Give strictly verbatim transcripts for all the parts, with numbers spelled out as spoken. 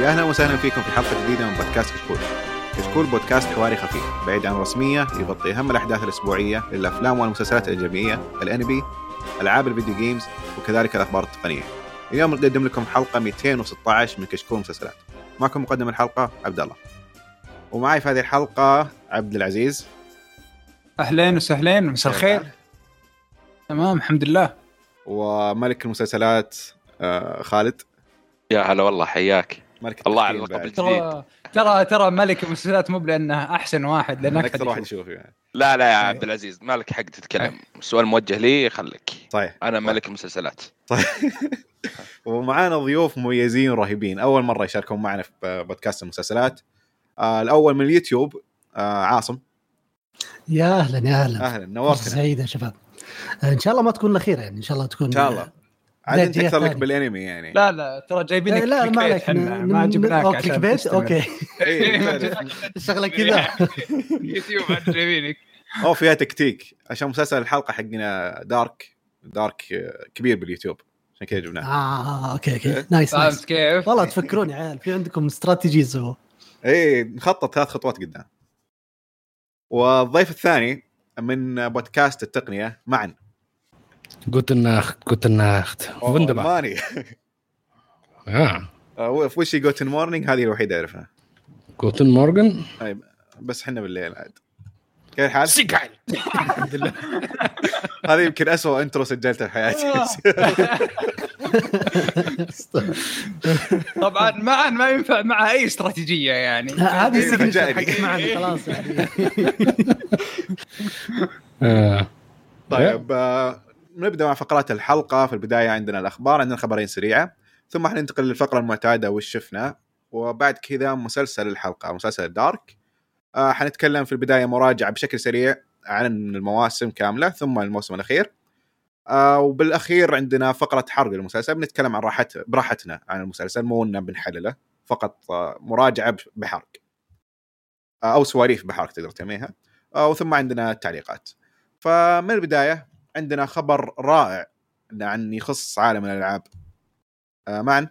يا أهلا وسهلا فيكم في حلقة جديدة من بودكاست كشكول. كشكول بودكاست حواري خفيف بعيد عن الرسمية، يغطي أهم الأحداث الأسبوعية للأفلام والمسلسلات الإيجابية، الأنمي، ألعاب الفيديو جيمز، وكذلك الأخبار التقنية. اليوم نقدم لكم حلقة مئتين وستة عشر من كشكول مسلسلات. معكم مقدم الحلقة عبد الله، ومعي في هذه الحلقة عبد العزيز. أهلين وسهلين، مساء الخير. تمام الحمد لله. وملك المسلسلات آه خالد. يا هلا والله، حياك الله على اللقب الجديد. ترى ترى ترى ملك المسلسلات مو لأنه أحسن واحد، لأنك أكثر واحد يشوف يعني. لا لا يا عبد العزيز، مالك حق تتكلم. السؤال موجه لي، خليك. صحيح. أنا ملك المسلسلات. ومعانا ضيوف مميزين رهيبين، أول مرة يشاركون معنا في بودكاست المسلسلات. آه الأول من اليوتيوب آه عاصم. يا أهلا يا أهلا. أهلا، نورتنا. سعيد يا شباب. إن شاء الله ما تكون الأخيرة يعني، إن شاء الله تكون. إن شاء الله. عاد انت اكثر لك بالانمي يعني. لا لا ترى جايبينك. لا ما عليك، ما جبناك عشان كبيت. اوكي ايه الشغله كذا يوتيوب عاد جايبينك. او فيها تكتيك عشان مسلسل الحلقه حقنا دارك دارك كبير باليوتيوب، عشان كذا جبناه. اه اوكي اوكي نايس نايس. كيف والله تفكرون يا عيال، في عندكم استراتيجيز. هو ايه نخطط ثلاث خطوات قدام. والضيف الثاني من بودكاست التقنيه معا. Guten Nacht, guten Nacht. Wunderbar. ماني. آه. وش جوتن مورنينج هذه الوحيدة أعرفها. Guten Morgen. طيب بس حنا بالليل عاد. كيف الحال؟ سيقال. الحمد لله. هذه يمكن أسوأ انترو سجلته في حياتي. طبعا معا ما ينفع مع أي استراتيجية يعني. هذه السجن حق معنا خلاص يعني. آه. طيب آه. نبدأ مع فقرات الحلقة. في البداية عندنا الأخبار، عندنا خبرين سريعة، ثم حننتقل للفقرة المعتادة وش شفنا، وبعد كذا مسلسل الحلقة مسلسل دارك. آه حنتكلم في البداية مراجعة بشكل سريع عن المواسم كاملة، ثم الموسم الأخير. آه وبالأخير عندنا فقرة حرق المسلسل، بنتكلم عن راحت براحتنا عن المسلسل، مو إننا بنحلله، فقط آه مراجعة بحرق آه أو سواليف بحرق تقدر تسميها. آه وثم عندنا التعليقات. فمن البداية عندنا خبر رائع عن يخص عالم الألعاب. آه معا.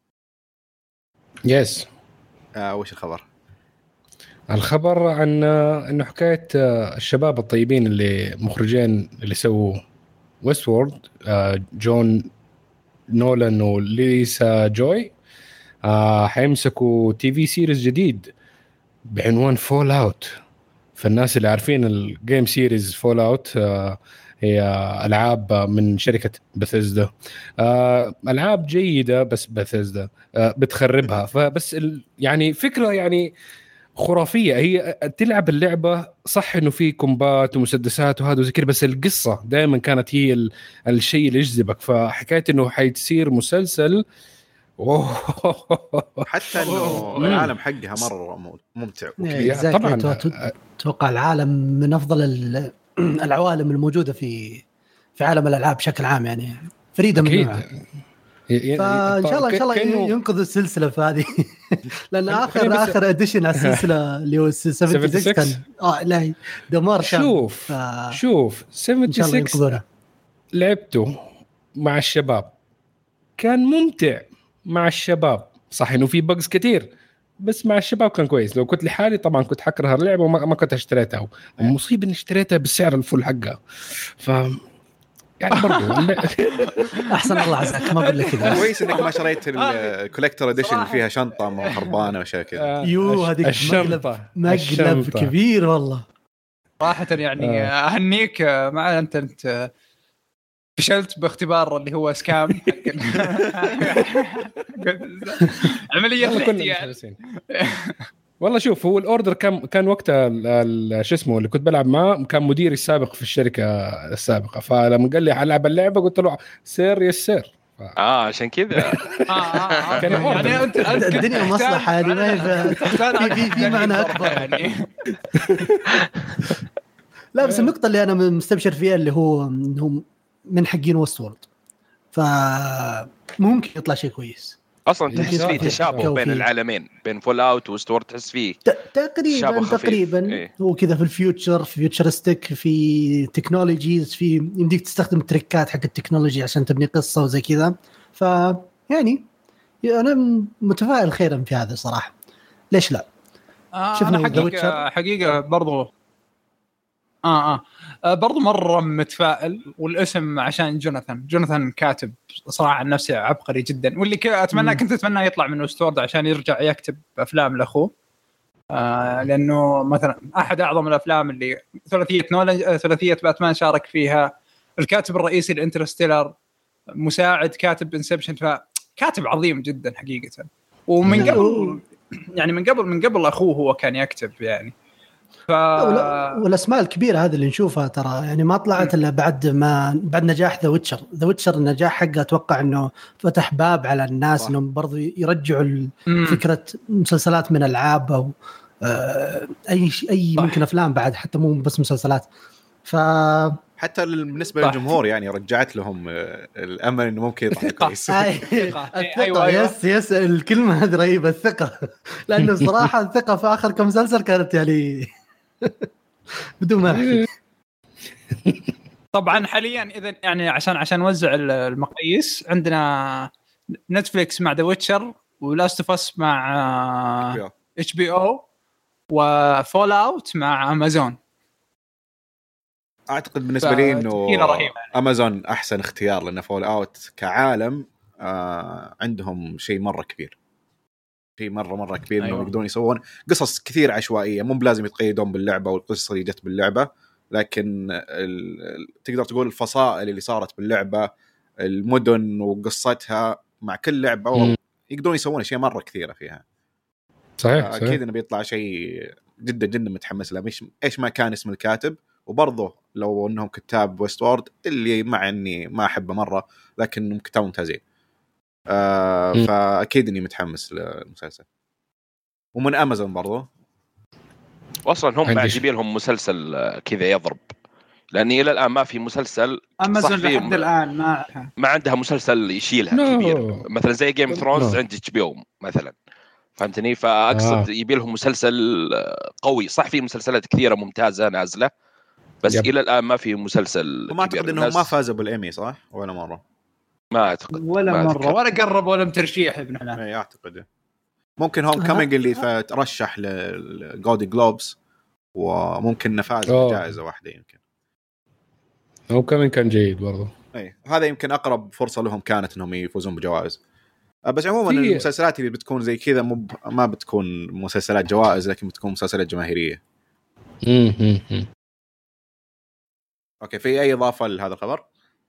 يس. آه وش الخبر؟ الخبر عن إنه حكاية الشباب الطيبين اللي مخرجين اللي سووا ويستورد، جون نولان وليسا جوي، حيمسكوا تي في سيريز جديد بعنوان فول أوت. فالناس اللي عارفين الجيم سيريز فول أوت هي ألعاب من شركة بثيسدا، ألعاب جيدة بس بثيسدا بتخربها. فبس يعني فكرة يعني خرافية، هي تلعب اللعبة صح إنه في كومبات ومسدسات وهذا وزي كده، بس القصة دائما كانت هي الشيء اللي يجذبك. فحكاية إنه حيتصير مسلسل حتى إنه العالم حقها مرة ممتع وكبير. طبعا توقع العالم من أفضل العوالم الموجودة في في عالم الألعاب بشكل عام، يعني فريدة من نوعها. فإن شاء الله إن شاء الله ينقذ السلسلة في هذه. لأن آخر آخر أديشن على السلسلة اللي هو سبعة وسبعين كان آه لا دمار شام. شوف ف... شوف سبعة وسبعين لعبته مع الشباب، كان ممتع مع الشباب، صح إنه في بجز كتير بس مع الشباب كان كويس. لو كنت لحالي طبعا كنت حكره اللعبة وما ما كنت اشتريتها، ومصيبة إني اشتريتها بالسعر الفل حقها. ف يعني برضو احسن الله عزك، ما اقول لك كذا. كويس انك ما شريت الكولكتور اديشن اللي فيها شنطه خربانه وشيء كذا. يو هذيك الشنطه مقلب كبير والله صراحه يعني. اهنيك مع انت انت فشلت باختبار اللي هو سكام عمليه الاحتيال. والله شوف، هو الاوردر كان كان وقتها شو اسمه اللي كنت بلعب معه كان مديري السابق في الشركه السابقه، فلما قال لي العب اللعبه قلت له سير يسير. ف... اه عشان كذا اه كان يعني انت الدنيا مصلحه يعني ما في في معنى اكبر يعني. لا بس النقطه اللي انا مستبشر فيها اللي هو انهم من حقين وستورد، فممكن يطلع شيء كويس. اصلا تحس فيه تشابه بين العالمين، بين فول اوت وستورد، تحس فيه تقريبا تقريبا إيه؟ هو كذا في الفيوتشر، في فيوتشرستيك، في تكنولوجيز، في يمديك تستخدم تريكات حق التكنولوجي عشان تبني قصة وزي كذا. فيعني انا متفائل خيرا في هذا صراحه، ليش لا؟ آه شفنا حقيقه حقيقه برضو آه, اه برضو مره متفائل، والاسم عشان جوناثان جوناثان كاتب صراحه عن نفسه عبقري جدا، واللي اتمنى كنت اتمنى يطلع من وستورد عشان يرجع يكتب افلام لاخوه. آه لانه مثلا احد اعظم الافلام اللي ثلاثيه نولان ثلاثيه باتمان شارك فيها، الكاتب الرئيسي لانترستيلر، مساعد كاتب انسبشن، فكاتب عظيم جدا حقيقه. ومن قبل يعني من قبل من قبل اخوه هو كان يكتب يعني. ف... والاسماء الكبيره هذه اللي نشوفها ترى يعني ما طلعت الا بعد ما بعد نجاح ذا ويتشر. ذا ويتشر النجاح حقه اتوقع انه فتح باب على الناس انهم برضو يرجعوا فكره مسلسلات من العاب او آه اي اي صح. ممكن افلام بعد حتى مو بس مسلسلات. ف حتى بالنسبه للجمهور يعني رجعت لهم الامل انه ممكن يطلع كويس. الثقه أيوة يس يس الكلمه هذه رهيبه، الثقه. لانه صراحه الثقه في اخر كم مسلسل كانت يعني بدون ما احكي. طبعا حاليا اذا يعني عشان عشان نوزع المقاييس، عندنا نتفليكس مع ذا ويتشر، ولاست اوف اس مع اتش بي او، وفول اوت مع امازون. اعتقد بالنسبه لي انه امازون احسن اختيار، لان فول اوت كعالم آه عندهم شيء مره كبير، شيء مره مره كبير. أيوة. انهم يقدرون يسوون قصص كثير عشوائيه، مو بلازم يتقيدون باللعبه والقصه اللي جت باللعبه، لكن تقدر تقول الفصائل اللي صارت باللعبه، المدن وقصتها مع كل لعبه، يقدرون يسوون اشياء مره كثيره فيها. صحيح, آه صحيح. اكيد انه بيطلع شيء جدا جدا متحمس له. مش ايش ما كان اسم الكاتب، وبرضه لو انهم كتاب ويستورد اللي مع اني ما احبه مره، لكنهم كتاب ممتازين. آه فاكيد اني متحمس للمسلسل. ومن امازون برضه اصلا هم معجبين لهم مسلسل كذا يضرب، لاني الى الان ما في مسلسل امازون لحد الان ما ما عندها مسلسل يشيلها no. كبير مثلا زي جيم اوف ثرونز no. عند اتش بي او مثلا، فهمتني؟ فاقصد آه. يبي لهم مسلسل قوي. صح في مسلسلات كثيره ممتازه نازله، بس يب. الى الان ما في مسلسل. وما اعتقد انهم ما فازوا بالايمي صح ولا مره؟ ما اعتقد ولا ما مره ولا قرب ولا ترشيح ابن حلال. اي اعتقد ممكن هوم كامينج اللي ترشح للجولدن جلوبز وممكن نفاز بجائزه واحده. يمكن هوم كامينج كان جيد برضه. اي هذا يمكن اقرب فرصه لهم كانت انهم يفوزون بجوائز. بس عموما في... المسلسلات اللي بتكون زي كذا مو ما بتكون مسلسلات جوائز، لكن بتكون مسلسلات جماهيريه. امم اوكي في اي اضافه لهذا الخبر؟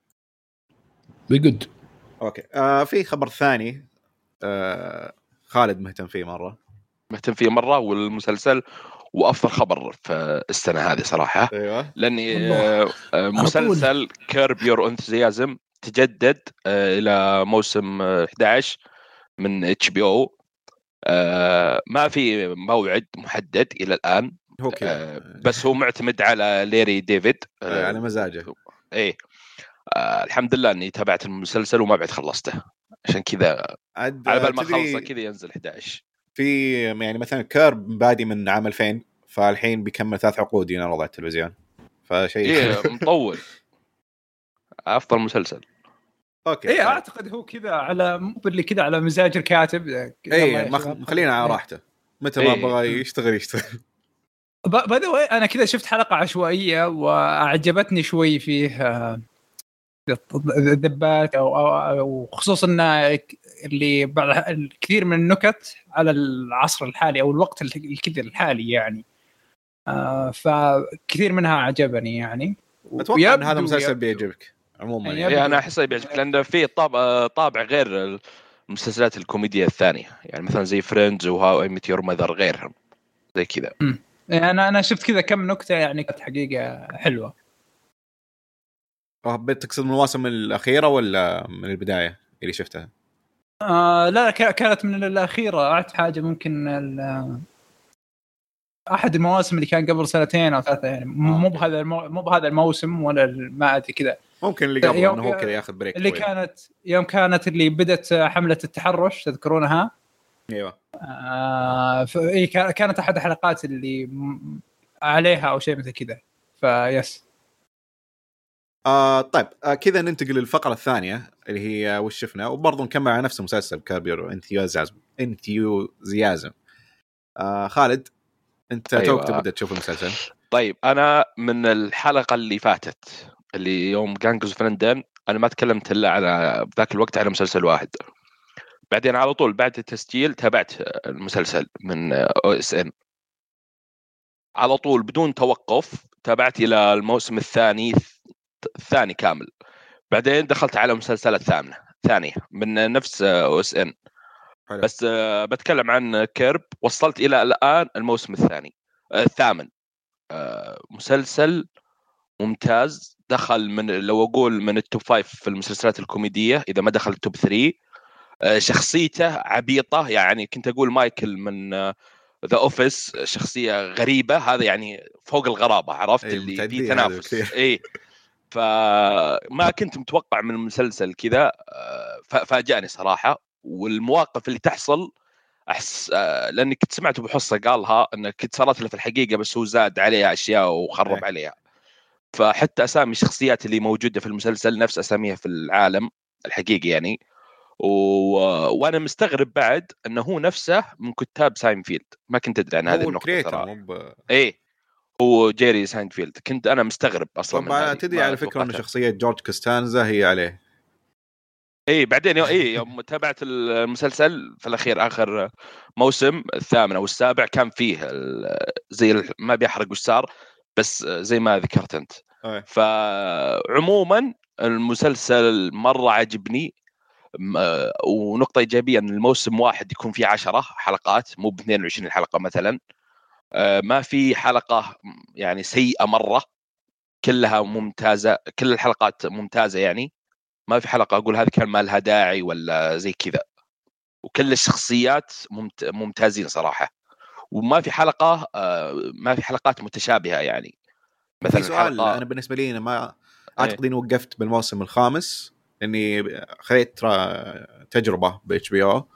بجد اوكي آه في خبر ثاني آه خالد مهتم فيه مره مهتم فيه مره والمسلسل وافضل خبر في السنه هذه صراحه. ايوه لاني آه مسلسل كيرب يور انثوزيازم تجدد آه الى موسم احد عشر من اتش بي او. آه ما في موعد محدد الى الان، آه بس هو معتمد على ليري ديفيد آه على مزاجه. ايه آه الحمد لله اني تابعت المسلسل وما بعد خلصته، عشان كذا على بال ما خلصه كذا ينزل احد عشر. في يعني مثلا كيرب بادي من عام ألفين، فالحين بيكمل ثلاث عقود ينعرض على التلفزيون، فشيء ايه مطول. افضل مسلسل. اوكي ايه اعتقد هو كذا على اللي كذا على مزاج الكاتب. ايه مخلينا على راحته، متى ما بغى يشتغل يشتغل. باي ذا واي انا كذا شفت حلقه عشوائيه واعجبتني شوي فيه الذبات او او خصوصا اللي بعض الكثير من النكت على العصر الحالي او الوقت الكذا الحالي يعني. آه فكثير منها عجبني يعني. اتوقع ان هذا مسلسل بيعجبك عموما يعني. يعني انا احس بيعجبك لانه فيه طابع طابع غير المسلسلات الكوميديا الثانيه، يعني مثلا زي فريندز وهاو اي ميت يور ماذر غيرهم زي كذا. انا انا شفت كذا كم نكته يعني كانت حقيقه حلوه. اه بتقصد من المواسم الاخيره ولا من البدايه اللي شفتها؟ آه لا كانت من الاخيره. اعرف حاجه ممكن احد المواسم اللي كان قبل سنتين او ثلاثه يعني. مو بهذا المو... مو بهذا الموسم ولا ما ادري كذا. ممكن اللي قبل انه هو كذا ياخذ بريك اللي طويل. كانت يوم كانت اللي بدت حمله التحرش تذكرونها؟ ايوه آه فهي كانت احد الحلقات اللي عليها او شيء مثل كذا. فيس آه طيب آه كذا ننتقل للفقره الثانيه اللي هي وش شفنا، وبرضه نكمل على نفس المسلسل كابير انثيوزيازم انثيوزيازم. آه خالد انت أيوة. توك تبدا تشوف المسلسل. طيب انا من الحلقه اللي فاتت اللي يوم جانجز فرندن انا ما تكلمت الا على ذاك الوقت على مسلسل واحد، بعدين على طول بعد التسجيل تابعت المسلسل من او اس ان على طول بدون توقف، تابعت الى الموسم الثاني الثاني كامل، بعدين دخلت على مسلسلات ثامنه ثانيه من نفس او اس ان، بس بتكلم عن كيرب. وصلت الى الان الموسم الثاني الثامن. مسلسل ممتاز، دخل من لو اقول من التوب فايف في المسلسلات الكوميديه اذا ما دخل التوب ثري. شخصيته عبيطه، يعني كنت اقول مايكل من ذا اوفيس شخصيه غريبه، هذا يعني فوق الغرابه، عرفت أي اللي فيه تنافس. اي فما كنت متوقع من المسلسل كذا، فاجأني صراحه. والمواقف اللي تحصل احس لاني كنت سمعت بحصه قالها انك كنت صارت له في الحقيقه، بس هو زاد عليها اشياء وخرب أي. عليها. فحتى اسامي الشخصيات اللي موجوده في المسلسل نفس اساميها في العالم الحقيقي يعني. و... وانا مستغرب بعد انه هو نفسه من كتاب ساينفيلد، ما كنت ادري عن هذه النقطه ترى. ب... ايه هو جيري ساينفيلد، كنت انا مستغرب اصلا. طبعا تدري على فكره انه شخصيه جورج كوستانزا هي عليه. ايه بعدين يوم ايه يوم تابعت المسلسل في الاخير اخر موسم الثامن او السابع كان فيه زي ما بيحرق وش صار، بس زي ما ذكرت انت. أيه. فعموما المسلسل مره عجبني. ونقطة إيجابية أن الموسم واحد يكون فيه عشرة حلقات مو ب اثنين وعشرين حلقة مثلا. ما في حلقة يعني سيئة مرة، كلها ممتازة، كل الحلقات ممتازة يعني. ما في حلقة أقول هذه كان ما لها داعي ولا زي كذا، وكل الشخصيات ممتازين صراحة. وما في حلقة ما في حلقات متشابهة يعني. مثلا سؤال حلقة... أنا بالنسبة لي أنا ما أعتقد إني وقفت بالموسم الخامس لاني خذيت تجربه باتش بي او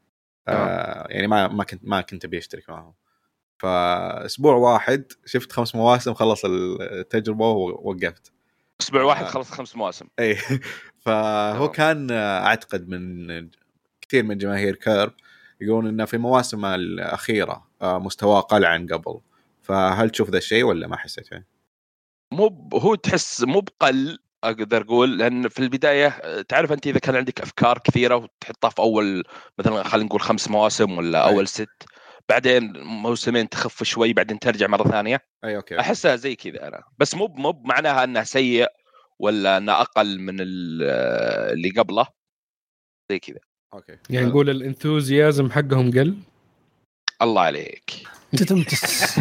آه يعني ما ما كنت ما كنت بيشترك معهم، فاسبوع واحد شفت خمس مواسم، خلص التجربه ووقفت. اسبوع واحد آه خلص خمس مواسم. اي فهو كان اعتقد من كثير من جماهير كيرب يقولون انه في مواسم الاخيره مستواه قل عن قبل، فهل تشوف ذا الشيء ولا ما حسيت فيه؟ مو هو تحس مو بقل اقدر اقول، لان في البدايه تعرف انت اذا كان عندك افكار كثيره وتحطها في اول مثلا خلينا نقول خمس مواسم ولا اول ست، بعدين موسمين تخف شوي بعدين ترجع مره ثانيه. اي اوكي احسها زي كذا انا، بس مو مو معناها انه سيء ولا انه اقل من اللي قبله زي كذا. اوكي يعني نقول الانثوزيازم حقهم قل. الله عليك تتمتس.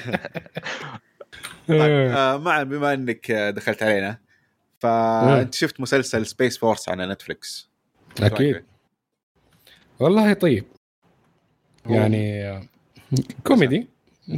مع بما انك دخلت علينا، فانت شفت مسلسل سبيس فورس على نتفليكس؟ اكيد والله طيب، يعني كوميدي.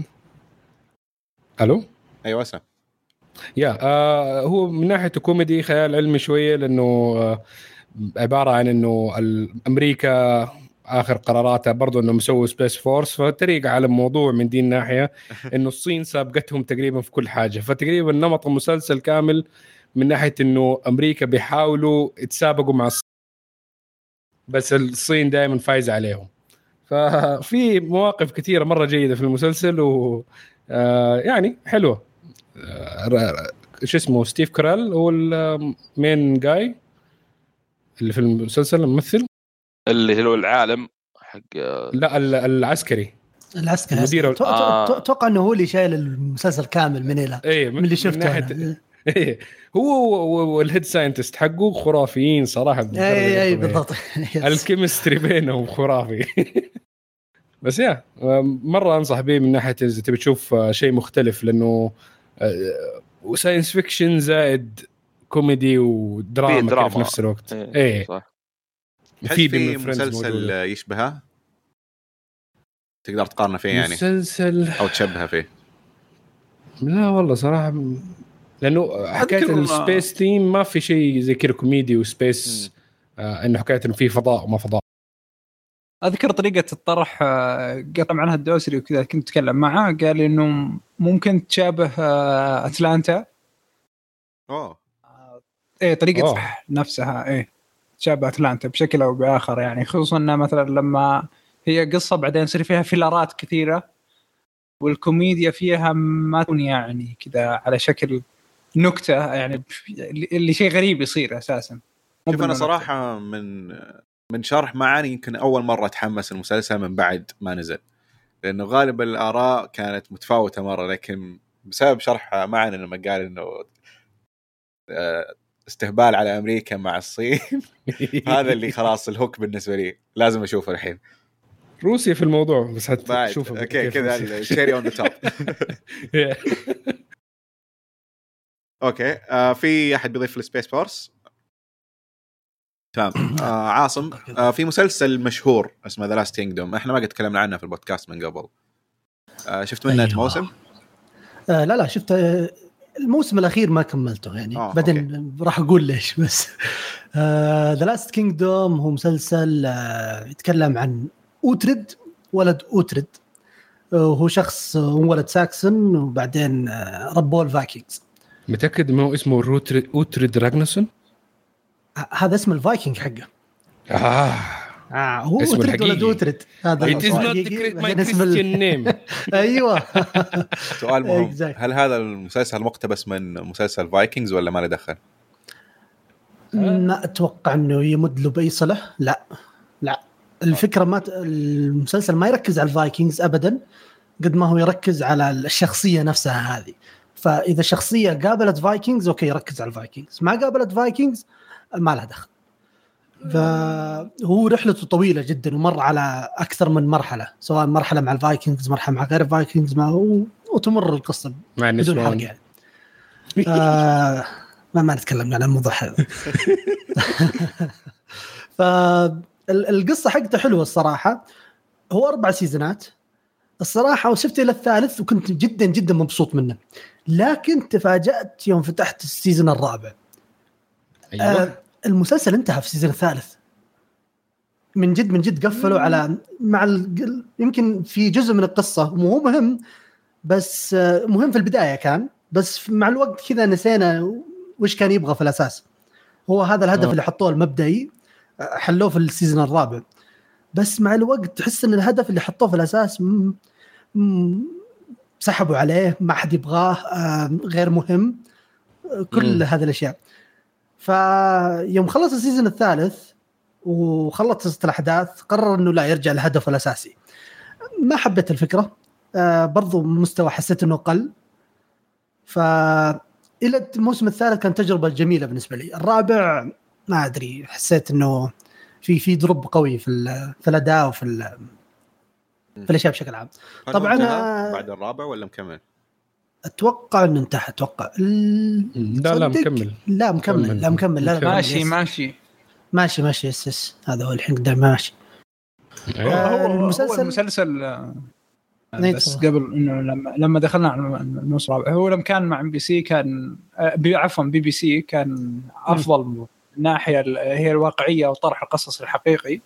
الو ايوه اسمع. يا آه هو من ناحيه كوميدي خيال علمي شويه، لانه آه عباره عن انه امريكا اخر قراراتها برضو انه مسوي سبيس فورس، فتريق على الموضوع من دي الناحيه انه الصين سابقتهم تقريبا في كل حاجه، فتقريبا نمط المسلسل كامل من ناحيه انه امريكا بيحاولوا يتسابقوا مع الصين، بس الصين دائما فايزه عليهم. ففي مواقف كثيره مره جيده في المسلسل، و يعني حلوه. ايش اسمه ستيف كاريل هو المين جاي اللي في المسلسل، الممثل اللي هو العالم حق لا العسكري العسكري مدير. اتوقع انه هو اللي شايل المسلسل كامل من هنا. ايه من اللي شفته. ايه هو والهيد ساينتست حقه خرافيين صراحه. اي اي بالضبط. الكيمستري بينهم خرافي. بس يا مره انصح به من ناحيه اذا تبي تشوف شيء مختلف، لانه ساينس فيكشن زائد كوميدي ودراما في نفس الوقت. ايه, ايه. صح. في في مسلسل يشبهه تقدر تقارنه فيه يعني مسلسل او تشبهه فيه؟ لا والله صراحه، لانه حكايه السبيس ثيم ما في شيء زي كذا كوميدي وسبيس. آه انه حكايه انه في فضاء وما فضاء. اذكر طريقه الطرح قطع عنها الدوسري وكذا، كنت اتكلم معه قال انه ممكن تشابه اتلانتا. اوه ايه طريقه صح نفسها ايه تشابه اتلانتا بشكل او باخر يعني، خصوصا انها مثلا لما هي قصه بعدين يصير فيها فيلرات كثيره والكوميديا فيها ما تكون يعني كذا على شكل نكته يعني اللي شيء غريب يصير اساسا. شوف انا صراحه من من شرح معاني يمكن اول مره اتحمس المسلسل من بعد ما نزل، لانه غالبا الاراء كانت متفاوته مره، لكن بسبب شرح معنا لما قال انه استهبال على امريكا مع الصين هذا اللي خلاص الهوك بالنسبه لي، لازم اشوفه الحين. روسيا في الموضوع بس هتشوفه اوكي كذا الشيري اون ذا توب. اوكي آه في احد بيضيف السبيس فورس؟ تمام. آه عاصم، آه في مسلسل مشهور اسمه ذا لاست كينجدوم، احنا ما قد تكلمنا عنه في البودكاست من قبل. آه شفت منه أيوة. موسم؟ آه لا لا شفت الموسم الاخير ما كملته يعني آه بعدين راح اقول ليش. بس ذا لاست كينجدوم هو مسلسل آه يتكلم عن اوتريد، ولد اوتريد هو شخص ولد ساكسون وبعدين آه ربوه الفايكنجز. متأكد ما هو اسمه روتريد اوتريد راغنسون؟ هذا اسم الفايكنج حقه. آه. آه هو اوتريد ولد اوتريد، هذا اسم النيم. ايوه. سؤال مهم، هل هذا المسلسل مقتبس من مسلسل فايكنجز ولا ما له دخل؟ ما اتوقع انه يمد له باي صله. لا لا الفكره ما المسلسل ما يركز على الفايكنجز ابدا قد ما هو يركز على الشخصيه نفسها هذه. فاذا شخصيه قابلت فايكنجز اوكي يركز على الفايكنجز، ما قابلت فايكنجز ما لها دخل. فهو رحلته طويله جدا ومر على اكثر من مرحله، سواء مرحله مع الفايكنجز مرحله مع غير الفايكنجز ما هو وتمر القصه بدون حرق يعني. آه ما ما نتكلم عن الموضوع هذا. فالقصه حقته حلوه الصراحه. هو اربع سيزونات الصراحه، وشفت الى الثالث وكنت جدا جدا مبسوط منه، لكن تفاجأت يوم فتحت السيزون الرابع. أيوة. آه المسلسل انتهى في السيزون الثالث من جد من جد قفلوا على مع ال... يمكن في جزء من القصة مو مهم بس مهم في البداية كان، بس مع الوقت كذا نسينا وش كان يبغى في الأساس. هو هذا الهدف أوه. اللي حطوه المبدئي حلوه في السيزون الرابع، بس مع الوقت تحس ان الهدف اللي حطوه في الأساس م... م... سحبوا عليه، ما حد يبغاه، غير مهم، كل م. هذه الأشياء. فيوم خلص السيزون الثالث وخلصت الأحداث قرر إنه لا يرجع لهدفه الأساسي. ما حبيت الفكرة، آه برضو مستوى حسيت إنه قل. فإلى الموسم الثالث كان تجربة جميلة بالنسبة لي. الرابع ما أدري، حسيت إنه في في دروب قوي في في الأداء وفي في الأشياء بشكل عام. طبعا بعد الرابع ولا مكمل؟ اتوقع انه انتهى. اتوقع لا لا مكمل لا مكمل لا مكمل لا ماشي ماشي ماشي ماشي يس هذا هو الحين قدام ماشي. آه هو المسلسل هو المسلسل بس قبل انه لما لما دخلنا على الموسم الرابع، هو لما كان مع ام بي سي كان عفوا بي بي سي كان افضل من ناحيه هي الواقعيه وطرح القصص الحقيقي.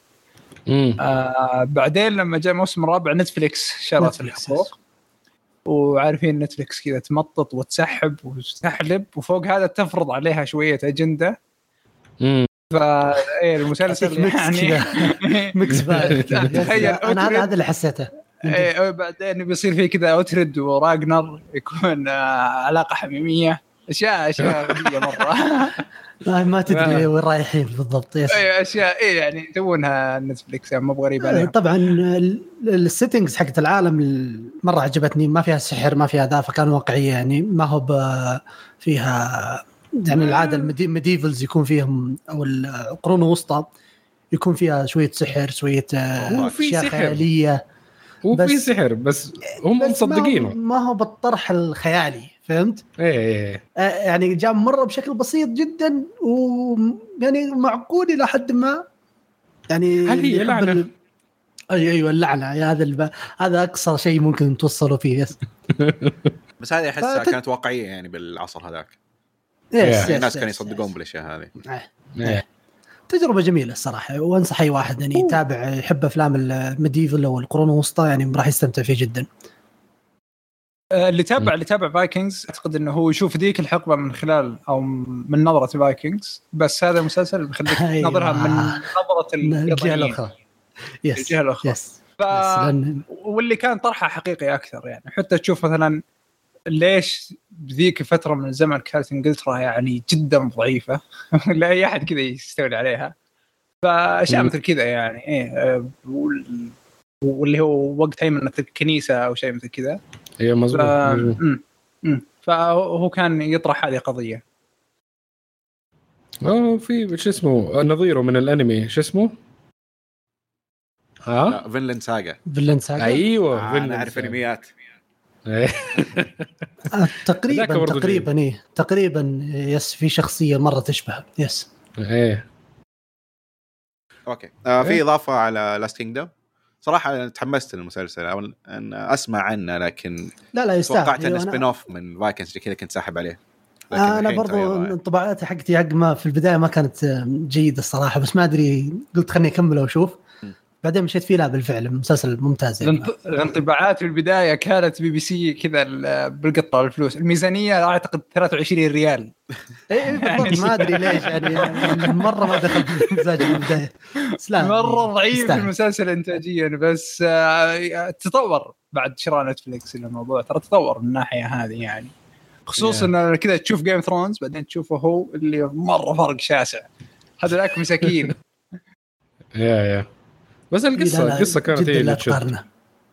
آه بعدين لما جاء الموسم الرابع نتفليكس شرت الحقوق، وعارفين نتفليكس كذا تمطط وتسحب وتحلب، وفوق هذا تفرض عليها شوية أجندة. امم فايه المسلسل يعني ميكس باك. انا هذا اللي حسيته. ايه بعدين بيصير فيه كذا اوتريد وراغنر يكون علاقة حميمية، اشياء اشياء غبية مرة. ما تدري وين رايحين بالضبط. اي اشياء ايه يعني توونها نتفليكس يعني ما بغريب عليها. طبعا السيتنجز حقت العالم مره عجبتني، ما فيها سحر ما فيها ذا، فكان واقعيه يعني، ما هو فيها يعني العاده الميديفلز يكون فيهم او القرون الوسطى يكون فيها شويه سحر شويه اشياء خياليه، وفي سحر بس هم مصدقينه، ما هو بالطرح الخيالي فهمت؟ ايه يعني جاء مره بشكل بسيط جدا ويعني معقول الى حد ما. يعني هل هي لعنه؟ ال... اي ايوه اللعنه، هذا الب... هذا اقصر شيء ممكن توصلوا فيه. يس بس هذه احسها فت... كانت واقعيه يعني بالعصر هذاك. يس الناس كانوا يصدقون بالاشياء هذه. ايه تجربه جميله الصراحه، وانصح اي واحد يعني يتابع يحب افلام الميديفل او القرون الوسطى يعني راح يستمتع فيه جدا. اللي تابع اللي تابع فايكنجز اعتقد انه هو يشوف ذيك الحقبه من خلال او من نظره فايكنجز، بس هذا المسلسل بيخليك تنظرها من نظره الجهه الاخرى. يس الجهه الاخرى يس. ف... واللي كان طرحها حقيقي اكثر يعني. حتى تشوف مثلا ليش بذيك فتره من الزمن كانت انجلترا يعني جدا ضعيفه لا اي احد كذا يستولي عليها، فاشياء مثل كذا يعني ايه. واللي هو وقت هيمنة الكنيسه او شيء مثل كذا. ايوه مظبوط. ف... فهو كان يطرح هذه قضيه. اه في شو اسمه نظيره من الانمي شو اسمه؟ ها فينلاند ساغا. فينلاند ساغا ايوه آه انا اعرف انميات تقريبا تقريبا ايه تقريبا يس. في شخصيه مره تشبه يس ايه اوكي. آه في اضافه على لاست كينجدم. صراحه انا تحمست للمسلسل او ان اسمع عنه، لكن لا لا يستاهل. توقعت انه سبين اوف من فايكنجز كذا كنت ساحب عليه. انا برضو انطباعاتي حقتي حق ما في البدايه ما كانت جيده الصراحه، بس ما ادري قلت خلني اكمل واشوف. بعدين مشيت فيه. لا بالفعل مسلسل ممتاز يعني. الانطباعات في البدايه كانت بي بي سي كذا بالقطه الفلوس. الميزانيه اعتقد ثلاثة وعشرين ريال. ايه بالضبط. ما ادري ليش يعني مره ما دخل في المزاج في البدايه. مره ضعيف المسلسل انتاجيا، بس تطور بعد شراء نتفليكس الموضوع. ترى تطور من الناحيه هذه يعني، خصوصا ان كذا تشوف جيم ثرونز بعدين تشوفه هو اللي مره فرق شاسع. هذولاك مساكين. يا يا بس القصه القصه كانت هي اللي تشد.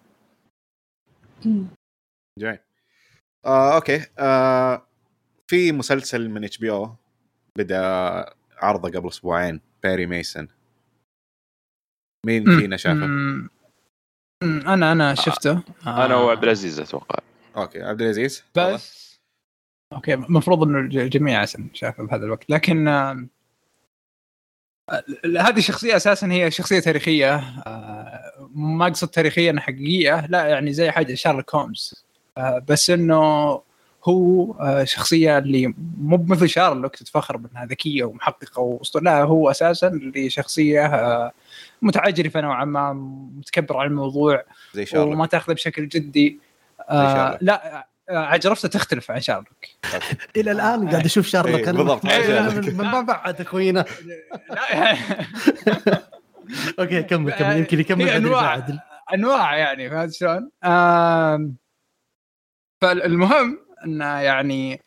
جاي. آه، اوكي. آه، في مسلسل من اتش بي او بدا عرضه قبل اسبوعين، بيري ميسن. مين فينا شافه؟ انا انا شفته. آه. انا وعبد العزيز اتوقع. اوكي عبد العزيز بس اوكي المفروض انه الجميع عسن شافه بهذا الوقت، لكن آه هذه الشخصيه اساسا هي شخصيه تاريخيه. آه ما اقصد تاريخيه حقيقيه، لا يعني زي حاجه شارلوك هومز. آه بس انه هو آه شخصيه اللي مو مثل شارلوك تتفخر بانها ذكيه ومحققه واسطوريه، لا هو اساسا اللي شخصيه آه متعجرفه نوعا ما، متكبر على الموضوع وما تاخذه بشكل جدي. آه لا عجرفته تختلف عن شارلوك. الى الان قاعد اشوف شارلوك انا بالضبط من ما بعد اخوينا. اوكي كمل كمل يمكن يكمل انواع انواع يعني فهذا شلون. آه فالمهم انه يعني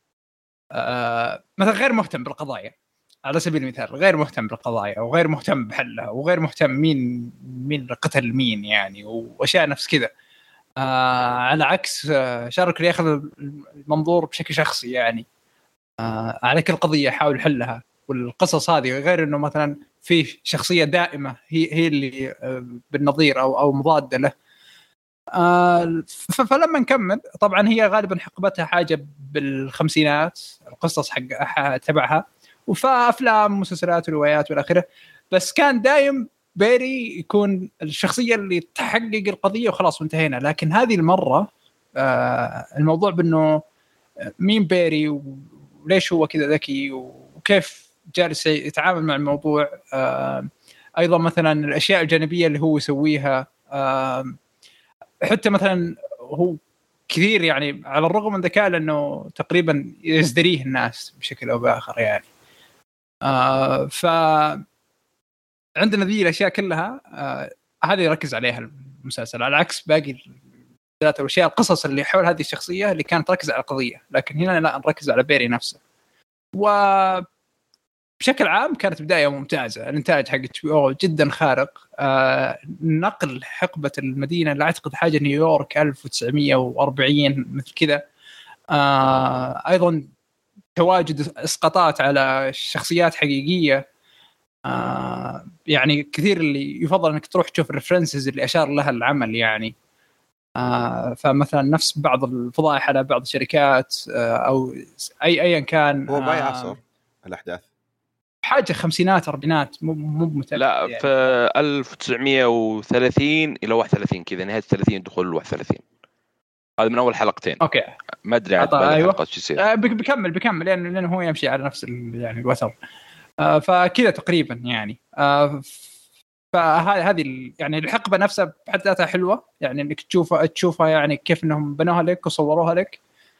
آه مثلا غير مهتم بالقضايا على سبيل المثال، غير مهتم بالقضايا وغير مهتم بحلها وغير مهتم مين مين قتل مين يعني واشياء نفس كذا. آه على عكس آه شارلوك اللي ياخذ المنظور بشكل شخصي يعني. آه على كل قضيه يحاول يحلها، والقصص هذه غير انه مثلا في شخصيه دائمه هي هي اللي آه بالنظير او او مضاده له. آه فلما نكمل طبعا هي غالبا حقبتها حاجه بالخمسينات، القصص حق تبعها وفافلام مسلسلات وروايات والاخره، بس كان دايم بيري يكون الشخصيه اللي تحقق القضيه وخلاص وانتهينا. لكن هذه المره آه الموضوع بانه مين بيري وليش هو كذا ذكي وكيف جالس يتعامل مع الموضوع. آه ايضا مثلا الاشياء الجانبيه اللي هو يسويها، آه حتى مثلا هو كثير يعني على الرغم من ذكاء لانه تقريبا يزدريه الناس بشكل او باخر يعني. آه ف عندنا ذي الاشياء كلها آه هذه يركز عليها المسلسل، على عكس باقي الثلاث الاشياء القصص اللي حول هذه الشخصيه اللي كانت تركز على القضيه، لكن هنا لا نركز على بيري نفسه. وبشكل عام كانت بدايه ممتازه. الانتاج حق اتش بي او جدا خارق. آه نقل حقبه المدينه اللي اعتقد حاجه نيويورك ألف وتسعمية وأربعين مثل كذا. آه ايضا تواجد اسقاطات على شخصيات حقيقيه. آه يعني كثير اللي يفضل انك تروح تشوف الريفرنسز اللي اشار لها العمل يعني. آه فمثلا نفس بعض الفضائح على بعض الشركات آه او اي ايا كان. هو باي عصر الاحداث حاجه خمسينات اربعينات مو مو متأكد لا يعني. في ألف وتسعمية وثلاثين الى واحد وثلاثين كذا، نهايه ثلاثين دخول واحد وثلاثين. هذا من اول حلقتين. اوكي ما ادري عاد باقي أيوة. الحلقات شو يصير. آه بكمل بكمل لانه لأن هو يمشي على نفس يعني الوتر. آه فكذا تقريبا يعني. آه فهذه يعني الحقبه نفسها بحد ذاتها حلوه، يعني انك تشوفها تشوفها يعني كيف انهم بنوها لك وصوروها لك،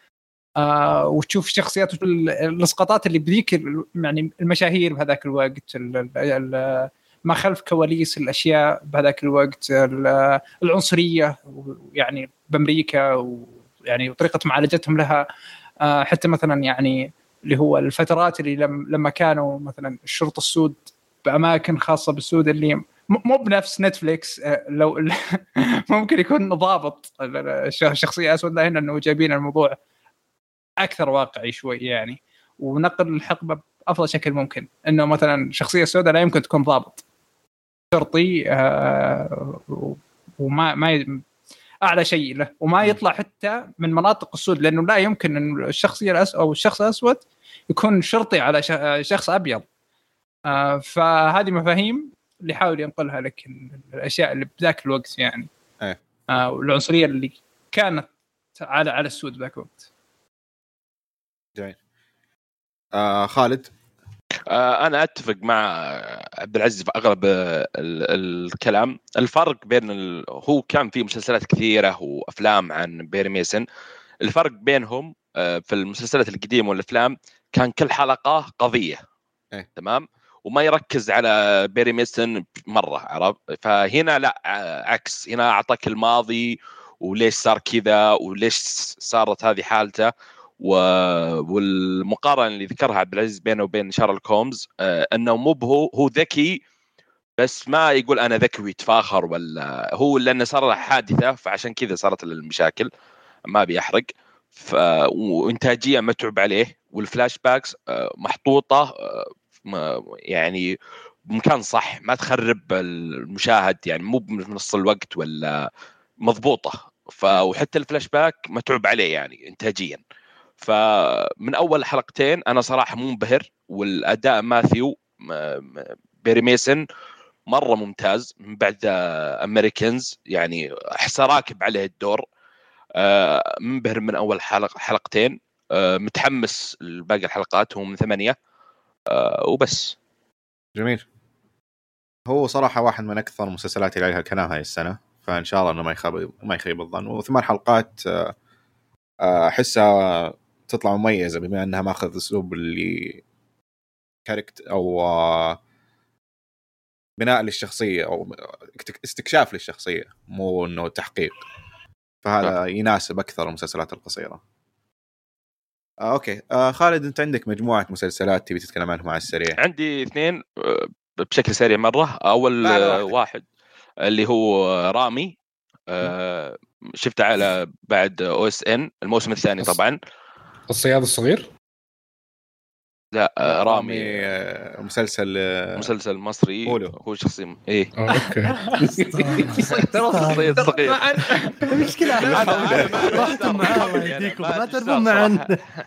آه وتشوف الشخصيات والاسقاطات اللي بذيك يعني المشاهير بهذاك الوقت، ال ال ما خلف كواليس الاشياء بهذاك الوقت، العنصريه يعني بامريكا ويعني وطريقه معالجتهم لها، آه حتى مثلا يعني اللي هو الفترات اللي لم لما كانوا مثلا الشرطه السود باماكن خاصه بالسود اللي مو بنفس نتفليكس، لو ممكن يكون ضابط شخصيه اسود، لا هنا انه جايبين الموضوع اكثر واقعي شوي يعني، ونقل الحقبه بافضل شكل ممكن، انه مثلا شخصيه سوداء لا يمكن تكون ضابط شرطي، آه وما ما اعلى شيء له، وما يطلع حتى من مناطق السود، لانه لا يمكن ان الشخصيه الاسود او الشخص الاسود يكون شرطي على شخص ابيض. آه فهذه مفاهيم اللي حاول ينقلها لك الاشياء اللي بذاك الوقت يعني، ايه آه والعنصريه اللي كانت على على السود ذاك الوقت. جميل. آه خالد. آه انا اتفق مع عبد العزيز في اغلب الكلام. الفرق بين ال... هو كان في مسلسلات كثيره وافلام عن بيري ميسن، الفرق بينهم آه في المسلسلات القديمه والافلام كان كل حلقه قضيه، ايه. تمام، وما يركز على بيري ميسن مره، عرب. فهنا لا، عكس، هنا اعطاك الماضي وليش صار كذا وليش صارت هذه حالته. والمقارنه اللي ذكرها عبد العزيز بينه وبين شارلوك هومز، آه انه مو هو هو ذكي بس ما يقول انا ذكي ويتفاخر، ولا هو لانه صار له حادثه فعشان كذا صارت المشاكل، ما بيحرق. ف... وانتاجيه متعب عليه، والفلاش باكس آه محطوطه آه يعني بمكان صح، ما تخرب المشاهد، يعني مو بنص الوقت ولا مضبوطه. ف وحتى الفلاش باك متعب عليه يعني انتاجيا. فمن اول حلقتين انا صراحه منبهر، والاداء ماثيو بيري ميسن مره ممتاز. من بعد امريكانز يعني احس راكب عليه الدور، منبهر من اول حلقه حلقتين، متحمس لباقي الحلقات، هو من ثمانية وبس. جميل. هو صراحه واحد من اكثر المسلسلات اللي عليها كلام هاي السنه، فان شاء الله انه ما يخيب ما يخيب الظن. وثمان حلقات احسها تطلع مميزه، بما انها ماخذ اسلوب اللي كاركت او بناء للشخصيه او استكشاف للشخصيه، مو انه تحقيق، فهذا يناسب اكثر المسلسلات القصيره. آه، اوكي. آه، خالد انت عندك مجموعه مسلسلات تبي تتكلم عنهم على السريع؟ عندي اثنين بشكل سريع مره. اول واحد اللي هو رامي، آه شفته على بعد او اس ان الموسم الثاني طبعا. الصياد الصغير؟ لا, لا رامي, رامي مسلسل مسلسل مصري قولوا. هو شخصي ايه اه اوكي. ترى صياد صغير. المشكله رحتم معاه الله يهديكم ما تربون معنا.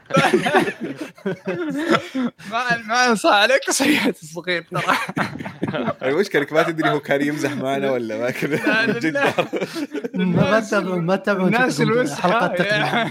ما ما صار عليك صياد الصغير ترى. المشكله ما تدري هو كان يمزح معنا ولا ما كذا جدا. ما تتابعوا ما تتابعوا الناس حلقات تقنيه.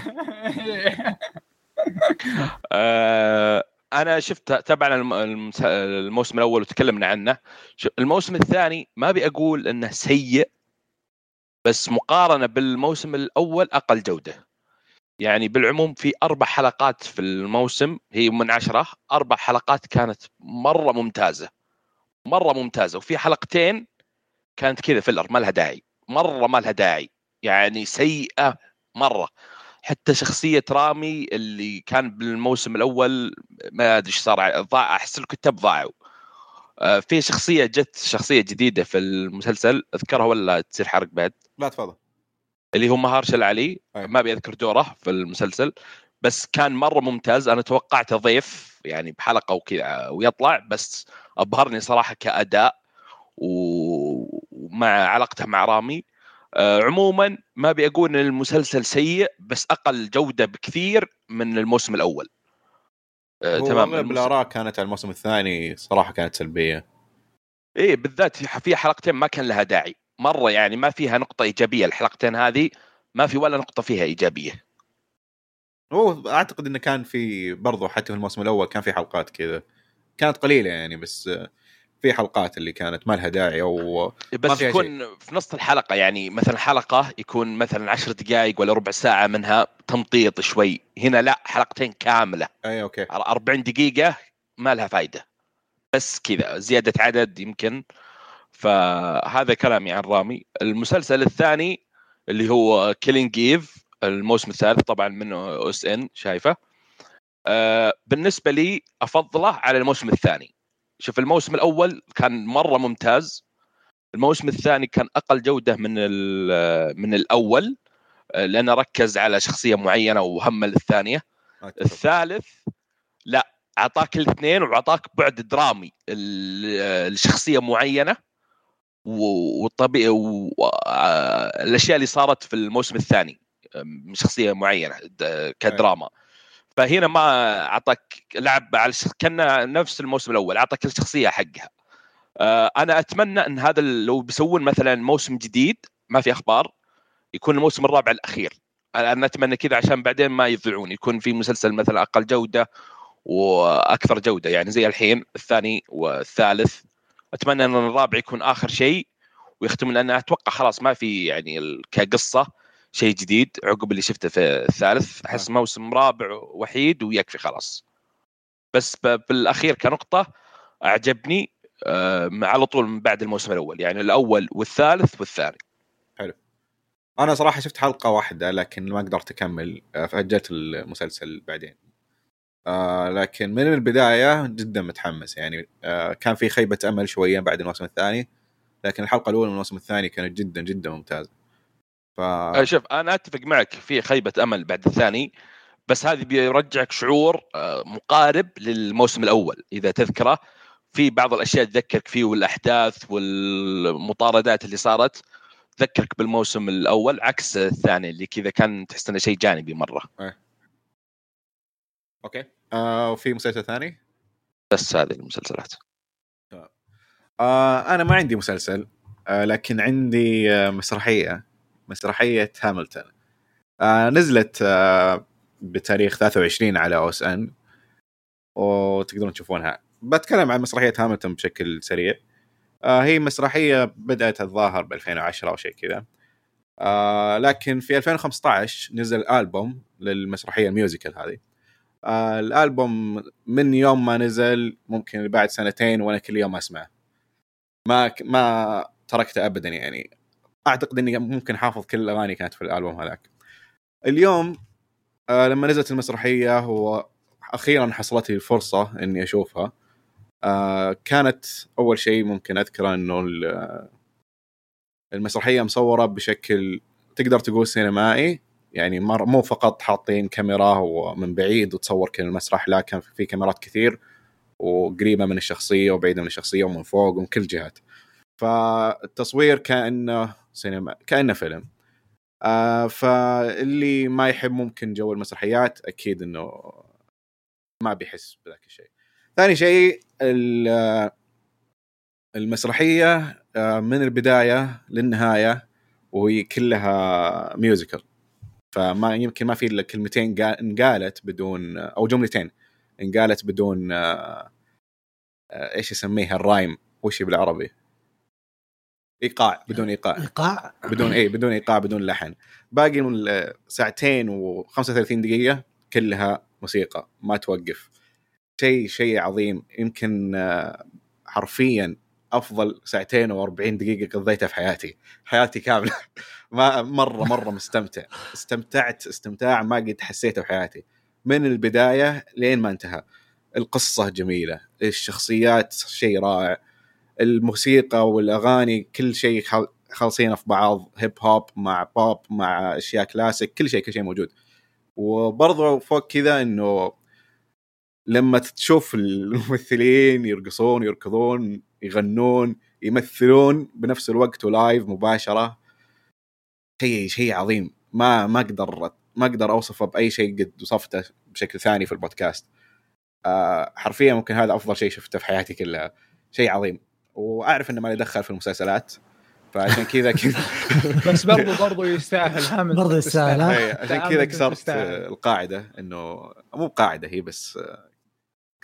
انا شفت تبعنا الموسم الاول وتكلمنا عنه. الموسم الثاني ما بيقول انه سيء، بس مقارنه بالموسم الاول اقل جوده. يعني بالعموم في اربع حلقات في الموسم، هي من عشرة، اربع حلقات كانت مره ممتازه مره ممتازه، وفي حلقتين كانت كذا فيلر ما لها داعي، مره ما لها داعي، يعني سيئه مره. حتى شخصية رامي اللي كان بالموسم الأول ما أدري إيش صار، ضاع، أحس الكتاب ضاعوا. آه في شخصية جت شخصية جديدة في المسلسل، أذكرها ولا تصير حرق بعد؟ لا تفضل. اللي هو مهارشل علي، أي. ما بيذكر دوره في المسلسل، بس كان مرة ممتاز. أنا توقعته ضيف يعني بحلقة وكذا ويطلع، بس أبهرني صراحة كأداء ومع علاقته مع رامي. آه عموما ما بيقول ان المسلسل سيء، بس اقل جوده بكثير من الموسم الاول. آه تمام. اغلب الاراء كانت على الموسم الثاني صراحه كانت سلبيه. ايه بالذات في حلقتين ما كان لها داعي مره، يعني ما فيها نقطه ايجابيه. الحلقتين هذه ما في ولا نقطه فيها ايجابيه. هو اعتقد انه كان في برضو حتى في الموسم الاول كان في حلقات كذا كانت قليله يعني، بس في حلقات اللي كانت ما لها داعي او بس يكون شيء. في نص الحلقه يعني مثلا حلقه يكون مثلا عشر دقائق ولا ربع ساعه منها تمطيط شوي، هنا لا حلقتين كامله اي اوكي أربعين دقيقه ما لها فايده، بس كذا زياده عدد يمكن. فهذا كلامي عن رامي. المسلسل الثاني اللي هو كيلينج إيف الموسم الثالث طبعا من أس إن شايفه. أه بالنسبه لي افضله على الموسم الثاني. شوف الموسم الاول كان مره ممتاز، الموسم الثاني كان اقل جوده من من الاول لانه ركز على شخصيه معينه وهمل الثانيه. الثالث لا اعطاك الاثنين وعطاك بعد درامي الشخصيه معينه والطبيعي والاشياء اللي صارت في الموسم الثاني من شخصيه معينه كدراما. فهنا ما اعطاك لعب على كان نفس الموسم الاول، اعطاك الشخصيه حقها. انا اتمنى ان هذا لو بيسوون مثلا موسم جديد ما في اخبار يكون الموسم الرابع الاخير. انا اتمنى كذا عشان بعدين ما يضيعون، يكون في مسلسل مثلا اقل جوده واكثر جوده يعني زي الحين الثاني والثالث. اتمنى ان الرابع يكون اخر شيء ويختم، لان اتوقع خلاص ما في يعني كقصه شيء جديد عقب اللي شفته في الثالث. احس موسم رابع وحيد ويكفي خلاص. بس بالاخير كنقطه اعجبني على طول من بعد الموسم الاول، يعني الاول والثالث والثاني. حلو. انا صراحه شفت حلقه واحده لكن ما قدرت اكمل، فاجلت المسلسل بعدين. آه لكن من البدايه جدا متحمس يعني. آه كان في خيبه امل شويه بعد الموسم الثاني، لكن الحلقه الاولى من الموسم الثاني كانت جدا جدا ممتازه. ف شوف انا اتفق معك في خيبه امل بعد الثاني، بس هذه بيرجعك شعور مقارب للموسم الاول اذا تذكره. في بعض الاشياء تذكرك فيه والاحداث والمطاردات اللي صارت تذكرك بالموسم الاول، عكس الثاني اللي كذا كان تحس انه شيء جانبي مره. أه. اوكي. آه وفي مسلسل ثاني بس هذه المسلسلات. آه انا ما عندي مسلسل، آه لكن عندي آه مسرحيه مسرحيه هاملتون. آه نزلت آه بتاريخ ثلاثة وعشرين على أو إس إن وتقدرون تشوفونها. بتكلم عن مسرحيه هاملتون بشكل سريع. آه هي مسرحيه بدأت الظاهر ب ألفين وعشرة أو شيء كذا، آه لكن في ألفين وخمسة عشر نزل ألبوم للمسرحيه الميوزيكال هذه. آه الألبوم من يوم ما نزل ممكن بعد سنتين وأنا كل يوم أسمعه، ما ما تركته أبدا يعني. أعتقد إني ممكن حافظ كل الأغاني كانت في الألبوم هذاك. اليوم آه لما نزلت المسرحية هو أخيرا حصلت لي الفرصة إني أشوفها. آه كانت أول شيء ممكن أذكره إنه المسرحية مصورة بشكل تقدر تقول سينمائي، يعني مو فقط حاطين كاميرا ومن بعيد وتصور كل المسرح، لا كان في كاميرات كثير وقريبة من الشخصية وبعيدة من الشخصية ومن فوق ومن كل جهات. فالتصوير كأنه سينما كأنه فيلم. آه فاللي ما يحب ممكن جو المسرحيات أكيد إنه ما بيحس بذاك الشيء. ثاني شيء المسرحية من البداية للنهاية وهي كلها ميوزيكال، فما يمكن ما في إلا كلمتين انقالت بدون أو جملتين انقالت بدون إيش يسميها الرايم وش بالعربي إيقاع، بدون إيقاع إيقاع بدون إيه بدون إيقاع بدون لحن. باقي من ساعتين وخمسة وثلاثين دقيقة كلها موسيقى ما توقف. شيء شيء عظيم، يمكن حرفيا أفضل ساعتين وأربعين دقيقة قضيتها في حياتي حياتي كاملة. ما مرة مرة مستمتع استمتعت استمتاع ما قد حسيته في حياتي من البداية لين ما انتهى. القصة جميلة، الشخصيات شيء رائع، الموسيقى والأغاني كل شيء خالصين في بعض، هيب هوب مع بوب مع أشياء كلاسيك، كل شيء كل شيء موجود. وبرضه فوق كذا إنه لما تشوف الممثلين يرقصون يركضون يغنون يمثلون بنفس الوقت ولايف مباشرة، شيء شيء عظيم. ما ما اقدر ما اقدر اوصفه باي شيء قد وصفته بشكل ثاني في البودكاست. أه حرفيا ممكن هذا افضل شيء شفته في حياتي كلها، شيء عظيم. واعرف انه ما يدخل في المسلسلات فعشان كذا كذا بس برضو برضو يستاهل هامل برضو يستاهل. عشان كذا كسرت القاعدة، انه مو قاعدة هي بس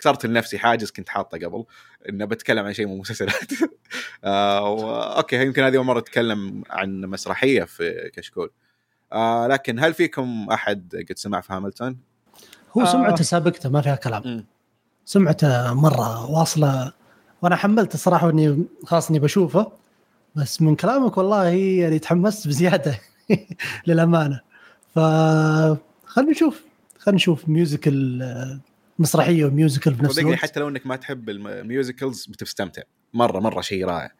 كسرت لنفسي حاجز كنت حاطه قبل انه بتكلم عن شيء مو مسلسلات. آه اوكي يمكن هذه اول مره اتكلم عن مسرحيه في كشكول. آه لكن هل فيكم احد قد سمع في هاملتون؟ هو سمعته آه. سابقته ما فيها كلام. م. سمعته مره واصله وانا حملت الصراحه اني خلاص اني بشوفه، بس من كلامك والله يعني تحمست بزياده للامانه. فخلنا نشوف خلنا نشوف ميوزيكال مسرحيه وميوزيكال بنفس الوقت. حتى لو انك ما تحب الميوزيكلز بتستمتع مره مره شيء رائع.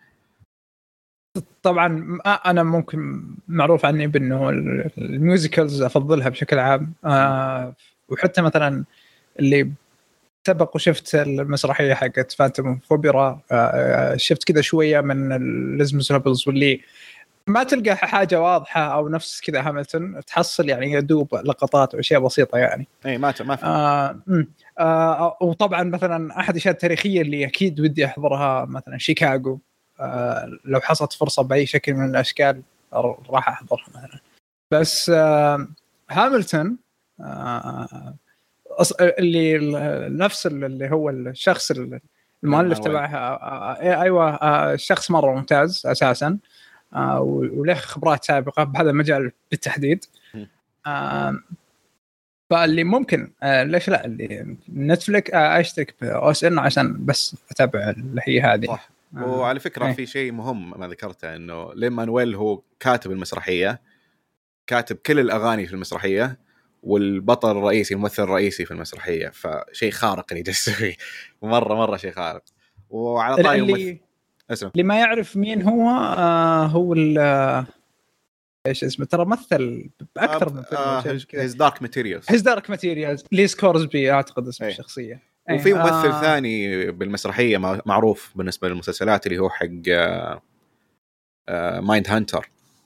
طبعا انا ممكن معروف عني بانه الميوزيكلز افضلها بشكل عام. آه وحتى مثلا اللي سبق وشفت المسرحيه حقت فانتوم فوبيرا، آه شفت كذا شويه من الليزمزرابلز، واللي ما تلقى حاجه واضحه او نفس كذا هاملتون، تحصل يعني يدوب لقطات واشياء بسيطه يعني. اي ما ما في آه آه وطبعا مثلا احد الاشياء التاريخيه اللي اكيد ودي احضرها مثلا شيكاغو. آه لو حصلت فرصه باي شكل من الاشكال راح احضرها مثلا. بس آه هاملتون آه اللي نفس اللي هو الشخص المؤلف تبعها، آه ايوه آه شخص مره ممتاز اساسا، آه وله خبرات سابقه بهذا المجال بالتحديد. آه فاللي ممكن آه ليش لا اللي نتفليكس آه اشترك باوس ان عشان بس اتابع اللي هي هذه. صح. آه. وعلى فكره ايه. في شيء مهم ما ذكرته انه لين مانويل هو كاتب المسرحيه، كاتب كل الاغاني في المسرحيه، والبطل الرئيسي الممثل الرئيسي في المسرحيه، فشيء خارق اللي يسويه مره مره شيء خارق. وعلى طاري اللي اسمه اللي ما يعرف مين هو آه هو ايش اسمه ترى مثل باكثر من فيلم. هيز دارك ماتيريالز هيز دارك ماتيريالز ليس كورسبي اعتقد اسم أي. الشخصيه. وفي ممثل آه. ثاني بالمسرحيه معروف بالنسبه للمسلسلات اللي هو حق آه آه مايند هانتر.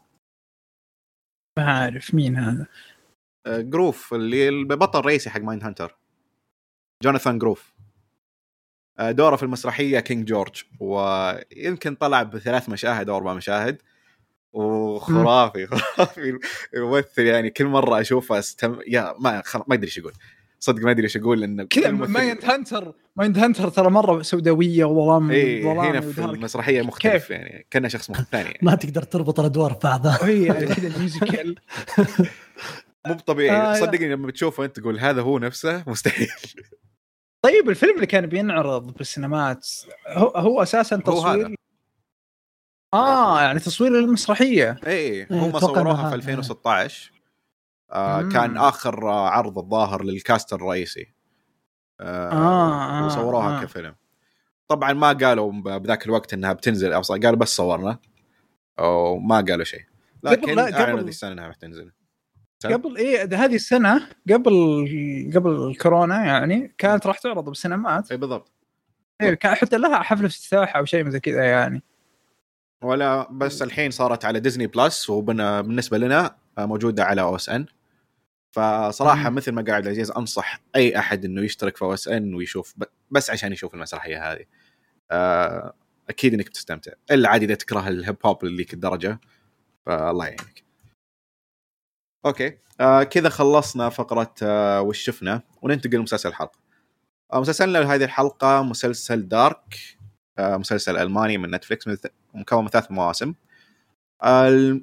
ما عارف مين هذا. آه جروف اللي البطل الرئيسي حق مايند هانتر، جوناثان جروف. آه دوره في المسرحيه كينج جورج، ويمكن طلع بثلاث مشاهد او اربع مشاهد، وخرافي خرافي الممثل يعني. كل مره اشوفه استم... يا ما خل... ما ادري ايش اقول صدق، ما ادري ايش اقول لان كذا مايند هانتر مايند هانتر ترى مره سوداويه وظلام إيه هنا في المسرحيه مختلف كيف؟ يعني كنا شخص مختلف يعني. ما تقدر تربط الادوار ببعضها. هي كذا الميوزيكال مو طبيعي. آه صدقني لما بتشوفه انت تقول هذا هو نفسه، مستحيل. طيب الفيلم اللي كان بينعرض بالسينمات هو, هو اساسا تصوير اه يعني تصوير المسرحيه. ايه هم صوروها في ألفين وستة عشر. آه كان اخر عرض الظاهر للكاست الرئيسي. آه, آه وصوروها آه. كفيلم. طبعا ما قالوا بذاك الوقت انها بتنزل، اصلا قالوا بس صورنا او ما قالوا شيء، لكن اعلنوا هذه السنه انها بتنزل قبل ايه هذه السنه قبل قبل الكورونا يعني كانت راح تعرض بالسينمات. اي بالضبط. ايه كان حتى لها حفله افتتاح او شيء مثل كذا يعني. ولا بس الحين صارت على ديزني بلس، وبالنسبه لنا موجوده على او اس ان. فصراحه مم. مثل ما قاعد العزيز انصح اي احد انه يشترك في او اس ان ويشوف بس عشان يشوف المسرحيه هذه. اكيد انك بتستمتع، الا عادي اذا تكره الهيب هوب اللي الدرجه فالله يعينك. اوكي آه كذا خلصنا فقره آه وش شفنا، وننتقل لمسلسل الحلقه. آه مسلسلنا لهذه الحلقه مسلسل دارك، آه مسلسل الماني من نتفليكس مكون من ثلاث مواسم. آه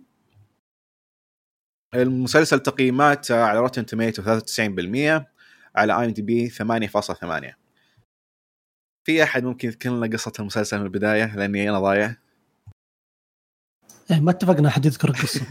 المسلسل تقييمات على روتن توميتو ثلاثة وتسعين بالمية، على اي ام دي بي ثمانية فاصلة ثمانية. في احد ممكن يذكر لنا قصه المسلسل من البدايه لاني انا ضايع؟ إيه ما اتفقنا أحد يذكر القصة.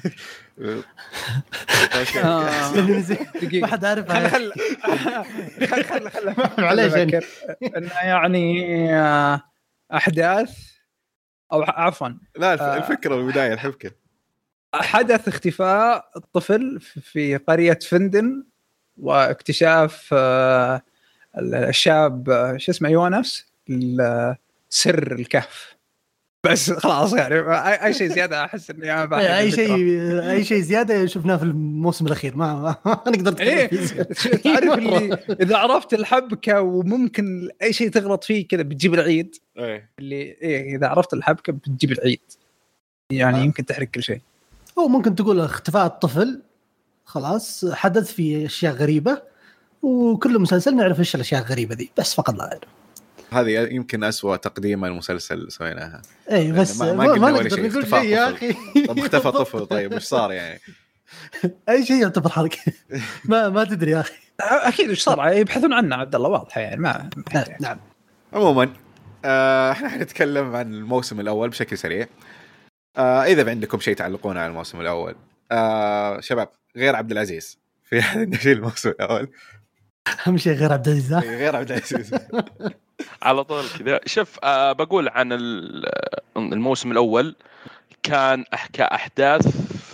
ما حد عارف. خل خل خل خل معليش إنه يعني أحداث أو عفوا لا الفكرة البداية الحبكة. حدث اختفاء الطفل في قرية فندن، واكتشاف الشاب شو اسمه يونس سر الكهف. بس خلاص يعني اي شيء زياده احس اني انا اي شيء اي شيء زياده شفناه في الموسم الاخير ما, ما نقدر إيه؟ تعرف اللي اذا عرفت الحبكه وممكن اي شيء تغلط فيه كذا بتجيب العيد. إيه؟ اللي إيه اذا عرفت الحبكه بتجيب العيد يعني آه. يمكن تحرق كل شيء. او ممكن تقول اختفاء الطفل خلاص حدث في اشياء غريبه وكل مسلسل نعرف ايش الاشياء الغريبه ذي بس فقط لا غير. هذه يمكن أسوأ تقديم المسلسل سويناها. اي بس ما, ما, ما نقدر نقول شيء يا اخي. طب اختفى طفل طيب ايش صار يعني؟ اي شيء يعتبر حركه. ما ما تدري يا اخي. اكيد ايش صار يبحثون عنه عبد الله واضحه يعني ما نعم. عموما آه احنا حنتكلم عن الموسم الاول بشكل سريع. آه اذا عندكم شيء تعلقون على الموسم الاول آه شباب غير عبد العزيز في عندنا شيء الموسم الاول. اهم شيء غير عبد العزيز. غير عبد العزيز على طول كذا. شوف آه بقول عن الموسم الاول كان احكى احداث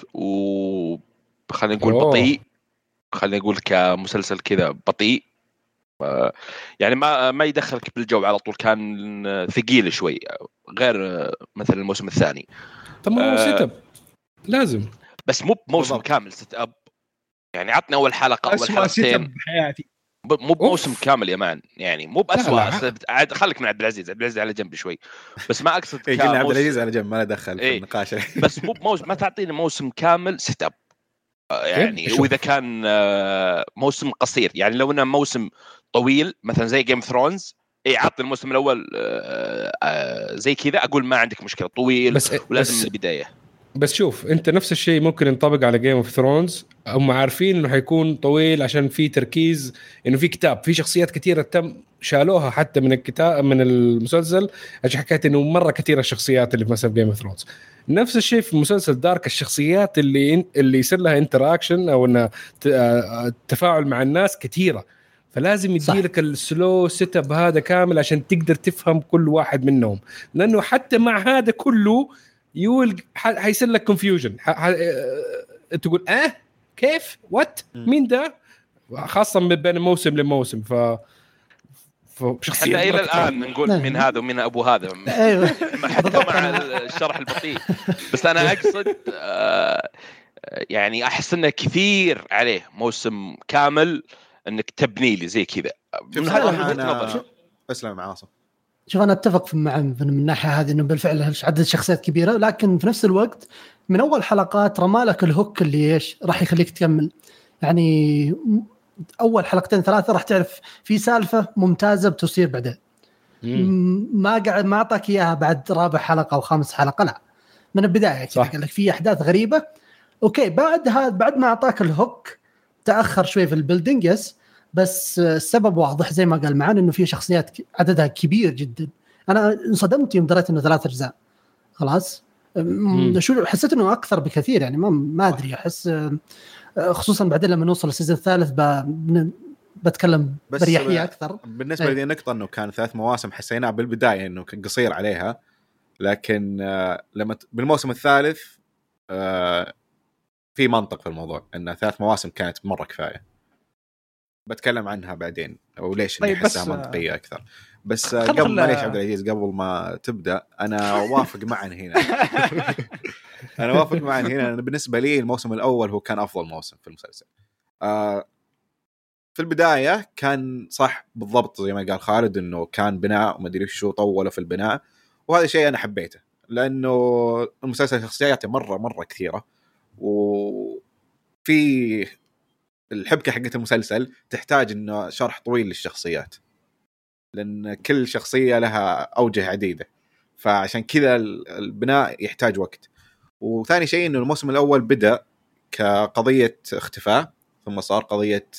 و خلينا نقول بطيء، خلينا نقول كمسلسل كذا بطيء آه يعني ما ما يدخلك بالجو على طول، كان ثقيل شوي غير مثلا الموسم الثاني. طب ما هو آه سيت اب لازم، بس مو بموسم كامل سيت اب يعني. عطني اول حلقه اول حلقتين بحياتي، مو بموسم كامل يا مان يعني، مو بأسوأ. عاد خليك من عبد العزيز، عبد العزيز على جنب شوي بس ما اقصد إيه قلنا عبد العزيز على جنب ما له دخل في النقاش. بس مو بموسم، ما تعطيني موسم كامل سيت اب يعني. واذا كان موسم قصير يعني، لو انه موسم طويل مثلا زي جيم ثرونز اي عطني الموسم الاول زي كذا اقول ما عندك مشكله طويل بس ولازم بس من البدايه. بس شوف انت نفس الشيء ممكن ينطبق على جيم اوف ثرونز، هم عارفين انه حيكون طويل عشان في تركيز، انه في كتاب في شخصيات كثيره تم شالوها حتى من الكتاب من المسلسل عشان حكيت انه مره كثيره الشخصيات اللي في مثلا جيم اوف ثرونز. نفس الشيء في مسلسل دارك، الشخصيات اللي اللي يصير لها انتراكشن او انه تفاعل مع الناس كثيره، فلازم يديلك السلو سيت اب هذا كامل عشان تقدر تفهم كل واحد منهم، لانه حتى مع هذا كله يقول حيصير لك كونفيوجن، تقول اه كيف وات مين ده، خاصه بين موسم لموسم. ف حتى الى الان نقول من هذا ومن ابو هذا حتى مع الشرح البطيء. بس انا اقصد آه يعني احس انه كثير عليه موسم كامل انك تبني لي زي كذا. من هذا انا اسلم مع عاصم. شوف أنا أتفق مع من الناحية هذه إنه بالفعل عدد شخصيات كبيرة، لكن في نفس الوقت من أول حلقات رمالك الهوك اللي إيش راح يخليك تكمل. يعني أول حلقتين ثلاثة راح تعرف في سالفة ممتازة بتصير بعدين، ما قاعد ما أعطاك إياها بعد رابع حلقة أو خامس حلقة، لا من البداية قال لك في أحداث غريبة. أوكي بعد هذا بعد ما أعطاك الهوك تأخر شوي في البيلدينج يس، بس السبب واضح زي ما قال معان انه في شخصيات عددها كبير جدا. انا انصدمت يوم دريت انه ثلاث اجزاء خلاص. شو حسيت انه اكثر بكثير يعني، ما ما ادري احس خصوصا بعدين لما نوصل السيزون الثالث ب... بتكلم بريحيه اكثر. بالنسبه لي نقطه انه كان ثلاث مواسم حسينا بالبدايه انه كان قصير عليها، لكن لما بالموسم الثالث في منطق في الموضوع ان ثلاث مواسم كانت مره كفايه. بتكلم عنها بعدين وليش طيب احسها منطقيه اكثر. بس قبل ما ليش عبد العزيز قبل ما تبدا انا وافق معا هنا. انا وافق معا هنا. أنا بالنسبه لي الموسم الاول هو كان افضل موسم في المسلسل. آه في البدايه كان صح بالضبط زي ما قال خالد انه كان بناء وما ادري شو طوله في البناء، وهذا شيء انا حبيته لانه المسلسل شخصياته مره مره كثيره، وفي الحبكة حقت المسلسل تحتاج إنه شرح طويل للشخصيات لأن كل شخصية لها أوجه عديدة، فعشان كذا البناء يحتاج وقت. وثاني شيء إنه الموسم الأول بدأ كقضية اختفاء ثم صار قضية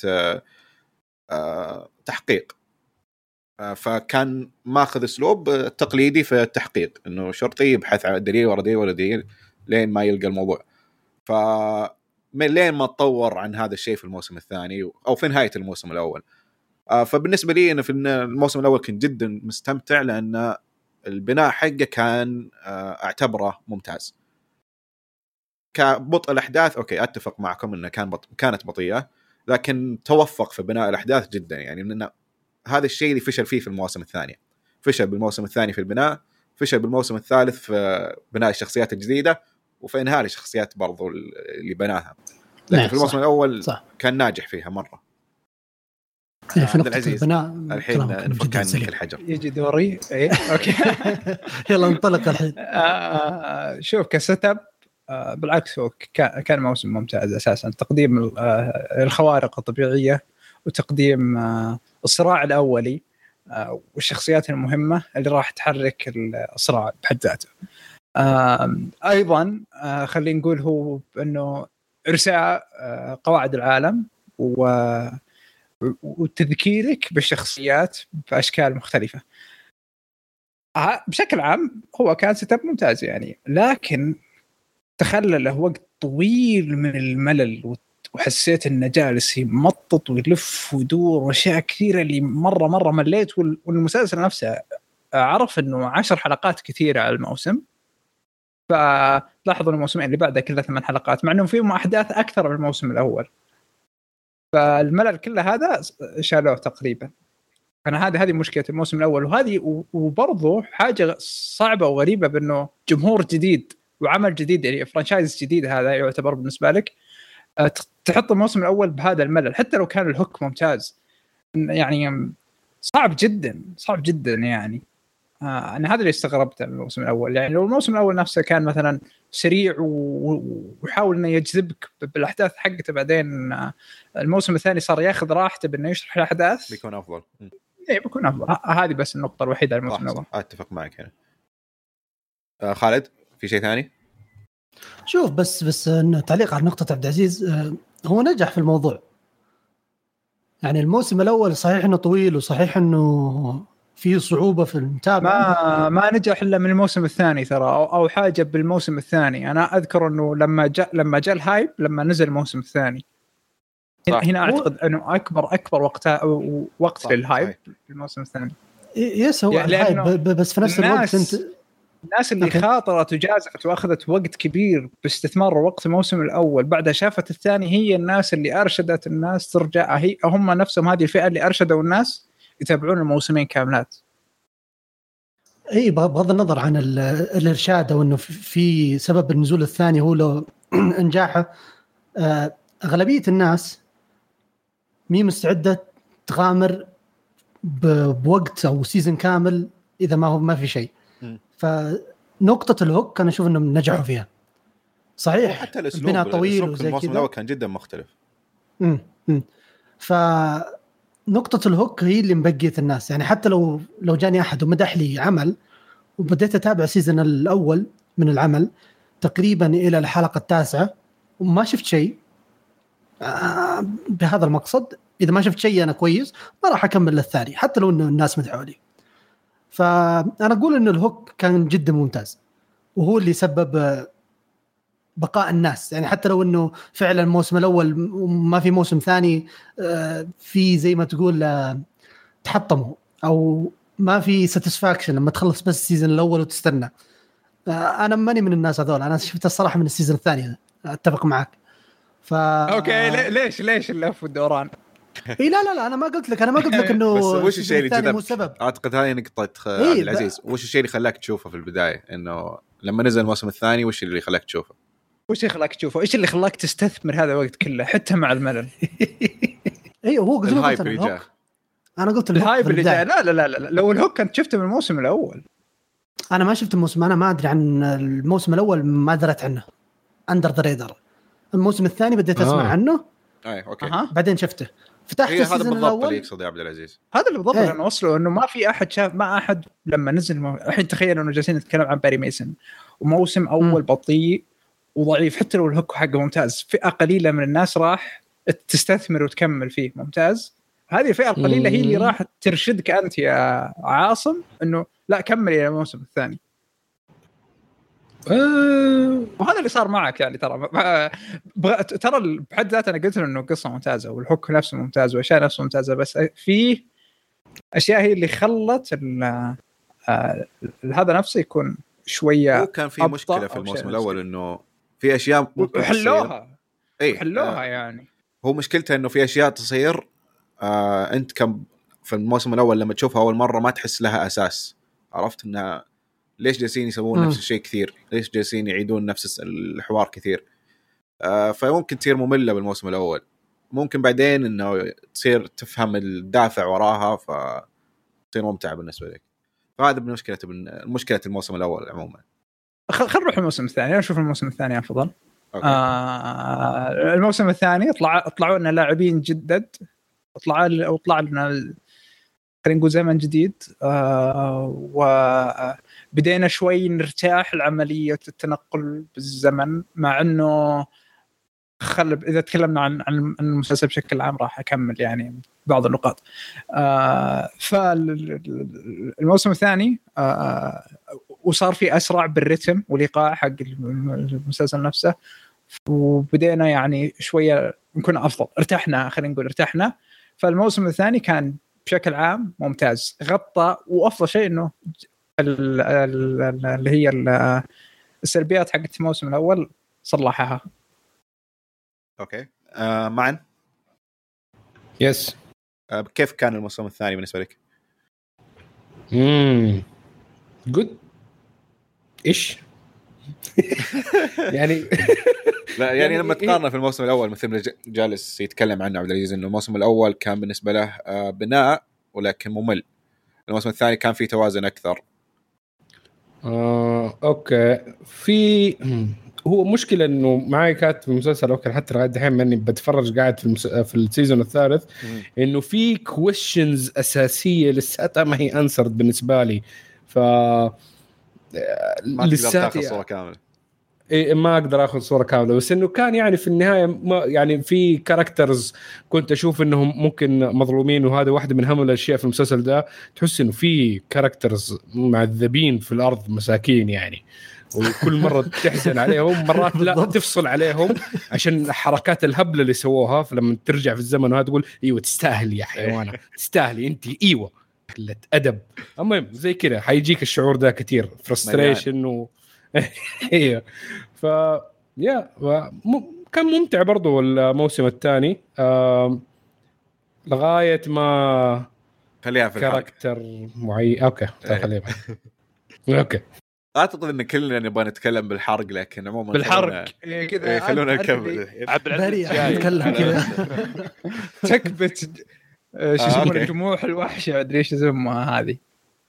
تحقيق، فكان ماخذ أسلوب تقليدي في التحقيق إنه شرطي يبحث عن دليل ورا دليل ورا دليل لين ما يلقى الموضوع. ف من لين ما تطور عن هذا الشيء في الموسم الثاني أو في نهاية الموسم الأول. فبالنسبة لي أنا في الموسم الأول كنت جدا مستمتع لأن البناء حقه كان أعتبره ممتاز. كبطء الأحداث أوكي أتفق معكم أنه كان بط... كانت بطيئة، لكن توفق في بناء الأحداث جدا. يعني لأن هذا الشيء اللي فشل فيه في المواسم الثانية، فشل بالموسم الثاني في البناء، فشل بالموسم الثالث في بناء الشخصيات الجديدة، وفي انهاء الشخصيات برضو اللي بناها. لكن في الموسم الأول صح. كان ناجح فيها مرة. في عبد العزيز الحين نفك عنك الحجر يجي دوري. ايه اوكي يلا انطلق الحين. آه شوف كست اب آه بالعكس هو كان موسم ممتاز اساسا. تقديم آه الخوارق الطبيعيه وتقديم الصراع الأولي والشخصيات المهمة اللي راح تحرك الصراع بحد ذاته. أيضا خلينا نقول هو أنه إرساء قواعد العالم وتذكيرك بالشخصيات بأشكال مختلفة. بشكل عام هو كان ستاب ممتاز يعني، لكن تخلى له وقت طويل من الملل، وحسيت انه جالس يمطط ويلف ويدور واشياء كثيره اللي مره مره مليت. والمسلسل نفسه عرف انه عشر حلقات كثيره على الموسم، فلاحظوا الموسمين اللي بعده كلها ثمان حلقات مع انه فيهم احداث اكثر من الموسم الاول، فالملل كله هذا شالوه تقريبا. أنا هذه هذه مشكلة الموسم الأول، وهذه وبرضه حاجة صعبة وغريبة بأنه جمهور جديد وعمل جديد يعني فرانشايز جديد هذا يعتبر بالنسبة لك تحط الموسم الأول بهذا الملل حتى لو كان الهوك ممتاز. يعني صعب جدا صعب جدا يعني. آه أنا هذا اللي استغربته من الموسم الأول. يعني لو الموسم الأول نفسه كان مثلا سريع ويحاول إنه يجذبك بالأحداث حقته، بعدين آه الموسم الثاني صار ياخذ راحته بإنه يشرح الأحداث، بيكون أفضل. إيه بيكون أفضل. هذه بس النقطة الوحيدة على الموسم الأول. أتفق معك هنا. آه خالد في شيء ثاني؟ شوف بس بس إنه تعليق على نقطة عبد العزيز، آه هو نجح في الموضوع. يعني الموسم الأول صحيح إنه طويل وصحيح إنه في صعوبة في المتابعة، ما ما نجح إلا من الموسم الثاني ترى، أو, أو حاجة بالموسم الثاني. أنا أذكر إنه لما جاء لما جاء الهايب لما نزل الموسم الثاني صح. هنا أعتقد إنه أكبر أكبر وقتها وقت للهايب في الموسم الثاني. يس هو يعني الهايب، بس في نفس الوقت أنت الناس اللي أوكي. خاطرت وجازفت وأخذت وقت كبير باستثمار وقت الموسم الأول بعدها شافت الثاني، هي الناس اللي أرشدت الناس ترجع، هي هم نفسهم هذه الفئة اللي أرشدوا الناس يتابعون الموسمين كاملات. اي بغض النظر عن الارشاد او انه في سبب النزول الثاني هو لو انجاحه، اغلبيه الناس مي مستعده تغامر بوقت او سيزن كامل اذا ما هو ما في شيء. فنقطه الهوك انا اشوف انهم نجحوا فيها صحيح، حتى الاسلوب طويل وزي الموسم الاول كان جدا مختلف. امم ف نقطة الهوك هي اللي مبقيت الناس. يعني حتى لو لو جاني أحد ومدح لي عمل وبديت أتابع السيزن الأول من العمل تقريبا إلى الحلقة التاسعة وما شفت شيء آه بهذا المقصد، إذا ما شفت شيء أنا كويس ما راح أكمل للثاني حتى لو إنه الناس مدحوا لي. فأنا أقول إنه الهوك كان جدا ممتاز وهو اللي سبب بقاء الناس. يعني حتى لو انه فعلا الموسم الاول ما في موسم ثاني في زي ما تقول تحطموا او ما في ساتسفاكشن لما تخلص بس السيزن الاول وتستنى. انا ماني من الناس هذول، انا شفت الصراحه من السيزن الثاني. اتفق معك. ف اوكي ليش ليش اللف والدوران؟ اي لا لا لا انا ما قلت لك انا ما قلت لك انه بس وش الشيء اللي جذبك؟ اعتقد هاي نقطه عبد العزيز. وش الشيء اللي خلاك تشوفه في البدايه انه لما نزل الموسم الثاني وش اللي خلاك تشوفه؟ وش اللي خلاك تشوفه؟ ايش اللي خلاك تستثمر هذا الوقت كله حتى مع الملل؟ ايوه هو قلت الهايب اللي جاء. انا قلت الهايب اللي جاء. لا لا لا لا لو الهوك كنت شفته من الموسم الاول. انا ما شفت الموسم، انا ما ادري عن الموسم الاول، ما درت عنه اندر ذا ريدر. الموسم الثاني بديت اسمع آه. عنه اي اوكي أه. بعدين شفته فتحت السيزون الاول. هذا بالضبط اللي يقصد يا عبد العزيز. هذا اللي بالضبط انا وصله انه ما في احد شاف، ما احد لما نزل مو... الحين تخيل انه جالسين نتكلم عن باري ميسن وموسم اول م. بطيء وضعيف، حتى لو الهوك حقه ممتاز فئة قليلة من الناس راح تستثمر وتكمل فيه ممتاز. هذه الفئة القليلة هي اللي راح ترشدك أنت يا عاصم إنه لا كمل إلى الموسم الثاني. أه وهذا اللي صار معك يعني. ترى بغ... ترى بحد ذاته أنا قلت له إنه قصة ممتازة والهوك نفسه ممتاز وأشياء نفسه ممتازة، بس في أشياء هي اللي خلت ال... آه... هذا نفسه يكون شوية. هو كان في مشكلة في الموسم الأول إنه في أشياء ممكن حلوها اي حلوها. آه يعني هو مشكلته انه في اشياء تصير آه انت كم في الموسم الاول لما تشوفها اول مره ما تحس لها اساس. عرفت انها ليش جالسين يسوون نفس الشيء كثير، ليش جالسين يعيدون نفس الحوار كثير. آه فممكن تصير ممله بالموسم الاول، ممكن بعدين انه تصير تفهم الدافع وراها فتصير ممتعه بالنسبه لك. فهذا بمشكله مشكله الموسم الاول عموما. خل نروح الموسم الثاني. أنا أشوف الموسم الثاني أفضل. آه الموسم الثاني طلع طلعوا لنا لاعبين جدد طلع او طلع لنا خلينا نقول زمن جديد. آه وبدينا شوي نرتاح لعمليه التنقل بالزمن، مع انه خلب اذا تكلمنا عن عن المسلسل بشكل عام راح اكمل يعني بعض النقاط. آه فالموسم الثاني آه وصار في اسرع بالرتم والايقاع حق المسلسل نفسه، وبدينا يعني شويه نكون افضل، ارتحنا خلينا نقول ارتحنا. فالموسم الثاني كان بشكل عام ممتاز، غطى، وافضل شيء انه اللي هي السلبيات حقت الموسم الاول صلحها. اوكي آه معا يس آه كيف كان الموسم الثاني بالنسبه لك؟ امم جود ايش يعني لا يعني لما تقارن في الموسم الاول مثل جالس يتكلم عنه عبد العزيز انه الموسم الاول كان بالنسبه له آه بناء ولكن ممل، الموسم الثاني كان فيه توازن اكثر. آه، اوكي في هو مشكله انه معي كاتب المسلسل اوكي حتى لغايه الحين ماني بتفرج قاعد في المس... في السيزون الثالث م. انه في كويشنز اساسيه لساتها ما هي انسرد بالنسبه لي، ف ما تقدر تاخذ صوره كامله. إيه ما اقدر اخذ صوره كامله، بس انه كان يعني في النهايه ما يعني في كاركترز كنت اشوف انهم ممكن مظلومين، وهذا واحده من اهم الاشياء في المسلسل ده، تحس انه في كاركترز معذبين في الارض مساكين يعني، وكل مره تحزن عليهم، مرات لا تفصل عليهم عشان حركات الهبله اللي سووها، فلما ترجع في الزمن وهذا تقول ايوه تستاهل يا حيوانه تستاهلي انت ايوه قله ادب. المهم زي كذا حيجيك الشعور ده كتير، فرستريشن و ايوه ف يا م... كان ممتع برضو الموسم الثاني آه... لغايه ما خليها في كاركتر معين. اوكي طيب خليها اوكي. اعتقد ان كلنا نبغى نتكلم بالحرق، لكن عموما بالحرق خلونا كذا خلونا نكمل. عبد العزيز نتكلم كذا تكبت شو اسمه الجموح الوحشه ما ادري ايش اسمها هذه.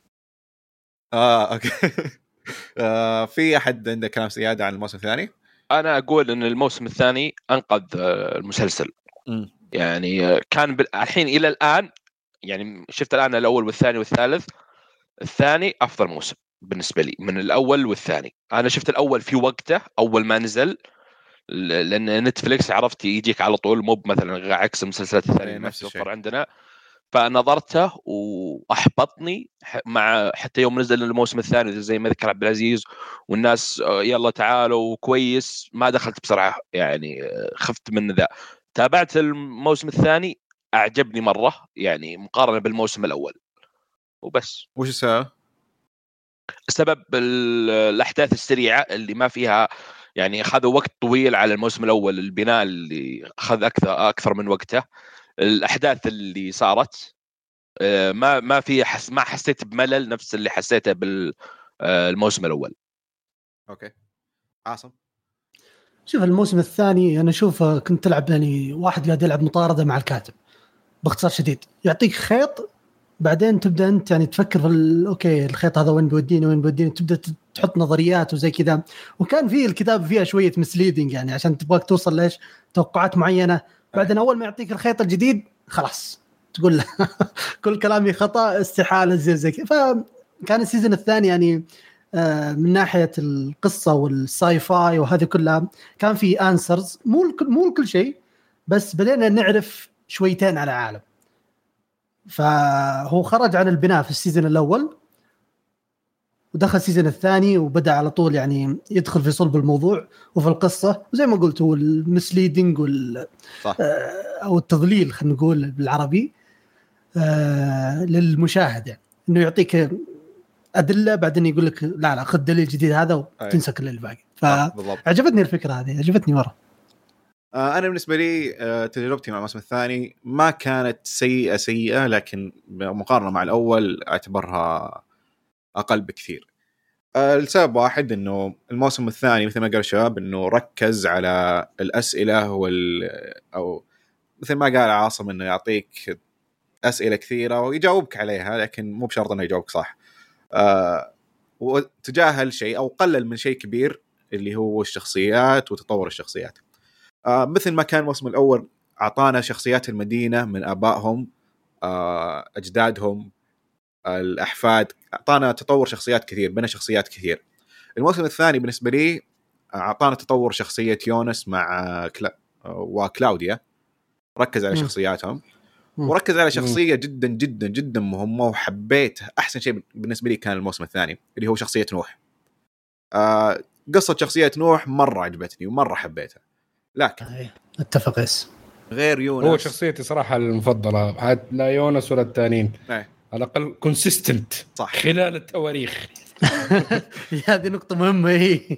اه اوكي آه، في أحد عنده كلام زيادة عن الموسم الثاني؟ أنا أقول إن الموسم الثاني أنقذ المسلسل. م. يعني كان الحين إلى الآن يعني شفت الآن الأول والثاني والثالث، الثاني أفضل موسم بالنسبة لي من الأول والثاني. أنا شفت الأول في وقته أول ما نزل، لأن نتفليكس عرفت يجيك على طول، مو مثلا عكس المسلسلات الثانية ما توفر عندنا. فنظرته واحبطني مع حتى يوم نزل الموسم الثاني زي ما ذكر عبد العزيز والناس يلا تعالوا كويس، ما دخلت بسرعه يعني خفت من ذا. تابعت الموسم الثاني اعجبني مره يعني مقارنه بالموسم الاول وبس. وش السبب؟ السبب الاحداث السريعه اللي ما فيها يعني اخذوا وقت طويل على الموسم الاول، البناء اللي اخذ اكثر اكثر من وقته، الاحداث اللي صارت ما ما في حس ما حسيت بملل نفس اللي حسيته بالموسم الاول. اوكي عاصم. شوف الموسم الثاني انا اشوف كنت تلعب يعني واحد قاعد يلعب مطارده مع الكاتب باختصار شديد، يعطيك خيط بعدين تبدا انت يعني تفكر في اوكي الخيط هذا وين بيوديني وين بيوديني، تبدا تحط نظريات وزي كذا. وكان فيه الكتاب فيها شويه مسليدنج يعني عشان تبغاك توصل ليش توقعات معينه، بعدين اول ما يعطيك الخيط الجديد خلاص تقول له كل كلامي خطا استحاله زي زي كذا. فكان السيزون الثاني يعني آه من ناحيه القصه والساي فاي وهذه كلها كان في انسرز، مو مو كل شيء بس بدينا نعرف شويتين على عالم. فهو خرج عن البناء في السيزون الأول ودخل السيزون الثاني وبدأ على طول يعني يدخل في صلب الموضوع وفي القصة، وزي ما قلت هو المسليدنج وال أو التضليل خلينا نقول بالعربي آه للمشاهد، يعني إنه يعطيك أدلة بعدين يقول لك لا لا خذ دليل جديد هذا وتنسى كل اللي باقي. فعجبتني الفكرة هذه، عجبتني مرة. أنا بالنسبة لي تجربتي مع الموسم الثاني ما كانت سيئة سيئة، لكن مقارنة مع الأول أعتبرها أقل بكثير. السبب واحد إنه الموسم الثاني مثل ما قال الشباب إنه ركز على الأسئلة وال أو مثل ما قال عاصم إنه يعطيك أسئلة كثيرة ويجاوبك عليها، لكن مو بشرط إنه يجاوبك صح. وتجاهل شيء أو قلل من شيء كبير اللي هو الشخصيات وتطور الشخصيات. آه مثل ما كان الموسم الأول اعطانا شخصيات المدينه من ابائهم اجدادهم الاحفاد، اعطانا تطور شخصيات كثير، بنى شخصيات كثير. الموسم الثاني بالنسبه لي اعطانا تطور شخصيه يونس مع كلا... وكلاوديا، ركز على شخصياتهم وركز على شخصيه جدا جدا جدا مهمه وحبيتها. احسن شيء بالنسبه لي كان الموسم الثاني اللي هو شخصيه نوح. آه قصه شخصيه نوح مره عجبتني ومره حبيتها. لكن اتفق اس غير يونس هو شخصيتي صراحه المفضله، لا يونس ولا الثانيين ايه. على الاقل كونسيستنت خلال التواريخ. هذه نقطه مهمه هي.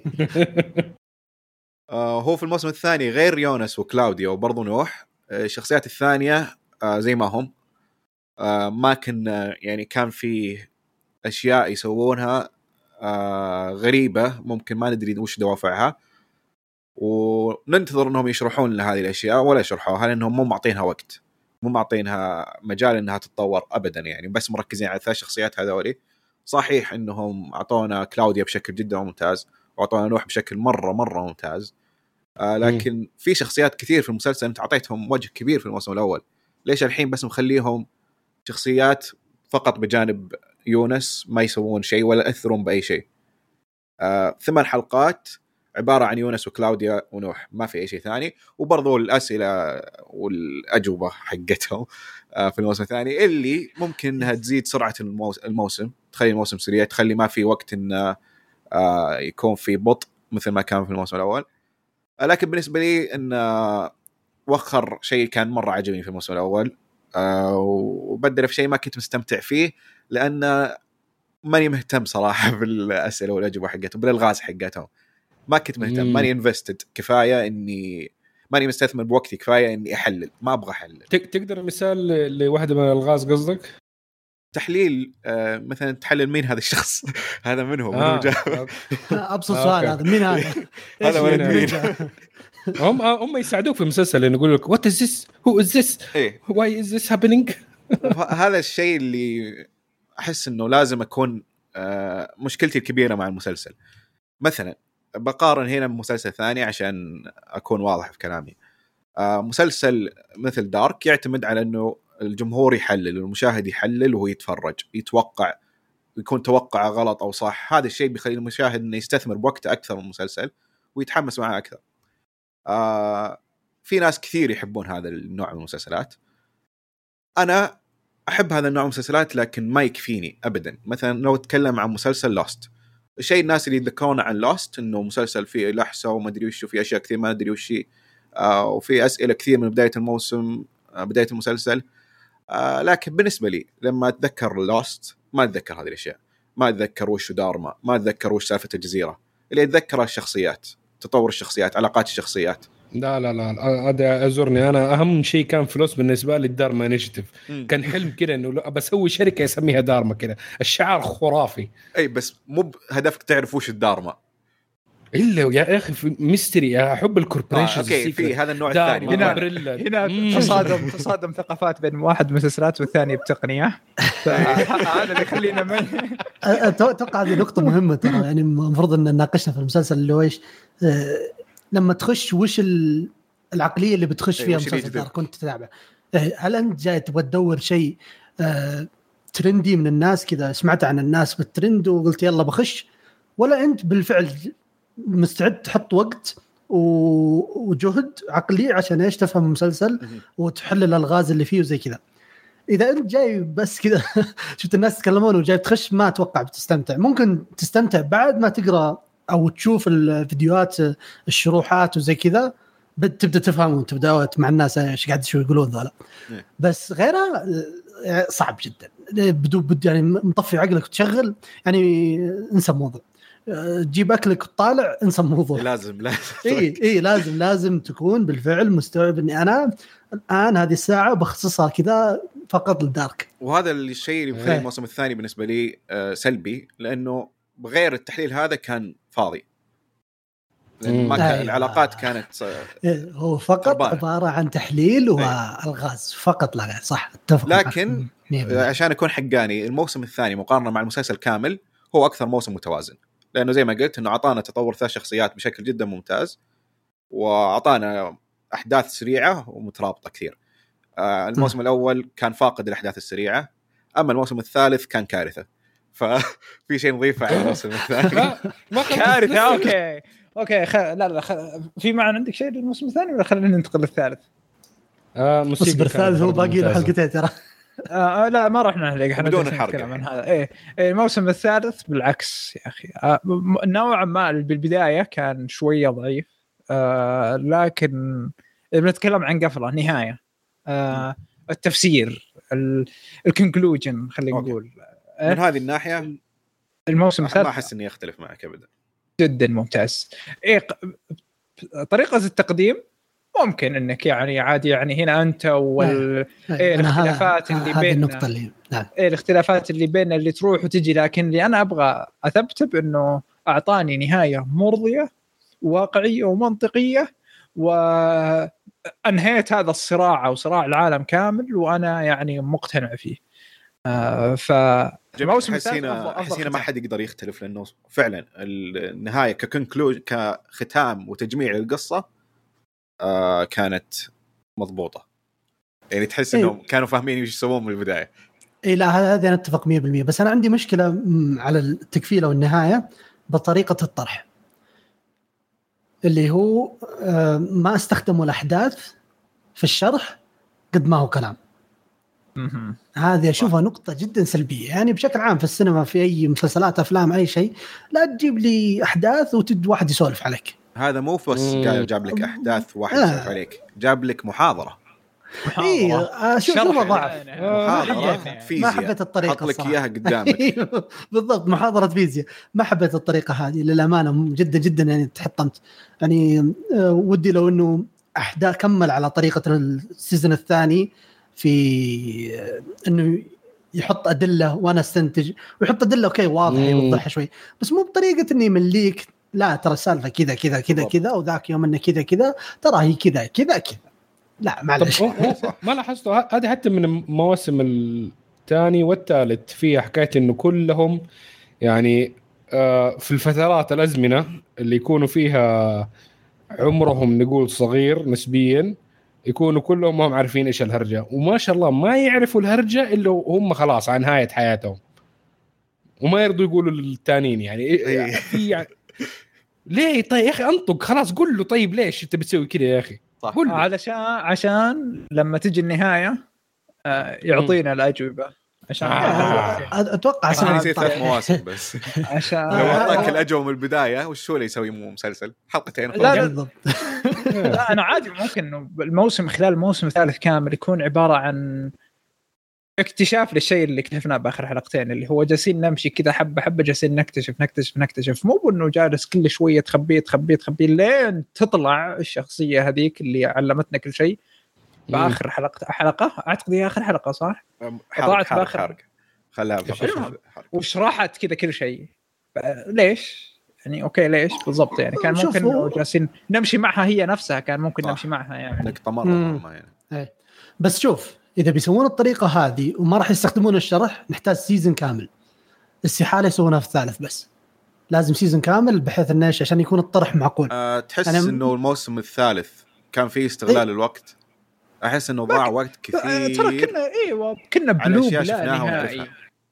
آه هو في الموسم الثاني غير يونس وكلاوديا وبرضو نوح، الشخصيات الثانيه آه زي ما هم. آه ما كان يعني كان في اشياء يسوونها آه غريبه ممكن ما ندري وش دوافعها، وننتظر انهم يشرحون لنا هذه الاشياء ولا يشرحوها لانهم مو معطينها وقت، مو معطينها مجال انها تتطور ابدا، يعني بس مركزين على ثلاث شخصيات هذولي. صحيح انهم اعطونا كلاوديا بشكل جدا ممتاز واعطونا نوح بشكل مره مره ممتاز، آه لكن م. في شخصيات كثير في المسلسل انت اعطيتهم وجه كبير في الموسم الاول، ليش الحين بس مخليهم شخصيات فقط بجانب يونس ما يسوون شيء ولا يأثرون باي شيء؟ آه ثمان حلقات عبارة عن يونس وكلاوديا ونوح، ما في أي شيء ثاني. وبرضو الأسئلة والأجوبة حقتهم في الموسم الثاني اللي ممكن أنها تزيد سرعة الموسم، تخلي الموسم سريع، تخلي ما في وقت أن يكون في بطء مثل ما كان في الموسم الأول. لكن بالنسبة لي أن وخر شيء كان مرة عجبني في الموسم الأول وبدل في شيء ما كنت مستمتع فيه، لأن ماني مهتم صراحة بالأسئلة والأجوبة حقتهم، بالالغاز حقتهم ما كنت مهتم، ماني انفستد كفايه، اني ماني مستثمر بوقتي كفايه اني احلل، ما ابغى احلل. تقدر مثال لواحده من الالغاز قصدك؟ تحليل آه مثلا تحلل مين هذا الشخص هذا من هو آه. من جاء ابسط سؤال هذا مين هذا هذا وين مين هم هم يساعدوك في المسلسل انه يقول لك وات از ذس هو از ذس واي از ذس هابينج. هذا الشيء اللي احس انه لازم اكون آه مشكلتي الكبيره مع المسلسل. مثلا بقارن هنا بمسلسل ثاني عشان أكون واضح في كلامي. آه مسلسل مثل دارك يعتمد على أنه الجمهور يحلل، المشاهد يحلل وهو يتفرج يتوقع، يكون توقع غلط أو صح. هذا الشيء بيخلي المشاهد أنه يستثمر بوقته أكثر من المسلسل ويتحمس معه أكثر. آه في ناس كثير يحبون هذا النوع من المسلسلات، أنا أحب هذا النوع من المسلسلات لكن ما يكفيني أبدا. مثلا لو أتكلم عن مسلسل لاست، الشيء الناس اللي يذكرون عن لاست انه مسلسل فيه لحسه وما ادري وش، وفي اشياء كثير ما ادري وش، آه وفي اسئله كثير من بدايه الموسم آه بدايه المسلسل. آه لكن بالنسبه لي لما اتذكر لاست ما اتذكر هذه الاشياء، ما اتذكر وش دارما، ما اتذكر وش سالفه الجزيره، اللي اتذكر الشخصيات، تطور الشخصيات، علاقات الشخصيات. لا لا لا هذا أزورني أنا. أهم شيء كان فلوس بالنسبة لي الدارما إنيشيتيف، كان حلم كده إنه بسوي شركة يسميها دارما كده، الشعار خرافي. أي بس مو هدفك تعرف وش الدارما إلا يا أخي في ميستري، أحب الكوربوريشن. آه، أوكي في هذا النوع الثاني. هنا, هنا تصادم تصادم ثقافات بين واحد مسلسلات والثاني بتقنية، هذا اللي يخلينا ما أتوقع هذه نقطة مهمة ترى، يعني المفروض أن نناقشها في المسلسل اللي هو إيش آه لما تخش وش العقلية اللي بتخش فيها مسلسل دارك كنت تتابع. هل أنت جاي تبغى تدور شيء آه ترندي من الناس كذا، سمعت عن الناس بالترند وقلت يلا بخش، ولا أنت بالفعل مستعد تحط وقت وجهد عقلي عشان ايش تفهم المسلسل وتحلل الالغاز اللي فيه وزي كذا؟ اذا انت جاي بس كذا شفت الناس يتكلمون وجاي تخش، ما اتوقع بتستمتع. ممكن تستمتع بعد ما تقرا او تشوف الفيديوهات الشروحات وزي كذا، بتبدا تفهم وتبدا مع الناس ايش قاعد شو يقولون ذولا. بس غيرها صعب جدا، بدو بد يعني مطفي عقلك وتشغل، يعني انسى الموضوع، تجيب أكلك وطالع انسى الموضوع. لازم لازم إيه إيه لازم لازم تكون بالفعل مستوعب إني أنا الآن هذه الساعة بخصصها كذا فقط للدارك. وهذا الشيء اللي بخلي الموسم الثاني بالنسبة لي سلبي، لأنه بغير التحليل هذا كان فاضي، لأن ما كان العلاقات كانت هو فقط طبعاً عبارة عن تحليل والغاز فقط لا غير. صح اتفق. لكن عشان أكون حقاني، الموسم الثاني مقارنة مع المسلسل كامل هو أكثر موسم متوازن، لأنه زي ما قلت إنه عطانا تطور ثلاث شخصيات بشكل جدا ممتاز، وعطانا احداث سريعه ومترابطه كثير. آه الموسم الاول كان فاقد الاحداث السريعه، اما الموسم الثالث كان كارثه. ففي شيء نضيفه على الموسم الثاني. كارثه. اوكي اوكي خ... لا لا خ... في معنى عندك شيء للموسم الثاني ولا خلينا ننتقل للثالث؟ آه اصبر، الثالث هو باقي له حلقتين ترى. آه لا ما رحنا نحرق، احنا بدون الحرق عن هذا. ايه الموسم الثالث بالعكس يا اخي آه نوعا ما بالبدايه كان شويه ضعيف، آه لكن بنتكلم عن قفله نهايه، آه التفسير الكونكلوجن خلينا نقول من هذه الناحيه الموسم الثالث ما احس اني اختلف معك ابدا، جدا ممتاز. ايه طريقه التقديم ممكن انك يعني عادي، يعني هنا انت وال إيه الاختلافات اللي بين النقطه اللي نعم إيه الاختلافات اللي بين اللي تروح وتجي، لكن اللي انا ابغى اثبت انه اعطاني نهايه مرضيه واقعيه ومنطقيه، وانهيت هذا الصراع او صراع العالم كامل وانا يعني مقتنع فيه. آه ف الموسم الثاني احس هنا ما حد يقدر يختلف، لانه فعلا النهايه ككونكلوج كختام وتجميع للقصه آه كانت مضبوطه، يعني تحس انهم إيه؟ كانوا فاهمين ايش يسوون من البدايه. اي لا هذا انا اتفق مية بالمية، بس انا عندي مشكله على التكفيله والنهايه بطريقه الطرح، اللي هو آه ما استخدموا الاحداث في الشرح قد ما هو كلام. هذه اشوفها نقطه جدا سلبيه، يعني بشكل عام في السينما في اي مسلسلات افلام اي شيء لا تجيب لي احداث وتد واحد يسولف عليك. هذا مو بس قال جاب لك احداث واحد يسولف آه. عليك، جاب لك محاضره. اي اشوف شوفه ضعف محاضره فيزياء، ما حبيت الطريقه، حط لك اياها قدامك. بالضبط محاضره فيزياء، ما حبيت الطريقه هذه للامانه جدا جدا، يعني تحطمت. يعني ودي لو انه احداث كمل على طريقه السيزون الثاني في انه يحط ادله وانا استنتج، ويحط ادله اوكي واضحه يوضحها شوي، بس مو بطريقه اني مليك لا ترى السالفه كذا كذا كذا كذا وذاك يوم انه كذا كذا ترى هي كذا كذا كذا. لا معلش ما لاحظتوا هذه حتى من المواسم الثاني والثالث فيها حكايه انه كلهم يعني في الفترات الازمنه اللي يكونوا فيها عمرهم نقول صغير نسبيا، يكونوا كلهم هم عارفين ايش الهرجه، وما شاء الله ما يعرفوا الهرجه الا هم خلاص عن نهايه حياتهم، وما يرضوا يقولوا للتانيين يعني في يعني ليه طيب يا اخي انطق خلاص قول له طيب ليش انت بتسوي كذا يا اخي، قول له علشان عشان لما تجي النهايه آه يعطينا الاجوبه، عشان آه. اتوقع عشان يصير ثلاث مواسم بس. عشان لو اعطاك الاجوبه من البدايه وش هو اللي يسوي مو مسلسل حلقتين لا لا. لا انا عادي ممكن انه الموسم خلال الموسم الثالث كامل يكون عباره عن اكتشاف للشيء اللي اكتشفناه باخر حلقتين، اللي هو جالسين نمشي كذا حبه حبه جالسين نكتشف نكتشف نكتشف، مو انه جالس كل شويه تخبيه تخبيه تخبيه لين تطلع الشخصيه هذيك اللي علمتنا كل شيء باخر حلقه حلقه اعتقد هي اخر حلقه صح؟ طلعت باخر خلاها وشرحت كذا كل شيء. ليش يعني اوكي ليش بالضبط يعني كان ممكن جالسين نمشي معها هي نفسها، كان ممكن نمشي معها يعني نقطه مره مهمه يعني. بس شوف إذا بيسوون الطريقة هذه وما راح يستخدمون الشرح نحتاج سيزن كامل، استحالة يسوونها في الثالث، بس لازم سيزن كامل بحيث إنه عشان يكون الطرح معقول. أه تحس أنا... إنه الموسم الثالث كان فيه استغلال إيه؟ الوقت أحس إنه ضاع وقت كثير. ترى كنا إيه كنا بلوب لا نهائي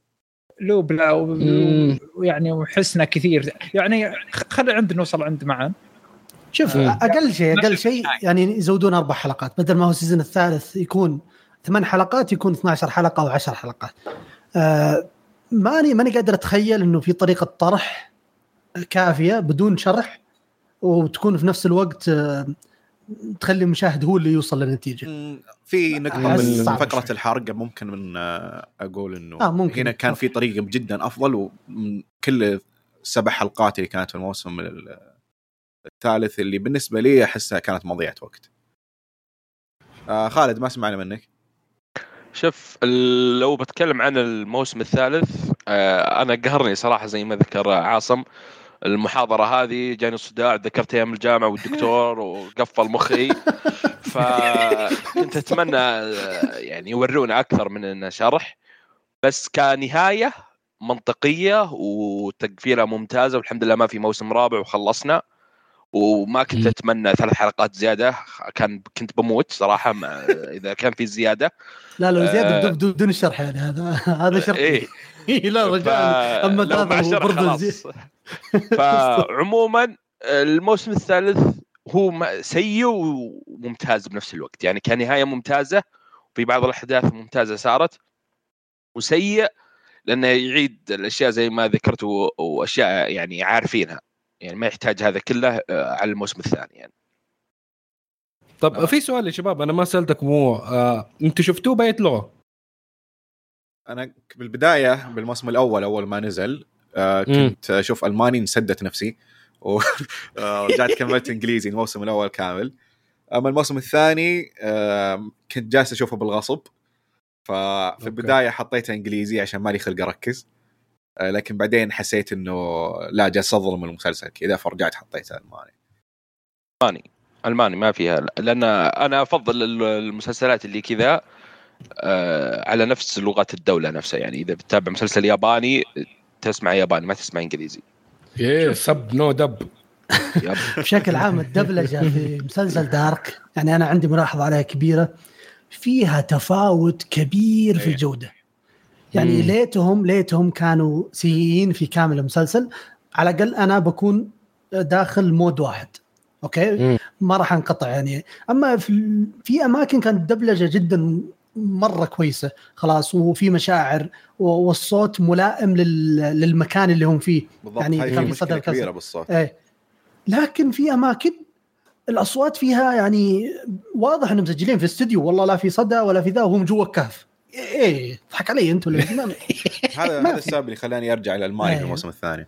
لوب لا ويعني وحسنا كثير يعني خلي عند نوصل عند معا. شوف مم. أقل شيء أقل شيء يعني يزودون أربع حلقات بدل ما هو السيزن الثالث يكون ثمان حلقات يكون اثنا عشر حلقة أو عشر حلقات. آه ماني ماني قادر أتخيل إنه في طريقة طرح كافية بدون شرح وتكون في نفس الوقت آه تخلي المشاهد هو اللي يوصل للنتيجة. في نقطة من فقرة الحرق ممكن من آه أقول إنه آه هنا كان في طريقة جدا أفضل، ومن كل سبع حلقات اللي كانت في الموسم الثالث اللي بالنسبة لي أحسها كانت مضيعة وقت. آه خالد ما سمعنا منك. شوف لو بتكلم عن الموسم الثالث آه أنا قهرني صراحة زي ما ذكر عاصم، المحاضرة هذه جاني صداع، ذكرت أيام الجامعة والدكتور وقفل مخي، فكنت أتمنى يعني يورونا أكثر من إنه شرح، بس كنهاية منطقية وتقفيلة ممتازة، والحمد لله ما في موسم رابع وخلصنا وما كنت اتمنى ثلاث حلقات زياده، كان كنت بموت صراحه اذا كان في زياده. لا لو زياده بدون بدون الشرح يعني هذا هذا شرح إيه. لا رجال اما هذا هو خلاص. فعموما الموسم الثالث هو سيء وممتاز بنفس الوقت، يعني كان نهايه ممتازه وفي بعض الاحداث ممتازه صارت، وسيء لانه يعيد الاشياء زي ما ذكرت واشياء يعني عارفينها، يعني ما يحتاج هذا كله على الموسم الثاني يعني. طب آه. في سؤال يا شباب انا ما سالتك مو آه، انتوا شفتوه باية لغه؟ انا بالبدايه بالموسم الاول اول ما نزل آه كنت اشوف الماني انسدت نفسي ورجعت كملت انجليزي الموسم الاول كامل. اما الموسم الثاني آه كنت جالس اشوفه بالغصب، ففي البدايه حطيته انجليزي عشان مالي خلق اركز، آه لكن بعدين حسيت انه لا جالس اظلم المسلسل كذا فرجعت حطيته الماني. الماني الماني ما فيها، لان انا افضل المسلسلات اللي كذا آه على نفس لغة الدولة نفسها، يعني إذا بتتابع مسلسل ياباني تسمع ياباني ما تسمع إنجليزي. إيه سب نو دب. بشكل عام الدبلجة في مسلسل دارك يعني أنا عندي ملاحظة عليها كبيرة، فيها تفاوت كبير في الجودة. يعني مم. ليتهم ليتهم كانوا سيئين في كامل المسلسل، على الأقل أنا بكون داخل مود واحد أوكي مم. ما راح انقطع يعني. أما في, في أماكن كانت دبلجة جدا مرة كويسة خلاص، وفي مشاعر والصوت ملائم للمكان اللي هم فيه بالضبط. يعني كان في مشكلة كبيرة بالصوت. ايه لكن في أماكن الأصوات فيها يعني واضح إنهم مسجلين في استوديو، والله لا في صدى ولا في ذا وهم جوا الكهف. إيه ضحك علي أنتوا اللي هذا هذا السبب اللي خلاني أرجع إلى الماني في الموسم الثاني.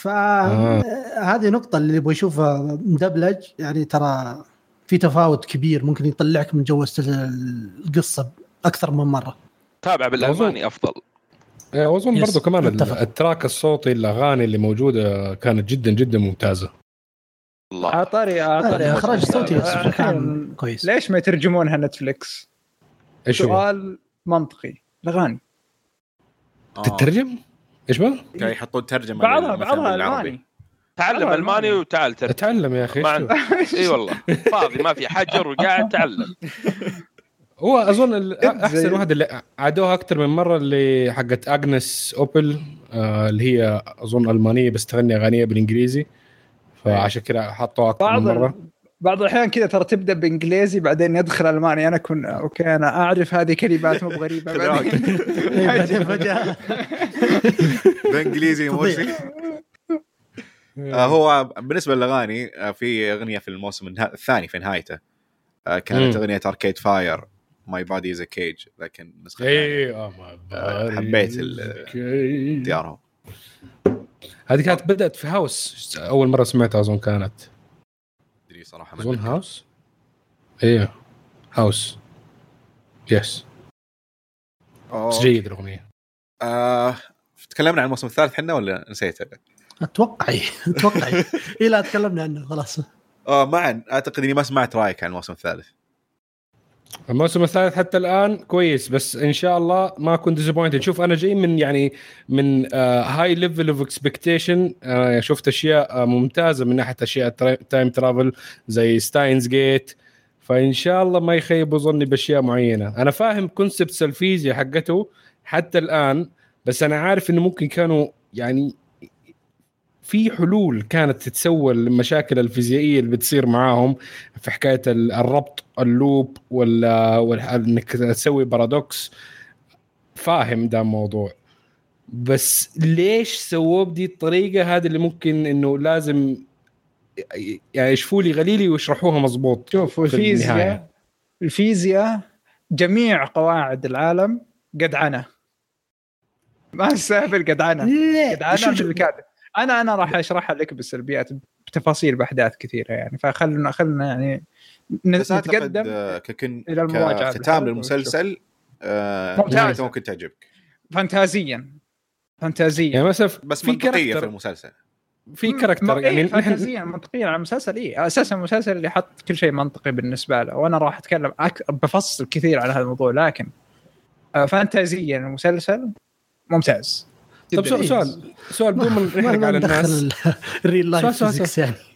فهذه نقطة اللي يبغى يشوفها مدبلج يعني، ترى في تفاوت كبير ممكن يطلعك من جو القصة أكثر من مرة. تابع بالألماني أفضل. وأظن برضو كمان متفق. التراك الصوتي الأغاني اللي موجودة كانت جدا جدا ممتازة. الله عطاري عطاري إخراج صوتي كان كويس. ليش ما يترجمونها نتفليكس؟ سؤال منطقي. الأغاني تترجم؟ إيش بقى؟ كي يحطون ترجمة بعضها بعضها ألماني. تعلم ألماني وتعال ترجم. تعلم يا أخي. إيه والله فاضي ما في حجر وقاعد تعلم. هو أظن أحسن واحد اللي عادوها أكتر من مرة اللي حقت أغنس أوبل آه اللي هي أظن ألمانية بس تغني أغانية بالإنجليزي، فعشان كده حطوها أكتر من مرة. بعض الأحيان كذا ترى تبدأ بإنجليزي بعدين يدخل ألماني. أنا كنت أوكي أنا أعرف هذه كلمات مو غريبة بعدين فجأة بإنجليزي موسي. هو بالنسبة للأغاني في أغنية في الموسم الثاني في نهايته كانت أغنية أركيد فاير My Body is a Cage، لكن نسخة إيه حبيت ديارهم. هذه كانت بدأت في هاوس أول مرة سمعتها أظن كانت دري صراحة أظن هاوس إيه هاوس يس جيد الأغنية. آه، تكلمنا عن الموسم الثالث حنا ولا نسيته؟ أتوقع أتوقع إيه لا تكلمنا عنه خلاص. آه معا أعتقد إني ما سمعت رأيك عن الموسم الثالث. الموسم الثالث حتى الآن كويس بس إن شاء الله ما أكون disappointed. شوف أنا جاي من يعني من high level of expectation. آه شفت أشياء ممتازة من ناحية أشياء time travel زي ستاينز جيت، فإن شاء الله ما يخيب ظني بأشياء معينة. أنا فاهم كونسبت الفيزياء حقته حتى الآن، بس أنا عارف إنه ممكن كانوا يعني في حلول كانت تتسوى المشاكل الفيزيائية اللي بتصير معاهم في حكاية الربط اللوب ولا انك تسوي بارادوكس. فاهم ده الموضوع، بس ليش سووا بدي الطريقة هذه اللي ممكن انه لازم يعني يشوفوا لي غليلي ويشرحوها مزبوط. شوفوا الفيزياء الفيزياء جميع قواعد العالم قدعنة ما نستهبل قدعنة قدعنة بالكاتب. انا انا راح اشرحها لك بالسلبيات بتفاصيل باحداث كثيره يعني، فخلنا خلنا يعني نتقدم ككن الى المراجعه. ختام للمسلسل آه ممكن تعجبك فانتازيا فانتازيا يعني مثلا بس منطقيه في المسلسل في كاركتر يعني فانتازيا منطقيا على المسلسل. ايه اساسا المسلسل اللي حط كل شيء منطقي بالنسبه له، وانا راح اتكلم أك... بفصل كثير على هذا الموضوع، لكن آه فانتازيا المسلسل ممتاز. طب سؤال سؤال بدون ما نحرق على الناس الريل لايف فيزيكس يعني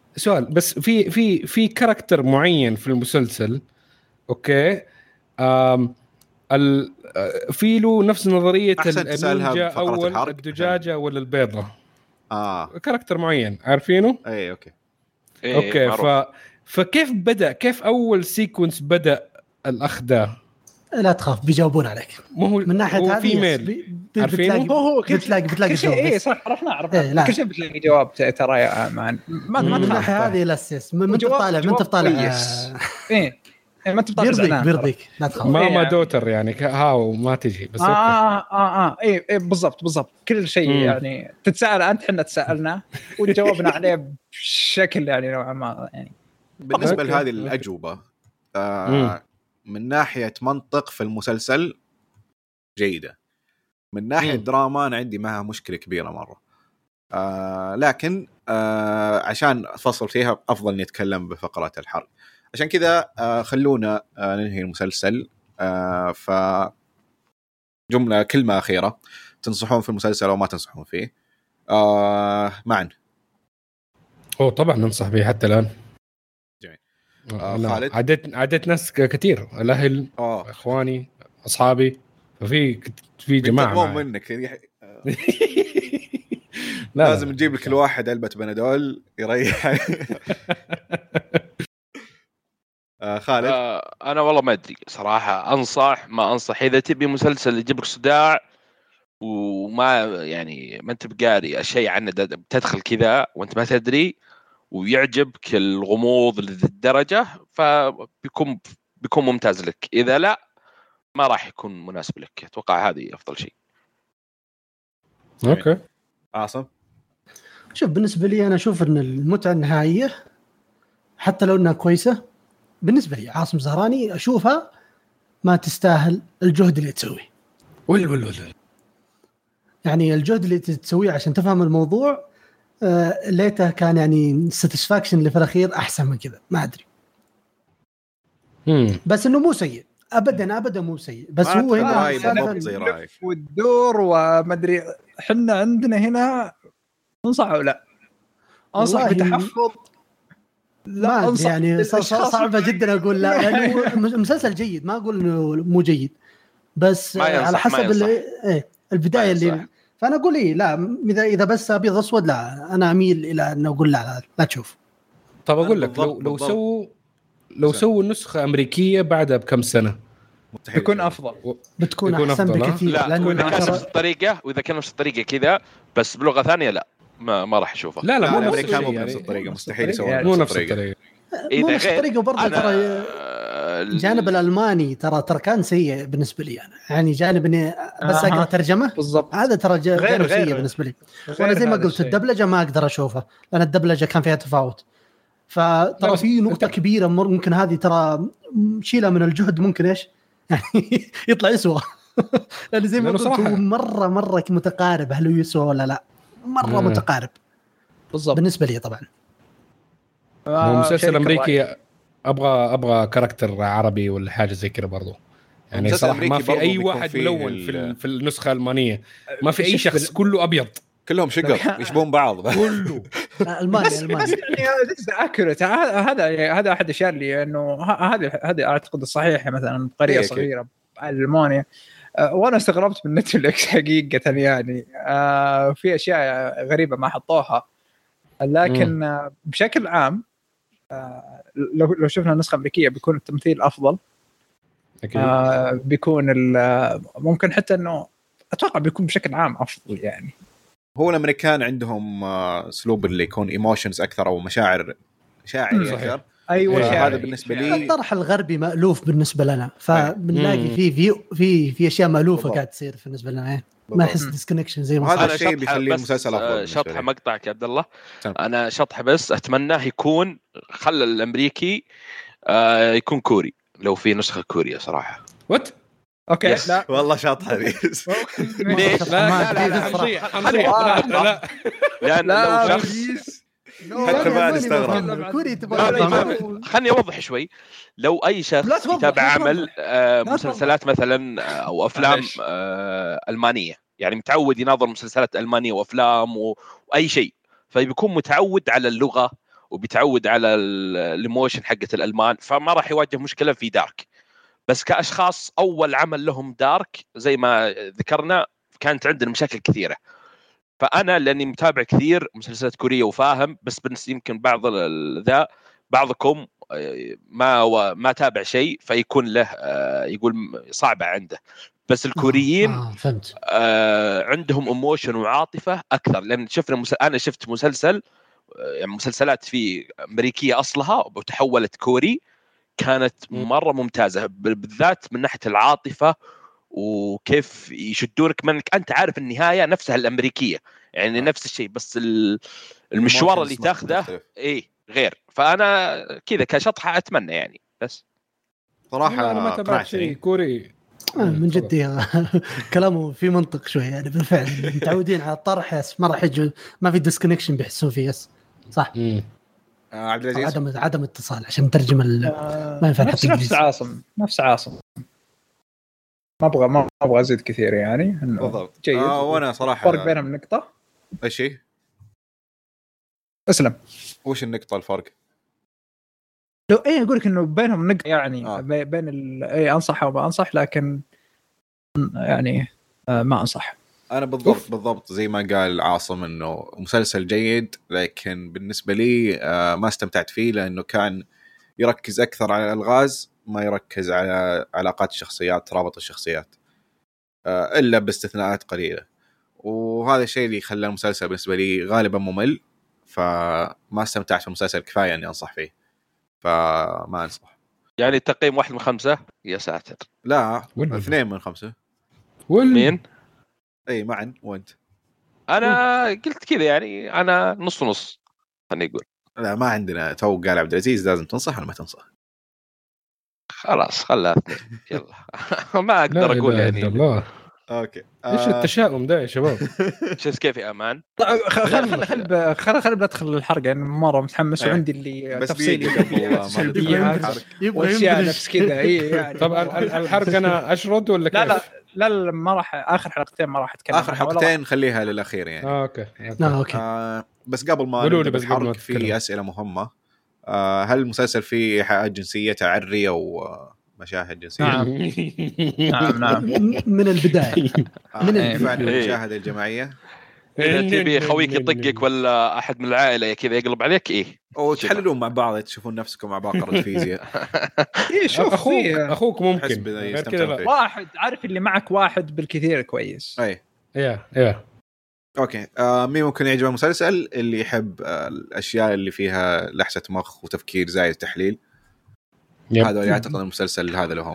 سؤال بس، في في في كاركتر معين في المسلسل اوكي أم ال في له نفس نظريه النينجا او الدجاجه ولا البيضه اه كاركتر معين عارفينه؟ اي اوكي إيه اوكي معروف. ف فكيف بدا كيف اول سيكونس بدا الاخ ده؟ لا تخاف بيجاوبون عليك من ناحيه هذه بتلاقي هو بتلاقي بتلاقي جواب. اي صح عرفنا عرفنا كل شيء بتلاقي جواب ترى يا مان ما ما من الناحيه هذه الاساس من انت طالع من انت طالع ايه ما انت طالع بيرضيك بيرضيك لا تخاف ماما دوتر يعني هاو ما تجي بس اوكي اه اه اه اي إيه بالضبط بالضبط كل شيء يعني تتساءل انت احنا تساءلنا وجاوبنا عليه بشكل يعني نوعا ما يعني. بالنسبه لهذه الاجوبه آه من ناحيه منطق في المسلسل جيده، من ناحيه مم. دراما انا عندي معها مشكله كبيره مره آه لكن آه عشان افصل فيها افضل نتكلم بفقرات الحرق. عشان كذا آه خلونا آه ننهي المسلسل. آه ف جمله كلمه اخيره تنصحون في المسلسل او ما تنصحون فيه؟ آه معا هو طبعا ننصح به حتى الان. جميل. آه خالد عدت عدت ناس كثير، الاهل أوه. اخواني اصحابي، ففي في جماعه مو منك لازم نجيب لك الواحد علبه بنادول يريح. آه خالد آه انا والله ما ادري صراحه، انصح ما انصح. اذا تبي مسلسل يجيبك صداع وما يعني ما انت بقاري الشيء عنه بتدخل كذا وانت ما تدري ويعجبك الغموض للدرجه فبيكون بيكون ممتاز لك. اذا لا ما راح يكون مناسب لك. اتوقع هذه افضل شيء. اوكي عاصم. شوف بالنسبه لي انا اشوف ان المتعه النهائيه حتى لو انها كويسه بالنسبه لي عاصم زهراني اشوفها ما تستاهل الجهد اللي تسويه. ول ول ول يعني الجهد اللي تسويه عشان تفهم الموضوع آه ليته كان يعني ساتسفاكشن اللي في الاخير احسن من كذا ما ادري. مم. بس انه مو سيء ابدا ابدا مو سيء بس هو هنا زي رايك والدور وما ادري احنا عندنا هنا انصح او لا انصح بتحفظ. لا انصح يعني صعبه جدا اقول لا يعني مسلسل جيد ما اقول انه مو جيد بس على حسب ايه البدايه اللي فانا اقول ايه لا اذا اذا بس ابيض اسود لا انا اميل الى انه اقول لا لا, لا تشوف. طب اقول لك لو لو سووا لو سووا نسخه امريكيه بعدها بكم سنه بيكون افضل بتكون احسن بكثير لانه اذا كان نفس الطريقه واذا كان نفس الطريقه كذا بس بلغه ثانيه لا ما ما راح اشوفه. لا لا مو الامريكان مو بنفس الطريقه مستحيل يسوون مو نفس الطريقه. اذا نفس الطريقه وبرضه ترى الجانب الالماني ترى ترى كان سيء بالنسبه لي انا يعني جانب اني بس اقرا ترجمه بالضبط هذا ترى جانب سيء بالنسبه لي. وانا زي ما قلت الدبلجه ما اقدر اشوفها لان الدبلجه كان فيها تفاوت. فترى في نقطه كبيره ممكن هذه ترى شيلها من الجهد ممكن ايش يعني يطلع يسوى. لان زي ما قلت هو مره مره متقارب هل هو يسوى ولا لا مره مم. متقارب بالضبط بالنسبه لي طبعا. هو مسلسل امريكي ابغى ابغى كاركتر عربي ولا حاجه زي كذا برضو يعني صراحه ما في اي واحد ملون في في النسخه الالمانيه ما في اي شخص كله ابيض كلهم شقر يشبهون بعض كله الماني الماني يعني اكوريت. هذا هذا احد الاشياء اللي انه هذا هذا اعتقد الصحيح مثلا قريه صغيره المانيا. وانا استغربت من نتفليكس حقيقه يعني في اشياء غريبه ما حطوها لكن بشكل عام لو لو شفنا النسخه الامريكيه بيكون التمثيل افضل أكيد. آه بيكون ممكن حتى انه اتوقع بيكون بشكل عام افضل يعني. هو الامريكان عندهم اسلوب اللي يكون ايموشنز اكثر او مشاعر مشاعر اكثر. ايوه هذا بالنسبه لي الطرح الغربي مألوف بالنسبه لنا فبنلاقي في في في في اشياء مألوفه قاعد تصير بالنسبه لنا ما احس ديسكونكشن زي ما هذا الشيء بيخلي المسلسل افضل. شطح مقطعك يا عبد الله انا شطح بس اتمناه يكون خلى الامريكي آه يكون كوري لو في نسخه كوريا صراحه. وات اوكي لا والله شاطحه ليش ليش لا لا لا لا لا لو شخص حتى ما نستغرب كوري تبغى. خلني اوضح شوي. لو اي شخص يتابع عمل مسلسلات مثلا او افلام المانيه يعني متعود يناظر مسلسلات المانيه وافلام واي شيء فبيكون متعود على اللغه وبيتعود على الايموشن حقه الالمان، فما راح يواجه مشكله في دارك. بس كاشخاص اول عمل لهم دارك زي ما ذكرنا كانت عندنا مشاكل كثيره. فانا لاني متابع كثير مسلسلات كوريه وفاهم، بس بس يمكن بعض ذا بعضكم ما ما تابع شيء فيكون له يقول صعبه عنده. بس الكوريين آه فهمت. آه عندهم ايموشن وعاطفه اكثر، لان شفنا مس... انا شفت مسلسل يعني مسلسلات في امريكيه اصلها وتحولت كوري، كانت مره ممتازه بالذات من ناحيه العاطفه وكيف يشدونك منك. انت عارف النهايه نفسها الامريكيه يعني نفس الشيء، بس المشوار اللي تاخذه ايه غير. فانا كذا كشطحه اتمنى يعني. بس صراحه انا ما تابعت شيء كوري من جد كلامه في منطق شوي يعني بالفعل. متعودين على الطرح يس ما راح يجوا، ما في ديسكونكشن بيحسون فيه يس صح. آه عبد العزيز عدم عدم اتصال عشان نترجم ما ينفع. نفس, نفس عاصم نفس عاصم ما ابغى ما ابغى ازيد كثير يعني انه بالضبط. جيد. آه وانا صراحه فرق بينهم نقطه. ايش هي؟ اسلم. وش النقطه الفرق؟ لو ايه اقول لك انه بينهم نقطه يعني آه. بين ال... اي انصح وما انصح، لكن يعني ما انصح. انا بالضبط أوف. بالضبط زي ما قال عاصم انه مسلسل جيد، لكن بالنسبه لي ما استمتعت فيه لانه كان يركز اكثر على الالغاز ما يركز على علاقات الشخصيات، رابط الشخصيات، الا باستثناءات قليله. وهذا الشيء اللي خلى المسلسل بالنسبه لي غالبا ممل، فما استمتعت في المسلسل كفايه اني انصح فيه، فما انصح. يعني التقييم واحد من خمسة يا ساتر. لا اثنين من خمسة. مين؟ اي معا وانت. انا قلت كذا يعني انا نص نص خليني اقول. لا ما عندنا تو قال عبد العزيز لازم تنصح ولا ما تنصح. خلاص خلها اثنين يلا. ما اقدر اقول يعني الله. اوكي ايش آه... التشاؤم ده يا شباب؟ شوف كيف يا امان. طيب خل خل خل خل بدخل الحرق يعني مره متحمس وعندي اللي تفصيلي سلبيات واشياء نفس كذا. اي يعني طب الحرق انا اشرد ولا كيف؟ لا لا لا لا ما راح اخر حلقتين ما راح اتكلم. اخر حلقتين خليها للاخير يعني. اه اوكي اوكي, أوكي. آه بس قبل ما نبدا بالحرق في اسئله مهمه. آه هل المسلسل فيه ايحاءات جنسيه تعري او مشاهد جنسيه؟ نعم نعم نعم من البدايه. آه من المشاهد الجماعيه. إذا تبي خويك يطقك ولا أحد من العائلة كذا يقلب عليك إيه أو تحللون مع بعض تشوفون نفسكم مع باقرة الفيزياء. إيه شوف أخوك أخوك ممكن واحد عارف اللي معك واحد بالكثير كويس. أي يا يا أوكي. آه مين ممكن يعجب المسلسل؟ اللي يحب آه الأشياء اللي فيها لحسة مخ وتفكير زايد تحليل. هذا يعتقد المسلسل هذا لهم.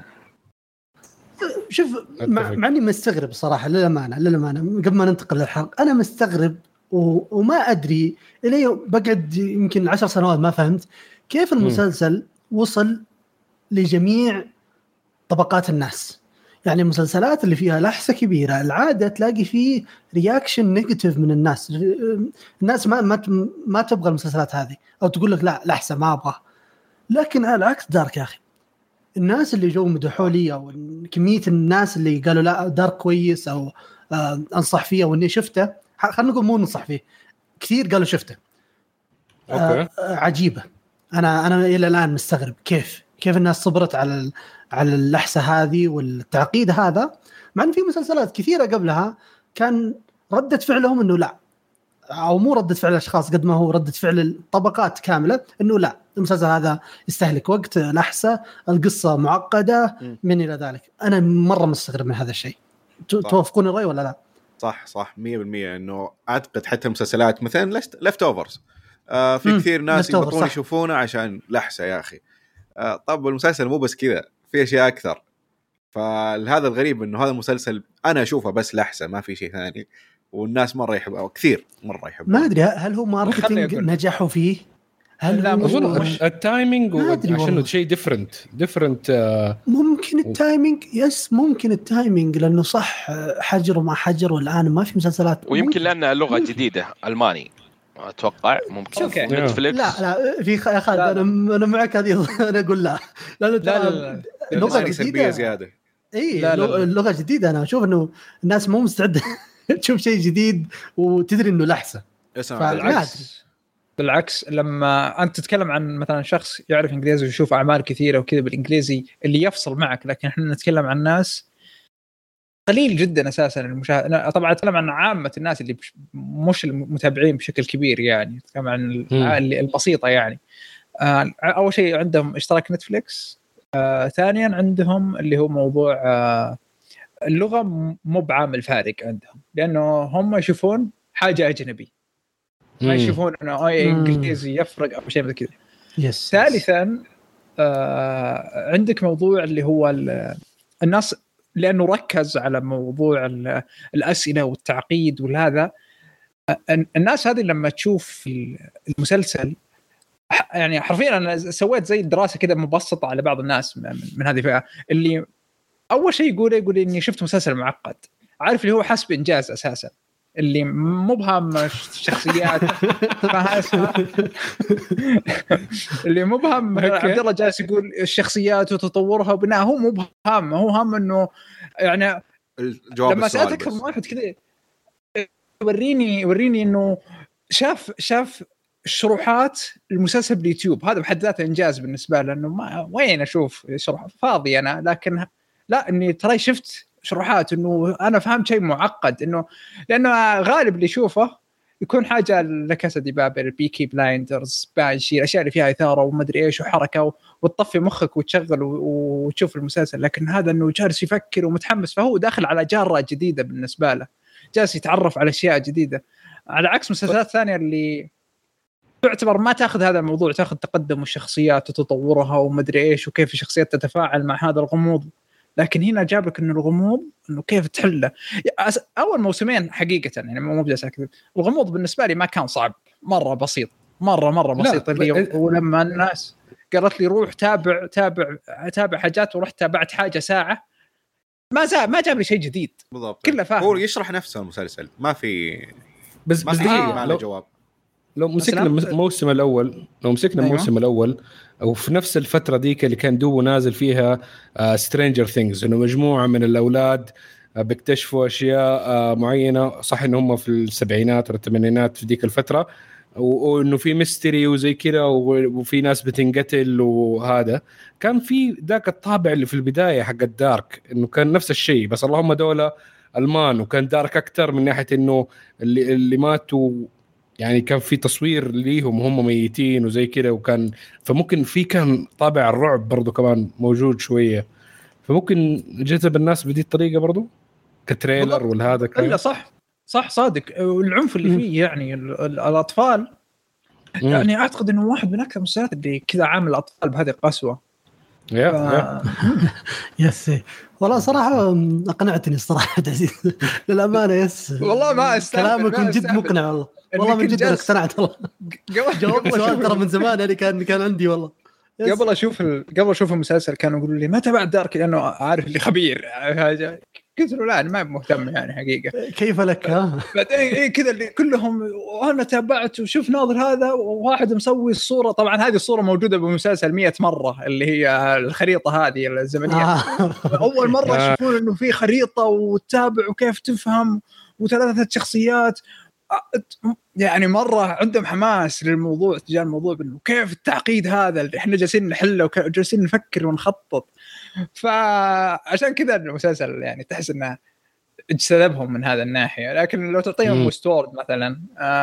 شوف مع اني مستغرب صراحه للامانه للامانه قبل ما ننتقل للحلقه انا مستغرب و... وما ادري الي بقعد يمكن عشر سنوات ما فهمت كيف المسلسل م. وصل لجميع طبقات الناس. يعني المسلسلات اللي فيها لحسه كبيره العاده تلاقي فيه رياكشن نيجاتيف من الناس. الناس ما ما ما تبغى المسلسلات هذه او تقول لك لا لحسه ما ابغى. لكن على العكس دارك يا اخي الناس اللي جو مدحوا لي او كميه الناس اللي قالوا لا دارك كويس او آه انصح فيه او اني شفته، خلينا نقول مو ننصح فيه كثير قالوا شفته. آه عجيبه. انا انا الى الان مستغرب كيف كيف الناس صبرت على على اللحسه هذه والتعقيد هذا، مع ان في مسلسلات كثيره قبلها كان رده فعلهم انه لا، او مو رده فعل الاشخاص قد ما هو رده فعل الطبقات كامله انه لا المسلسل هذا يستهلك وقت لحسه القصه معقده من الى ذلك. انا مره مستغرب من هذا الشيء. توافقون الراي ولا لا؟ صح صح مية بالمية. انه اعتقد حتى المسلسلات مثلا ليفت اوفرز آه في كثير ناس يبطون يشوفونه عشان لحسه يا اخي. آه طب المسلسل مو بس كذا في اشياء اكثر. فهذا الغريب انه هذا المسلسل انا اشوفه بس لحسه ما في شيء ثاني، والناس مره يحبوا كثير مره يحبوا. ما ادري هل هو ماركتينج نجحوا فيه؟ هل لا اظن التايمينج عشان شيء ديفرنت ديفرنت ممكن التايمينج يس ممكن التايمينج لانه صح حجر وما حجر والان ما في مسلسلات ويمكن لانها لغه جديده الماني اتوقع ممكن نتفليكس. لا لا في يا خالد انا انا معك هذه انا اقول لا لا لا اللغه جديده زياده. اي اللغه جديده انا اشوف انه الناس مو مستعده تشوف شيء جديد وتدري انه لحسه. اسمع بالعكس بالعكس لما انت تتكلم عن مثلا شخص يعرف انجليزي ويشوف اعمال كثيره وكذا بالانجليزي اللي يفصل معك، لكن احنا نتكلم عن ناس قليل جدا اساسا المشاهد. طبعا اتكلم عن عامه الناس اللي مش المتابعين بشكل كبير، يعني اتكلم عن البسيطه يعني. آه اول شيء عندهم اشتراك نتفليكس، آه ثانيا عندهم اللي هو موضوع آه اللغه مو بعامل فارق عندهم، لانه هم يشوفون حاجه اجنبي، ما يشوفون انه اي انجليزي يفرق او شيء كذا. يس. ثالثا آه عندك موضوع اللي هو الناس، لانه ركز على موضوع الاسئله والتعقيد والهذا. الناس هذه لما تشوف المسلسل يعني حرفيا انا سويت زي دراسه كده مبسطه على بعض الناس من, من هذه الفئه، اللي اول شيء يقول يقول اني شفت مسلسل معقد، عارف اللي هو حسب انجاز اساسا، اللي مبهم الشخصيات اللي مبهم. عبد الله جالس يقول الشخصيات وتطورها وبناء، هو مبهم، هو هم انه يعني لما سألت اكثر من واحد كذا وريني وريني انه شاف شاف شروحات المسلسل باليوتيوب، هذا بحد ذاته انجاز بالنسبه له، انه ما وين اشوف شروح فاضي انا، لكن لا اني ترى شفت شروحات انه انا فهمت شيء معقد، انه لانه غالب اللي يشوفه يكون حاجه لكاسة دي بابل، بيكي بلايندرز، بانشي، الاشياء اللي فيها اثاره ومدري ايش وحركه وتطفي مخك وتشغل وتشوف المسلسل. لكن هذا انه جالس يفكر ومتحمس، فهو داخل على جاره جديده بالنسبه له، جالس يتعرف على اشياء جديده، على عكس مسلسلات ثانيه اللي تعتبر ما تاخذ هذا الموضوع، تاخذ تقدم الشخصيات وتطورها ومدري ايش وكيف الشخصيات تتفاعل مع هذا الغموض. لكن هنا جابك انه الغموض انه كيف تحله. اول موسمين حقيقه يعني مو بجالس اكذب، الغموض بالنسبه لي ما كان صعب، مره بسيط، مره مره بسيط. اللي ولما الناس قالت لي روح تابع تابع تابع حاجات، ورحت تابعت حاجه ساعه، ما زا ما جاب لي شيء جديد بالضبط، كله فاهم، هو يشرح نفسه المسلسل، ما في بس ما بس في ما له جواب. لو مسكنا الموسم الأول لو مسكنا أيوة. الموسم الأول أو في نفس الفترة ديك اللي كان دوبه نازل فيها سترينجر ثينجز، إنه مجموعة من الأولاد آه بيكتشفوا أشياء آه معينة، صح إنه هم في السبعينات ولا الثمانينات في ديك الفترة، وإنه في ميستري وزي كده، وفي ناس بتنقتل، وهذا كان في ذاك الطابع اللي في البداية حق الدارك، إنه كان نفس الشيء، بس اللهم دولة ألمان، وكان دارك أكتر من ناحية إنه اللي اللي ماتوا يعني كان في تصوير ليهم وهم ميتين وزي كده، وكان فممكن في كان طابع الرعب برضو كمان موجود شوية، فممكن جذب الناس بدي الطريقة برضو كتريلر والهذا كان. لا صح صح صادق، والعنف اللي فيه يعني الأطفال مم. يعني أعتقد إنه واحد من أكثر المسلسلات اللي كذا عامل الأطفال بهذه القسوة. يا ف... يس والله صراحة أقنعتني الصراحة عزيز للأمانة. يس والله ما استهبل، كلامكم جد مقنع والله، والله من جد اقتنعت والله. جاوبت سؤال ترى من زمان يعني كان كان عندي والله. قبل اشوف ال... قبل اشوف المسلسل كانوا يقولوا لي ما تبع دارك لانه عارف اللي خبير، قلت له لا انا ما مهتم يعني حقيقه. كيف لك ها بعدين ايه كذا اللي كلهم وانا تابعت وشوف ناظر هذا، وواحد مسوي الصوره، طبعا هذه الصوره موجوده بالمسلسل مئة مره اللي هي الخريطه هذه الزمنيه. آه. اول مره يشوفون انه في خريطه وتتابع وكيف تفهم وثلاثه شخصيات، يعني مرة عندهم حماس للموضوع تجاه الموضوع، إنه كيف التعقيد هذا اللي إحنا جالسين نحله وجالسين نفكر ونخطط. فعشان كذا المسلسل يعني تحس إنه اجتذبهم من هذا الناحية. لكن لو تعطيهم وستورد مثلا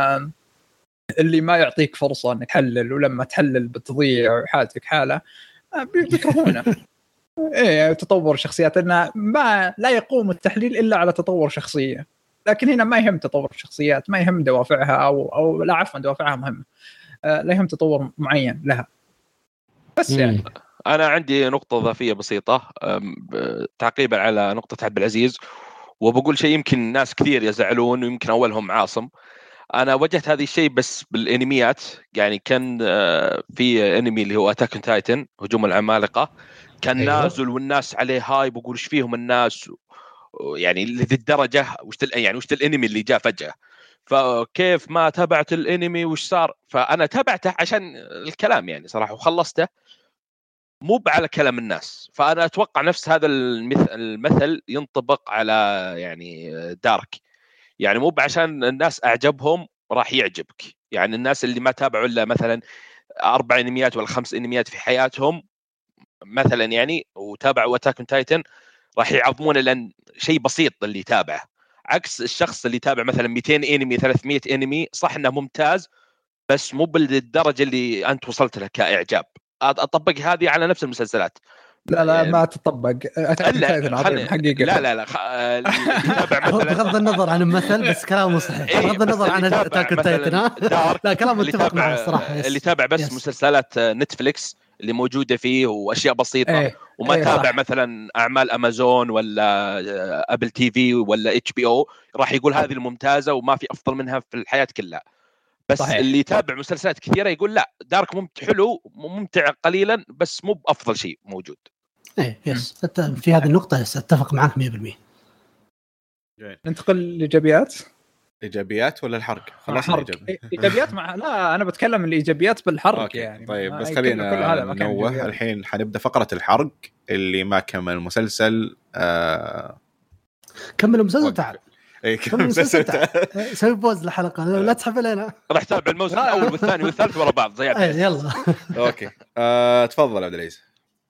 اللي ما يعطيك فرصة إنك تحلل، ولما تحلل بتضيع حالتك حالة بيكرهونه. إيه تطور شخصيات، إنه ما لا يقوم التحليل إلا على تطور شخصية، لكن هنا ما يهم تطور الشخصيات، ما يهم دوافعها أو أو لا عفوا دوافعها مهمة، آه لا يهم تطور معين لها بس. يعني أنا عندي نقطة إضافية بسيطة تعقيبا على نقطة عبد العزيز، وبقول شيء يمكن ناس كثير يزعلون ويمكن أولهم عاصم. أنا وجهت هذه الشيء بس بالأنميات، يعني كان في أنمي اللي هو أتاك أون تايتن هجوم العمالقة، كان أيوة. نازل والناس عليه هايب ويقول إيش فيهم الناس يعني لذي الدرجة، وش يعني وش الانمي اللي جاء فجأة، فكيف ما تابعت الانمي وش صار؟ فأنا تابعته عشان الكلام يعني صراحة، وخلصته مو على كلام الناس. فأنا أتوقع نفس هذا المثل ينطبق على يعني دارك، يعني مو عشان الناس أعجبهم راح يعجبك، يعني الناس اللي ما تابعوا الا مثلا اربع انميات ولا خمس انميات في حياتهم مثلا يعني وتابعوا أتاك أون تايتن راح يعظمون لان شيء بسيط اللي يتابعه، عكس الشخص اللي يتابع مثلا مئتين انمي ثلاثمئة انمي صح انه ممتاز بس مو بالدرجه اللي انت وصلت لها كاعجاب. اطبق هذه على نفس المسلسلات. لا لا ما تطبق أتاك أون تايتن عظيم حقيقه. لا لا لا خ... يتابع مثلا بغض النظر عن المثل بس كلامه صحيح. بغض النظر عن أتاك أون تايتن لا كلامه متفق معه الصراحه. اللي تابع بس يس. مسلسلات نتفليكس اللي موجوده فيه واشياء بسيطه ايه وما ايه تابع مثلا اعمال امازون ولا ابل تي في ولا اتش بي او راح يقول هذه الممتازه وما في افضل منها في الحياه كلها. بس صحيح. اللي يتابع مسلسلات كثيره يقول لا دارك ممتع حلو ممتع قليلا بس مو بافضل شيء موجود. ايه يس في هذه النقطه اتفق معك مية بالمية. ننتقل للايجابيات. ايجابيات ولا الحرق؟ خلصنا ايجابيات مع لا انا بتكلم الايجابيات بالحرق يعني. طيب بس خلينا ننوه الحين حنبدا فقره الحرق اللي ما كمل المسلسل. آه... كمل المسلسل تعال. اي كمل المسلسل تعال سوي بوز للحلقه لا تسحب علينا. راح تتابع الموسم الاول والثاني والثالث ورا بعض زي يلا اوكي. آه... تفضل عبد العزيز.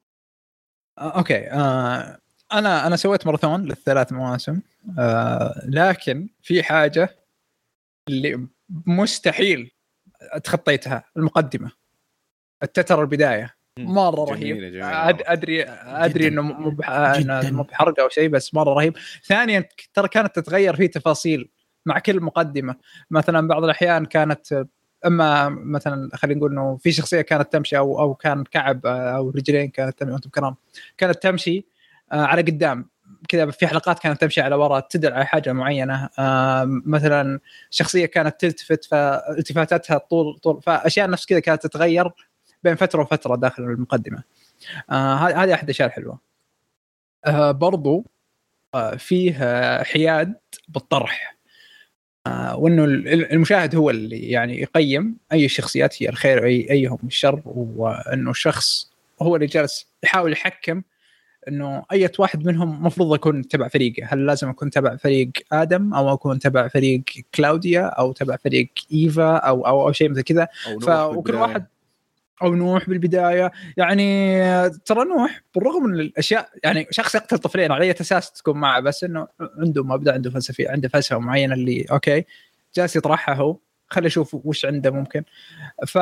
آه، اوكي آه... انا انا سويت ماراثون للثلاث مواسم. آه... لكن في حاجه اللي مستحيل اتخطيتها، المقدمه التتر البدايه مره رهيب. ادري ادري انه مو بحرق او شيء بس مره رهيب. ثانيا ترى كانت تتغير فيه تفاصيل مع كل مقدمه. مثلا بعض الاحيان كانت اما مثلا خلينا نقول انه في شخصيه كانت تمشي او او كان كعب او رجلين كانت تمشي وانتم بكرام كانت تمشي على قدام كذا. في حلقات كانت تمشي على وراء تدل على حاجه معينه. مثلا شخصيه كانت تلتفت فالتفاتاتها طول طول فاشياء نفس كذا كانت تتغير بين فتره وفتره داخل المقدمه. هذه آه احد الاشياء الحلوه. آه برضو آه فيه حياد بالطرح. آه وانه المشاهد هو اللي يعني يقيم اي الشخصيات هي الخير اي ايهم الشر، وانه الشخص هو اللي جالس يحاول يحكم انه اي واحد منهم مفروض يكون تبع فريقه. هل لازم اكون تبع فريق ادم او اكون تبع فريق كلاوديا او تبع فريق ايفا او او, أو شيء مثل كذا. فكل واحد او نوح بالبدايه يعني. ترى نوح بالرغم من الاشياء يعني شخص يقتل طفلين على اي اساس تكون معه، بس انه عنده مبدا عنده فلسفه عنده فلسفه معينه اللي اوكي جالس يطرحها هو خلي اشوف وش عنده ممكن. ف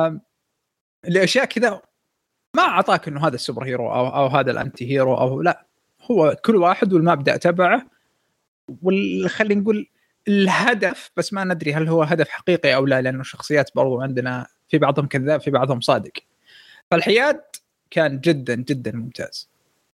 الاشياء كذا ما اعطاك انه هذا السوبر هيرو او او هذا الانتي هيرو او لا، هو كل واحد والمبدا تبعه والخلينا نقول الهدف، بس ما ندري هل هو هدف حقيقي او لا لانه الشخصيات برضو عندنا في بعضهم كذاب في بعضهم صادق. فالحياد كان جدا جدا ممتاز.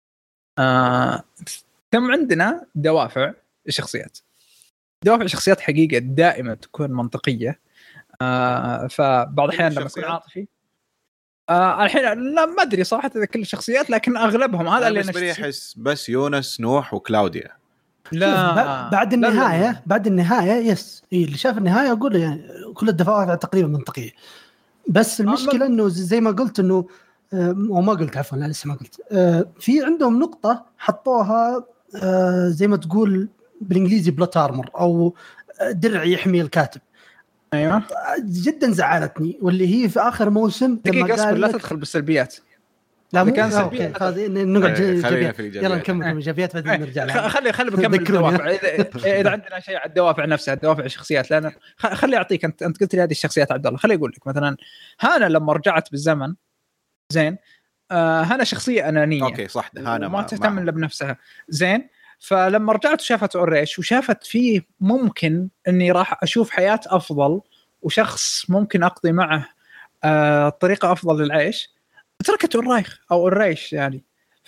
آه، ثم عندنا دوافع الشخصيات. دوافع الشخصيات حقيقة دائما تكون منطقية. آه، فبعض الأحيان لما يكون عاطفي آه، الحين لا ما أدري صراحة إذا كل الشخصيات لكن أغلبهم هذا اللي أنا أحس بس يونس نوح وكلاوديا. لا بعد النهاية لا لا. بعد النهاية يس إيه اللي شاف النهاية أقول يعني كل الدفعات تقريبا منطقية. بس المشكلة إنه زي ما قلت إنه أو ما قلت عفوا لا لسه ما قلت في عندهم نقطة حطوها زي ما تقول بالإنجليزي بلوت آرمر أو درع يحمي الكاتب. أيوة جدا زعلتني واللي هي في آخر موسم لما قال لا تدخل بالسلبيات. لا كان سلبيات نقعد يلا نكمل ايجابيات بعدين نرجع لها. خلي خلي بكمل الدوافع اذا عندنا شيء على الدوافع نفسها دوافع الشخصيات. لان خلي اعطيك انت انت قلت لي هذه الشخصيات عبد الله خلي اقول لك مثلا هانا لما رجعت بالزمن زين آه هانا شخصيه انانيه اوكي صح هانا ما تهتم الا بنفسها زين. فلما رجعت وشافت أوريش وشافت فيه ممكن اني راح اشوف حياه افضل وشخص ممكن اقضي معه آه طريقه افضل للعيش تركت الرايخ او الريش يعني.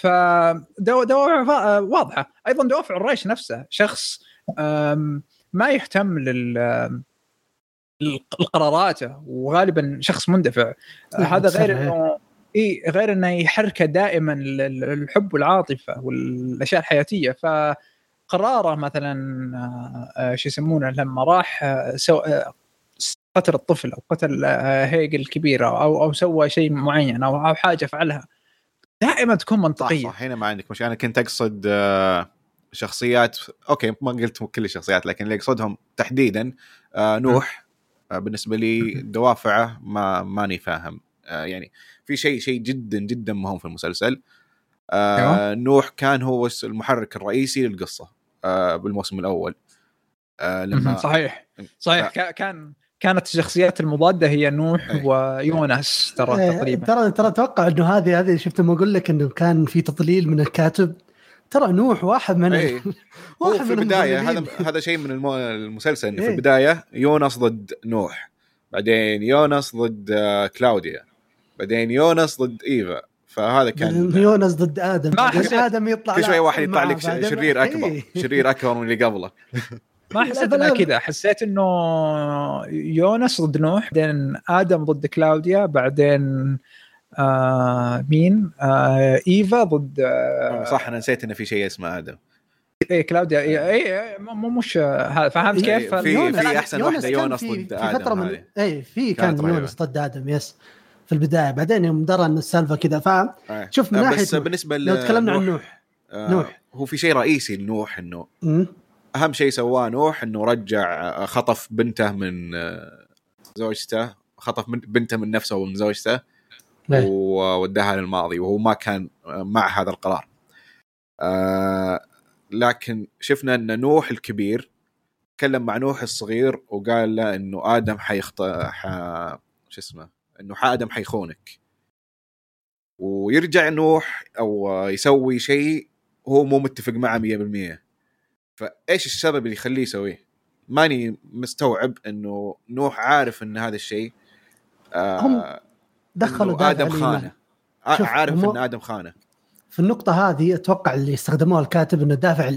فدوافع واضحه. ايضا دوافع الريش نفسه شخص ما يهتم لل لقراراته وغالبا شخص مندفع. هذا غير انه اي غير انه يحركه دائما الحب والعاطفه والاشياء الحياتيه. فقراره مثلا شو يسمونه لما راح سو قتل الطفل او قتل هيجل الكبيره او او سوى شيء معين او او حاجه فعلها دائما تكون منطقيه. صح, صح هنا ما عندك مش انا كنت اقصد شخصيات اوكي ما قلت كل الشخصيات لكن اللي اقصدهم تحديدا نوح بالنسبه لي دوافعه ما ماني فاهم. يعني في شيء شيء جدا جدا مهم في المسلسل. آه نوح كان هو المحرك الرئيسي للقصه آه بالموسم الاول. آه لما صحيح صحيح ف... كان كانت الشخصيات المضاده هي نوح أي. ويونس ترى أي. تقريبا ترى ترى اتوقع انه هذه هذه شفت ما اقول لك انه كان في تضليل من الكاتب. ترى نوح واحد من أي. واحد في البدايه هذا هذا شيء من المو... المسلسل إنه في البدايه يونس ضد نوح، بعدين يونس ضد كلاوديا، بعدين يونس ضد إيفا. فهذا كان يونس ضد آدم، بعدين آدم يطلع كل شوي واحد يطلع لك شرير أكبر إيه؟ شرير أكبر من اللي قبله. ما حسيت أنا كذا، حسيت إنه يونس ضد نوح، بعدين آدم ضد كلاوديا، بعدين آه مين آه إيفا ضد آه صح أنا نسيت إنه في شيء اسمه آدم. إيه كلاوديا إيه إيه مو مش هذا فهمت كيف؟ في في أحسن واحدة يونس ضد في آدم فترة من إيه في كان يونس ضد آدم يس في البداية، بعدين يوم درى أن السالفة كذا فاهم. شوف من ناحية بس بالنسبة لو تكلمنا عن نوح آه نوح هو في شيء رئيسي لنوح إنه م? أهم شيء سواه نوح إنه رجع خطف بنته من زوجته، خطف بنته من نفسه ومن زوجته ووداها للماضي، وهو ما كان مع هذا القرار. آه لكن شفنا أن نوح الكبير تكلم مع نوح الصغير وقال له إنه آدم حيخطأ ح... شو اسمه إنه آدم حيخونك، ويرجع نوح أو يسوي شيء هو مو متفق معه مية بالمية. فإيش السبب اللي يخليه يسويه؟ ماني مستوعب إنه نوح عارف إن هذا الشيء آه دخلوا آدم خانه، عارف إن آدم خانه. في النقطة هذه أتوقع اللي استخدموها الكاتب إنه دافع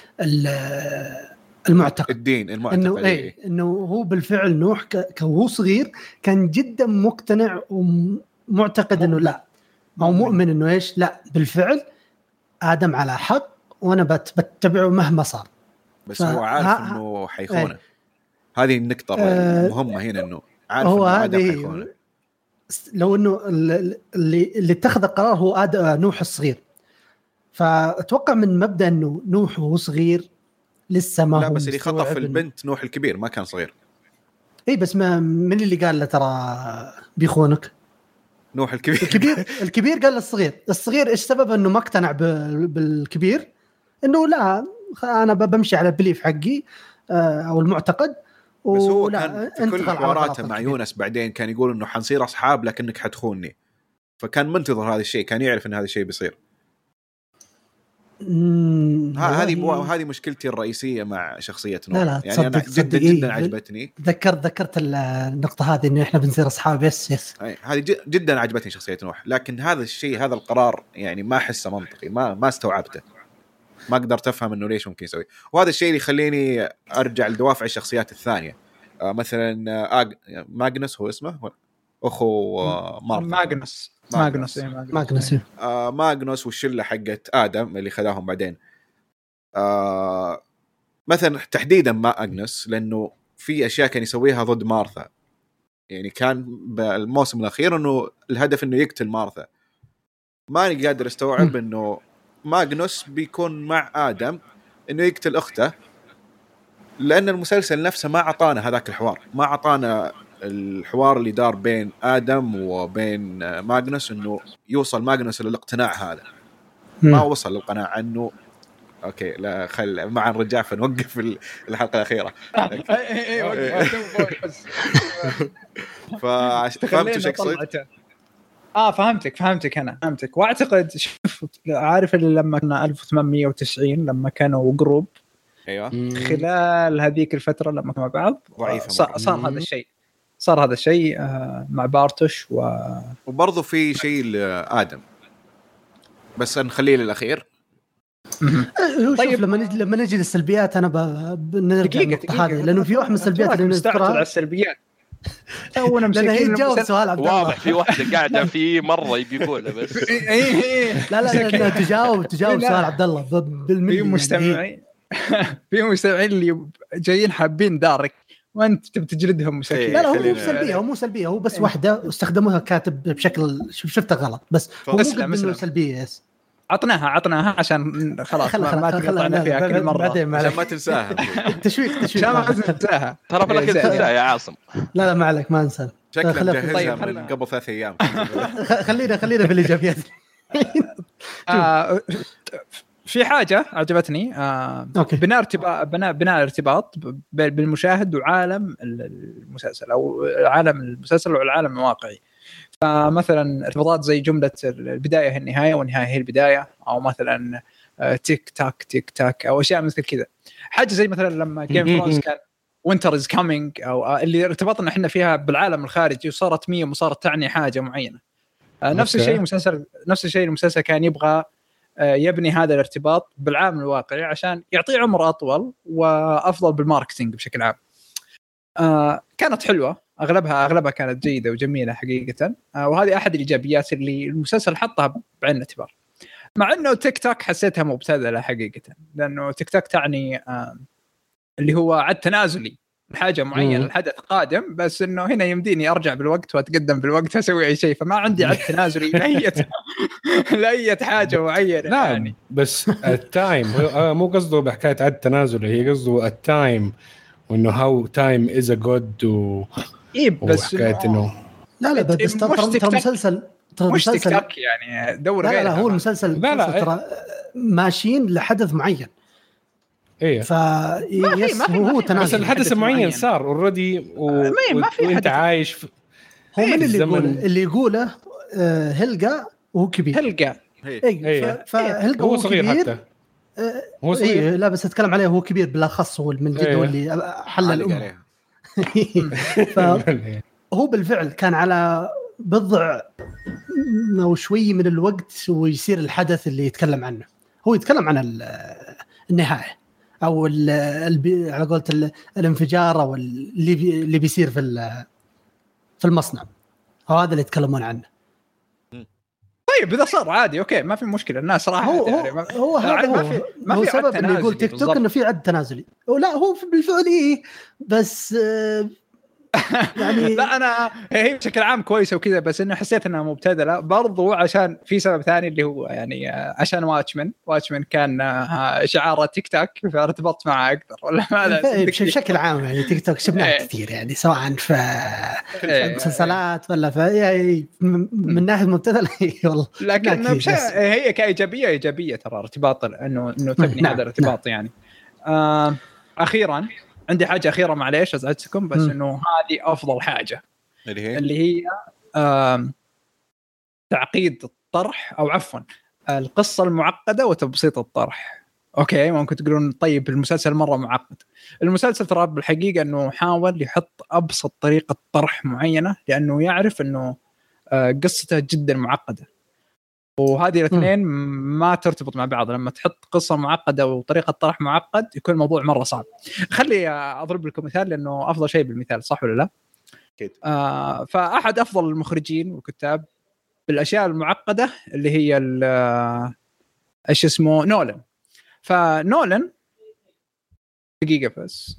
المعتقد الدين المعتقد إنه إيه إنه هو بالفعل نوح كهو صغير كان جدا مقتنع ومعتقد إنه لا أو مؤمن إنه إيش لا بالفعل آدم على حق وأنا بتبعه مهما صار. بس هو عارف ها إنه حيخونه. ايه. هذه النقطة المهمة هنا إنه عارف هو إنه آدم حيخونه. لو إنه اللي اللي اتخذ القرار هو آدم نوح الصغير، فأتوقع من مبدأ إنه نوح وهو صغير لسه ما لا هو بس اللي خطف البنت نوح الكبير ما كان صغير. إيه بس ما من اللي قال له ترى بيخونك؟ نوح الكبير. الكبير الكبير قال للصغير. الصغير إيش سبب إنه ما اقتنع بالكبير؟ إنه لا أنا بمشي على البليف حقي أو المعتقد. بس هو كان في كل حواراته مع يونس بعدين كان يقول إنه حنصير أصحاب لكنك حتخونني، فكان منتظر هذا الشيء، كان يعرف إن هذا الشيء بيصير. هذه هذه مشكلتي الرئيسية مع شخصية نوح. لا لا يعني أنا جدا جدا عجبتني. ذكرت ذكرت النقطة هذه إنه إحنا بنصير أصحاب يس يس. هذه جدا عجبتني شخصية نوح، لكن هذا الشيء هذا القرار يعني ما أحسه منطقي، ما ما استوعبته، ما قدرت أفهم إنه ليش ممكن يسوي. وهذا الشيء اللي يخليني أرجع لدوافع الشخصيات الثانية. آه مثلا آه ماغنس هو اسمه أخو آه ماغنس ماغنس ماغنس آه ماغنس والشلة حقت آدم اللي خذاهم بعدين. آه مثلا تحديدا ماغنس لأنه في أشياء كان يسويها ضد مارثا، يعني كان بالموسم الأخير إنه الهدف إنه يقتل مارثا. ماني قادر استوعب إنه ماغنس بيكون مع آدم إنه يقتل أخته، لأن المسلسل نفسه ما عطانا هذاك الحوار، ما عطانا الحوار اللي دار بين آدم وبين ماغنس إنه يوصل ماغنس للاقتناع هذا. ما وصل للقناعة إنه أوكي لا خل مع الرجاع فنوقف الحلقة الأخيرة. ففهمت شخصية. آه فهمتك فهمتك أنا فهمتك وأعتقد شوف عارف اللي لما كنا ألف وثمانمية وتسعين لما كانوا جروب أيوة. خلال هذيك الفترة لما كانوا مع بعض صار, صار هذا الشيء صار هذا الشيء مع بارتوش و... وبرضه في شيء لآدم بس نخليه للأخير. طيب لما نجي لما نجي للسلبيات أنا بنرجع للنقطة هذه لأنه في واحد من السلبيات اللي نذكرها على السلبيات تونا مسكين جاوب سؤال عبد الله. واضح في واحدة قاعدة في مرة يبيقولها بس لا لا لا تجاوب تجاوب سؤال عبد الله بالملي. في مستمعين في مستمعين اللي جايين حابين دارك وانت تبي تجلدهم مسكين. لا لا هو مو سلبيه هو مو سلبيه هو بس واحده استخدموها كاتب بشكل شفته غلط بس هو مو سلبيه يس عطناها عطناها عشان خلاص ما, ما تقطعنا فيها كل مره عشان ما تنساها. تشويق تشويق ما تنساها ترى في الاخير تنساها يا عاصم. لا لا ما عليك ما انسى. شكلها مجهزها من قبل ثلاث ايام. خلينا خلينا في الايجابيات. آه في حاجه عجبتني آه بناء ارتباط بناء بناء ارتباط بالمشاهد وعالم المسلسل او عالم المسلسل والعالم الواقعي. فمثلا ارتباطات زي جمله البدايه هي النهايه والنهايه هي البدايه، او مثلا تيك تاك تيك تاك او اشياء مثل كذا. حاجه زي مثلا لما جيم فرونز كان وينتر از كامينج، او اللي ارتبطنا احنا فيها بالعالم الخارجي وصارت ميم وصارت تعني حاجه معينه. نفس الشيء المسلسل نفس الشيء المسلسل كان يبغى يبني هذا الارتباط بالعالم الواقعي عشان يعطيه عمر اطول وافضل بالماركتينج بشكل عام. كانت حلوه، اغلبها اغلبها كانت جيده وجميله حقيقه، وهذه احد الايجابيات اللي المسلسل حطها بعين الاعتبار. مع انه تيك توك حسيتها مبتذله حقيقه، لانه تيك توك تعني اللي هو عد تنازلي لحاجه معينه، الحدث قادم، بس انه هنا يمديني ارجع بالوقت واتقدم بالوقت واسوي اي شيء، فما عندي عد تنازلي لاي لاي حاجه معينه. لا يعني بس التايم مو قصده بحكايه عد تنازلي، هي قصده التايم وانه هاو تايم از ا جود و إيه بس انه لا لا بس ترى مسلسل ترى مش تيك توك يعني دور غير. لا لا هو المسلسل لا لا ترى ماشيين لحدث معين. ايه ف يس هو تنازل، بس الحدث المعين صار اوريدي و... وانت عايش في... هو من اللي يقول اللي يقوله آه هلقا وهو كبير. هلقا ايه فهلقا هو صغير حتى آه هو صغير. إيه لا بس اتكلم عليه هو كبير بالاخص، هو من جد هو اللي حل الامه. فهو بالفعل كان على بضع او شوي من الوقت ويصير الحدث اللي يتكلم عنه. هو يتكلم عن النهايه او على قولة الانفجار او اللي اللي بيصير في في المصنع، هذا اللي يتكلمون عنه. طيب اذا صار عادي اوكي ما في مشكله، الناس راحت هو يعني ما هو هذا ما في ما في سبب اللي يقول تيك توك انه في عد تنازلي. ولا هو بالفعل ايه بس يعني لا انا هي بشكل عام كويسه وكذا، بس انه حسيت انها مبتذله برضو عشان في سبب ثاني اللي هو يعني عشان واتشمان واتشمان كان شعار تيك توك فارتبطت معه اكثر ولا ما بشكل عام. يعني تيك توك شفناه كثير يعني سواء في مسلسلات ولا في يعني من ناحيه مبتذله والله. لكن هي كايجابيه ايجابيه ترى ارتباط انه انه تبني هذا الارتباط. يعني آه اخيرا عندي حاجة أخيرة معليش أزعجكم، بس م. إنه هذه أفضل حاجة اللي هي اللي هي تعقيد الطرح أو عفوا القصة المعقدة وتبسيط الطرح. أوكي ممكن تقولون طيب المسلسل مرة معقد. المسلسل ترى بالحقيقة إنه حاول يحط أبسط طريقة طرح معينة، لأنه يعرف إنه قصته جدا معقدة، وهذه الاثنين ما ترتبط مع بعض. لما تحط قصة معقدة وطريقة طرح معقد يكون الموضوع مرة صعب. خلي أضرب لكم مثال لأنه أفضل شيء بالمثال، صح ولا لا؟ أكيد. آه فأحد أفضل المخرجين والكتاب بالأشياء المعقدة اللي هي إيش اسمه نولان. فنولان دقيقة بس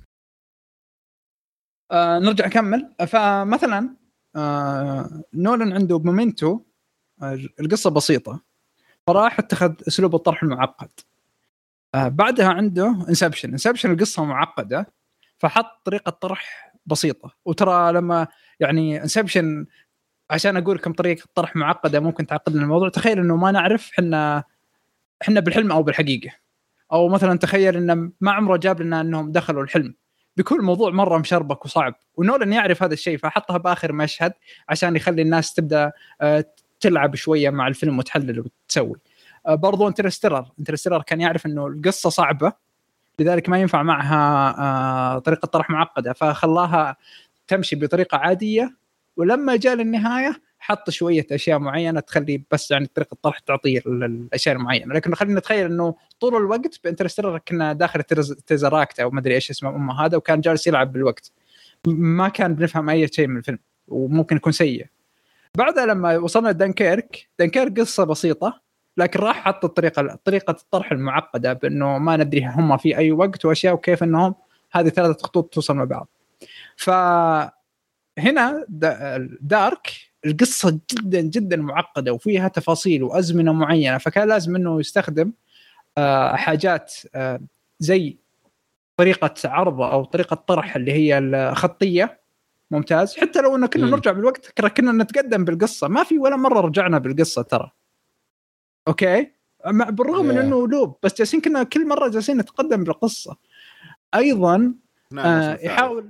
آه نرجع نكمل. فمثلا آه نولان عنده مومنتو القصة بسيطة، فراح اتخذ أسلوب الطرح المعقد. آه بعدها عنده انسبشن انسبشن القصة معقدة فحط طريقة طرح بسيطة. وترى لما يعني انسبشن عشان أقول لكم طريقة طرح معقدة ممكن تعقد لنا الموضوع. تخيل إنه ما نعرف حنا حنا بالحلم أو بالحقيقة، أو مثلا تخيل إنه ما عمره جاب لنا إنهم دخلوا الحلم، بيكون الموضوع مرة مشربك وصعب. ونولان يعرف هذا الشيء فحطها بآخر مشهد عشان يخلي الناس تبدأ آه تلعب شوية مع الفيلم وتحلل وتسوي. آه برضو انترستيلر انترستيلر كان يعرف انه القصة صعبة لذلك ما ينفع معها آه طريقة طرح معقدة، فخلاها تمشي بطريقة عادية، ولما جاء للنهاية حط شوية أشياء معينة تخلي بس يعني طريقة الطرح تعطيه الأشياء المعينة. لكن خلينا نتخيل انه طول الوقت بانترستيلر كنا داخل التيزراكت او ما ادري ايش اسمه امه هذا، وكان جالس يلعب بالوقت، ما كان بنفهم اي شيء من الفيلم وممكن يكون سيء. بعدها لما وصلنا لدنكيرك دنكيرك قصة بسيطة لكن راح حط الطريقة طريقة الطرح المعقدة بأنه ما ندري هم في أي وقت وأشياء وكيف أنهم هذه ثلاثة خطوط توصل مع بعض. فهنا دارك القصة جدا جدا معقدة وفيها تفاصيل وأزمنة معينة، فكان لازم إنه يستخدم آه حاجات آه زي طريقة عرضه أو طريقة طرح اللي هي الخطية ممتاز. حتى لو إنه كنا نرجع بالوقت كنا نتقدم بالقصة، ما في ولا مرة رجعنا بالقصة ترى. أوكي، بالرغم من إنه لوب، بس جالسين كنا كل مرة جالسين نتقدم بالقصة. أيضا آه يحاول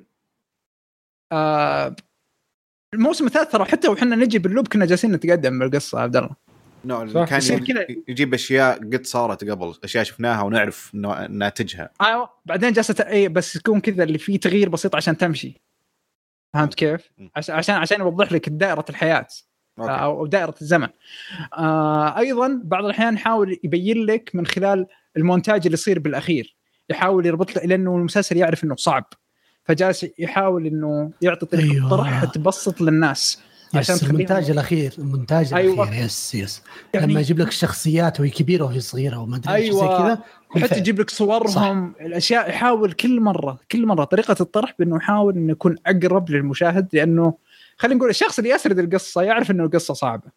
آه الموسم الثالث ترى حتى وحنا نجي باللوب كنا جالسين نتقدم بالقصة عبد الله. نو كان يجيب اشياء قد صارت قبل، اشياء شفناها ونعرف ناتجها. ايوه بعدين جالسه اي بس يكون كذا اللي فيه تغيير بسيط عشان تمشي، فهمت كيف؟ عشان عشان يوضح لك دائره الحياه أوكي. او دائره الزمن. آه ايضا بعض الاحيان يحاول يبين لك من خلال المونتاج اللي يصير بالاخير، يحاول يربط لك لانه المسلسل يعرف انه صعب، فجالس يحاول انه يعطي طريقه أيوة. طرح تبسط للناس عشان المونتاج الاخير المونتاج أيوة. الاخير يس يس يعني لما يجيب لك الشخصيات وهي كبيره وهي صغيره وما ادري ايش زي كذا، حتى يجيب لك صورهم صح. الاشياء يحاول كل مره كل مره طريقه الطرح بانه يحاول انه يكون اقرب للمشاهد، لانه خلينا نقول الشخص اللي يسرد القصه يعرف انه القصه صعبه.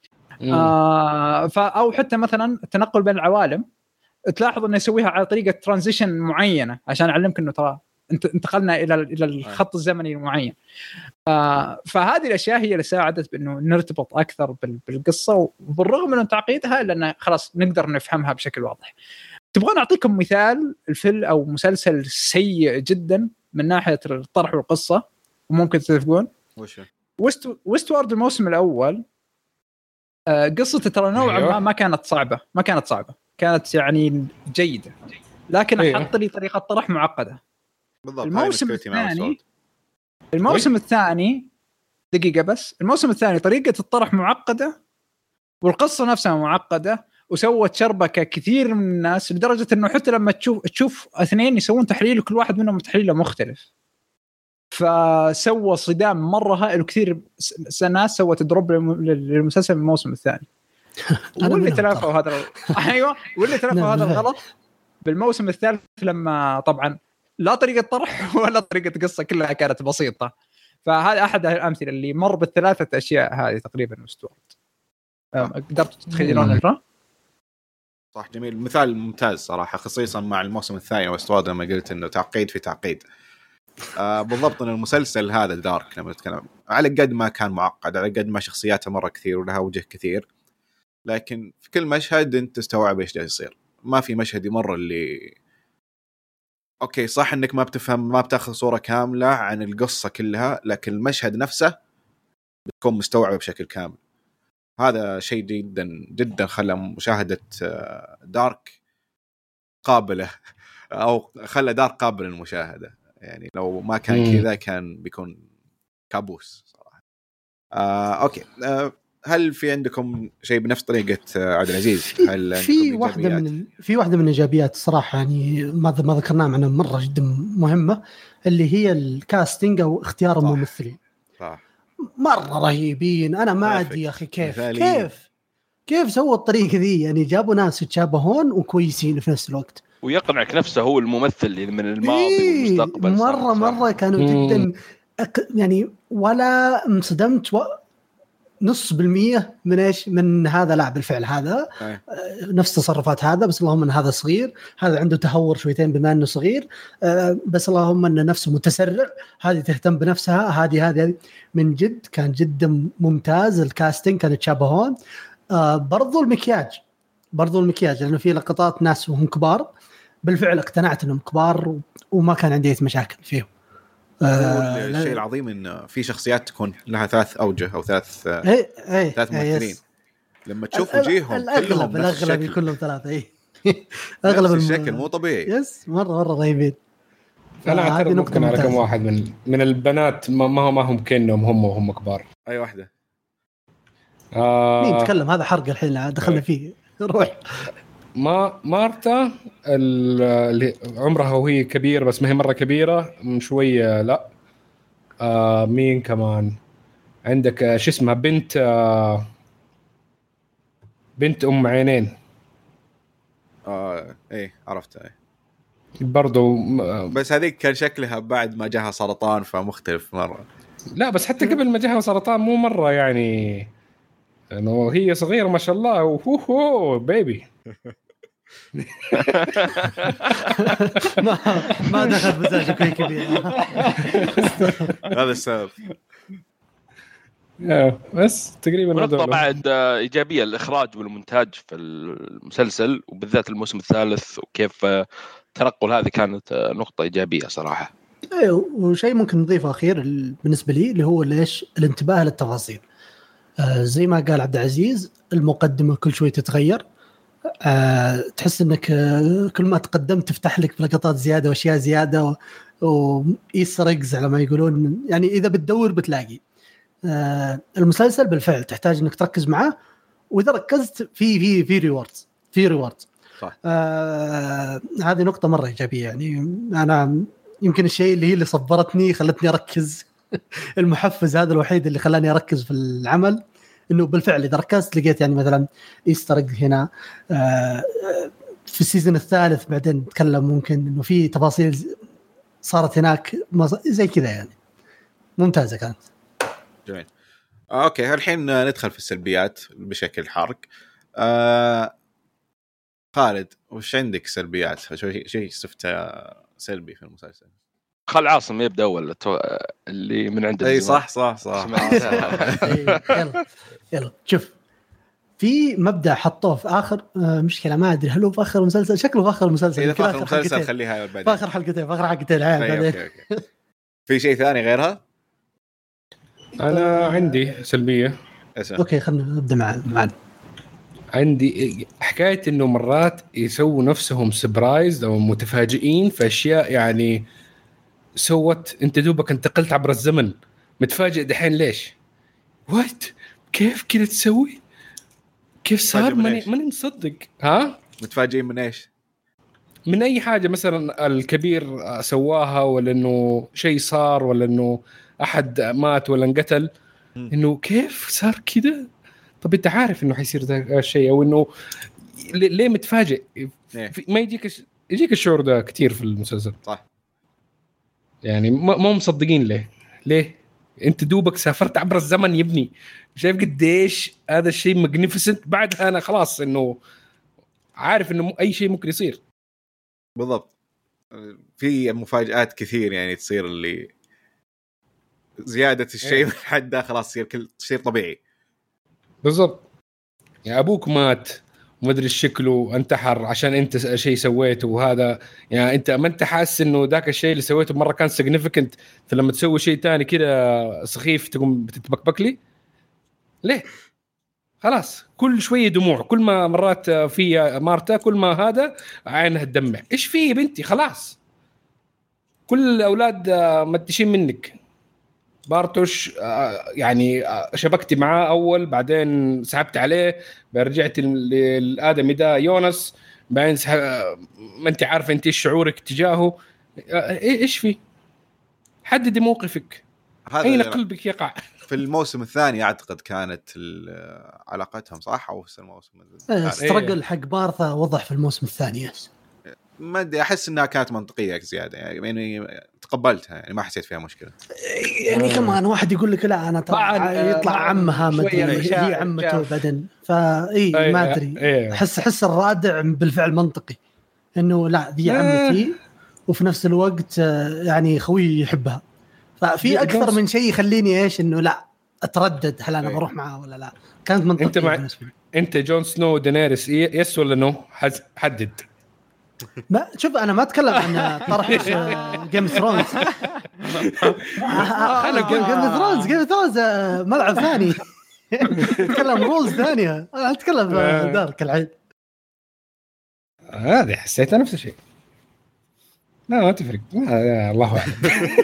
آه ف او حتى مثلا التنقل بين العوالم تلاحظ انه يسويها على طريقه ترانزيشن معينه عشان يعلمك انه ترى انت انتقلنا الى الى الخط الزمني المعين. آه فهذه الاشياء هي اللي ساعدت بانه نرتبط اكثر بالقصه، وبالرغم من تعقيدها لان خلاص نقدر نفهمها بشكل واضح. تبغون اعطيكم مثال الفيلم او مسلسل سيء جدا من ناحيه الطرح والقصه وممكن تتفقون؟ وش ويست ويست وورد الموسم الاول. آه قصته ترى نوعا ما ما كانت صعبه ما كانت صعبه كانت يعني جيده، لكن احط لي طريقه طرح معقده. بالضبط. الموسم الثاني الموسم الثاني دقيقة بس الموسم الثاني طريقة الطرح معقدة والقصة نفسها معقدة، وسوت شربكة كثير من الناس لدرجة انه حتى لما تشوف تشوف اثنين يسوون تحليل وكل واحد منهم تحليله مختلف، فسوى صدام مرة هائل وكثير ناس سوت دروب للمسلسل من الموسم الثاني. واللي تلافوا هذا ايوه واللي تلافوا هذا الغلط بالموسم الثالث لما طبعا لا طريقة طرح ولا طريقة قصة كلها كانت بسيطة. فهذا أحد الأمثلة اللي مر بالثلاثة أشياء هذه تقريبا مستوى. قدرت تتخيلون الفرق؟ صح جميل، مثال ممتاز صراحة، خصيصا مع الموسم الثاني واستواد لما قلت إنه تعقيد في تعقيد. آه بالضبط. إن المسلسل هذا دارك لما نتكلم على قد ما كان معقد، على قد ما شخصياته مرة كثير ولها وجه كثير، لكن في كل مشهد أنت تستوعب إيش جاي يصير. ما في مشهد يمر اللي اوكي صح انك ما بتفهم ما بتاخذ صورة كاملة عن القصة كلها، لكن المشهد نفسه بتكون مستوعب بشكل كامل. هذا شيء جدا جدا خلى مشاهدة دارك قابلة او خلى دارك قابل للمشاهدة. يعني لو ما كان كذا كان بيكون كابوس صراحة. آه، اوكي آه، هل في عندكم شيء بنفس طريقة عبد العزيز؟ هل في واحدة من في واحدة من الإيجابيات صراحة يعني ما ما ذكرناها معنا مرة جدا مهمة، اللي هي الكاستينج أو اختيار الممثلين. صح. مرة رهيبين. أنا ما أدري يا أخي كيف مثالي. كيف كيف سووا الطريقة ذي؟ يعني جابوا ناس يتشابهون وكويسين في نفس الوقت، ويقنعك نفسه هو الممثل من الماضي إيه والمستقبل. مرة صح. مرة كانوا مم. جدا يعني ولا انصدمت و... نص بالمية من إيش من هذا لاعب الفعل هذا أي. نفس تصرفات هذا، بس اللهم أن هذا صغير، هذا عنده تهور شويتين بما أنه صغير، بس اللهم أن نفسه متسرع، هذه تهتم بنفسها، هذه هذه من جد كان جدا ممتاز. الكاستينج كان يتشابهون. برضو المكياج برضو المكياج لأنه في لقطات ناس وهم كبار بالفعل اقتنعت أنهم كبار وما كان عندي مشاكل فيهم. آه الشيء العظيم إن في شخصيات تكون لها ثلاث أوجه أو ثلاث ايه ايه ثلاث ممثلين. لما تشوف وجيههم الأغلب الأغلب كلهم ثلاثة ايه أغلب الشكل مو طبيعي. يس مرة مرة رهيبين. أنا أعتقد ممكن على كم واحد من من البنات ما ما ما هم كأنهم هم وهم كبار. أي واحدة آه مين تكلم؟ هذا حرق الحين دخلنا فيه. روح. ما مارتا اللي عمرها وهي كبيرة بس ما هي مرة كبيرة من شوية. لا آه مين كمان عندك؟ آه شو اسمها بنت آه بنت أم عينين. آه إيه عرفتها إيه. برضو آه بس هذيك كان شكلها بعد ما جاها سرطان فمختلف مرة. لا بس حتى قبل ما جاها سرطان مو مره يعني انه هي صغيره ما شاء الله وهو بيبي. ما ما دخل مزاجك هيك كبير. هذا السبب. بس تقريبا نقطة بعد إيجابية الإخراج والمونتاج في المسلسل وبالذات الموسم الثالث وكيف تنقل هذه كانت نقطة إيجابية صراحة. ايوه وشيء ممكن نضيفه أخير بالنسبة لي اللي هو ليش الانتباه للتفاصيل. آه زي ما قال عبد العزيز المقدمة كل شوي تتغير. آه تحس انك آه كل ما تقدمت تفتح لك لقطات زيادة واشياء زيادة وإيستر على ما يقولون. يعني إذا بتدور بتلاقي. آه المسلسل بالفعل تحتاج انك تركز معه واذا ركزت في في في ريوردز في ريوردز صح. آه هذه نقطه مره ايجابيه. يعني انا يمكن الشيء اللي هي اللي صبرتني خلتني اركز المحفز هذا الوحيد اللي خلاني اركز في العمل انه بالفعل اذا ركزت لقيت يعني مثلا ايستر هنا آه في السيزون الثالث بعدين نتكلم ممكن انه في تفاصيل صارت هناك زي كذا. يعني ممتازه كانت. جميل. اوكي الحين ندخل في السلبيات بشكل حرق. آه... خالد وش عندك سلبيات شيء شيء شفته سلبي في المسلسل؟ خل عاصم يبدا اول اللي من عند اي صح صح صح يلا يلا شوف في مبدا حطوه في اخر مشكله ما ادري هل هو في اخر مسلسل شكله في اخر مسلسل اذا في اخر مسلسل خليها بعدين في اخر حلقتين في اخر حلقتين بعدين. في شيء ثاني غيرها؟ أنا عندي سلبية. أوكي خلنا نبدأ مع معنا. عندي حكاية إنه مرات يسووا نفسهم سبرايز أو متفاجئين في أشياء يعني سوت أنت دوبك انتقلت عبر الزمن متفاجئ دحين ليش؟ وات كيف كده تسوي؟ كيف صار ماني ماني مصدق. ها؟ متفاجئين من إيش؟ من أي حاجة مثلا الكبير سواها ولا إنه شيء صار ولا إنه أحد مات ولا انقتل إنه كيف صار كده. طب أنت عارف إنه حيصير ذا الشيء أو إنه ليه متفاجئ ما يجيك يجيك الشعور ده كتير في المسلسل صح. يعني ما مصدقين ليه ليه أنت دوبك سافرت عبر الزمن يا ابني شايف قديش هذا الشيء ماجنيفيسنت بعد أنا خلاص إنه عارف إنه أي شيء ممكن يصير. بالضبط في مفاجآت كثير يعني تصير اللي زيادة الشيء من حده خلاص يصير كل شيء طبيعي. بالضبط. يعني أبوك مات وما أدري شكله انتحر عشان أنت شيء سويته وهذا يعني أنت ما أنت حاسس إنه ذاك الشيء اللي سويته مرة كان significant فلما تسوي شيء تاني كده سخيف تقوم بتتبكبك لي ليه؟ خلاص كل شوية دموع كل ما مرات في مارتا كل ما هذا عينها تدمع إيش فيه بنتي خلاص كل الأولاد متشين منك. بارتوش يعني شبكتي معاه أول بعدين سحبت عليه برجعت للآدمي ده يونس بعدين سحب... ما أنت عارفة أنت إيش شعورك تجاهه إيش فيه حددي موقفك أين قلبك يقع. في الموسم الثاني أعتقد كانت علاقتهم صح أو في الموسم استرجل حق بارثا وضح في الموسم الثاني يس. ما أدري أحس إنها كانت منطقية زيادة يعني تقبلتها يعني ما حسيت فيها مشكلة. يعني كمان واحد يقول لك لا أنا طبعا يطلع عمها مدري هي عمته بعدين فإيه ما أدري حس حس الرادع بالفعل منطقي إنه لا ذي عمتي وفي نفس الوقت يعني خوي يحبها ففي أكثر من شيء يخليني إيش إنه لا أتردد هل أنا بروح معها ولا لا. كانت منطقية. أنت مع... أنت جون سنو دينيريس يس ولا نو حدد. ما شوف انا ما اتكلم عن طرح جيم ثرونز. انا جيم ثرونز جيم ثرونز ملعب ثاني. اتكلم رولز ثانيه انا اتكلم دارك العيد هذه حسيتها نفس الشيء. لا ما تفرق الله اعلم.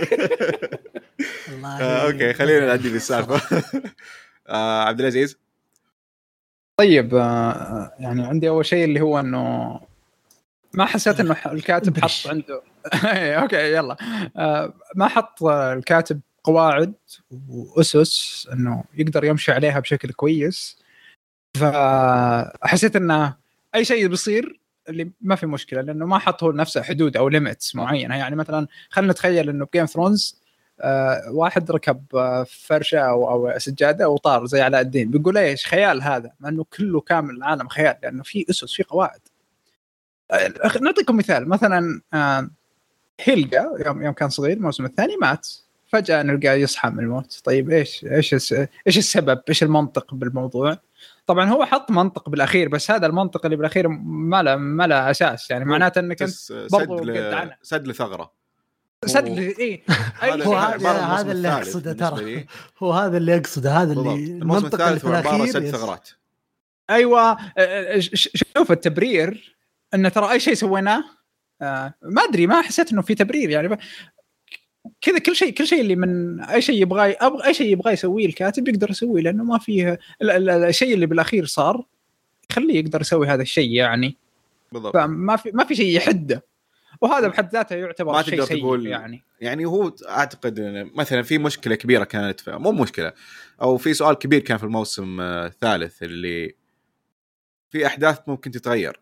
اوكي خلينا نعدي بالسالفه. عبد العزيز. طيب يعني عندي اول شيء اللي هو انه ما حسيت انه الكاتب حط عنده اوكي يلا ما حط الكاتب قواعد واسس انه يقدر يمشي عليها بشكل كويس. فحسيت انه اي شيء بيصير اللي ما في مشكله لانه ما حطوا لنفسه حدود او ليميتس معينه. يعني مثلا خلينا نتخيل انه بجيم ثرونز آه واحد ركب آه فرشة أو أو سجادة وطار زي علاء الدين، بيقول إيش خيال هذا، مع إنه كله كامل العالم خيال لأنه في أسس في قواعد. آه نعطيكم مثال، مثلا آه هيلجا يوم يوم كان صغير الموسم الثاني مات، فجأة نلقاه يصحى من الموت. طيب إيش إيش إيش السبب؟ إيش المنطق بالموضوع؟ طبعا هو حط منطق بالأخير، بس هذا المنطق اللي بالأخير ما له ما له أساس، يعني معناته إنك أنت برضو ل... سد لثغرة سد ل... إيه هو هذا اللي يقصده ترى، هو هذا اللي يقصده، هذا اللي المنطق اللي في الأخير سد ثغرات. أيوة شوف التبرير إن ترى أي شيء سويناه آه ما أدري، ما حسيت إنه في تبرير يعني كذا، كل شيء كل شيء اللي من أي شيء يبغى أبغى أي شيء يبغى يسويه الكاتب يقدر يسويه، لأنه ما فيه الشيء اللي بالأخير صار يخليه يقدر يسوي هذا الشيء يعني بالضبط. فما في ما في شيء يحده، وهذا بحد ذاته يعتبر شيء سيء يعني. يعني هو أعتقد إن مثلا في مشكلة كبيرة كانت، مو مشكلة أو في سؤال كبير كان في الموسم الثالث اللي في أحداث ممكن تتغير.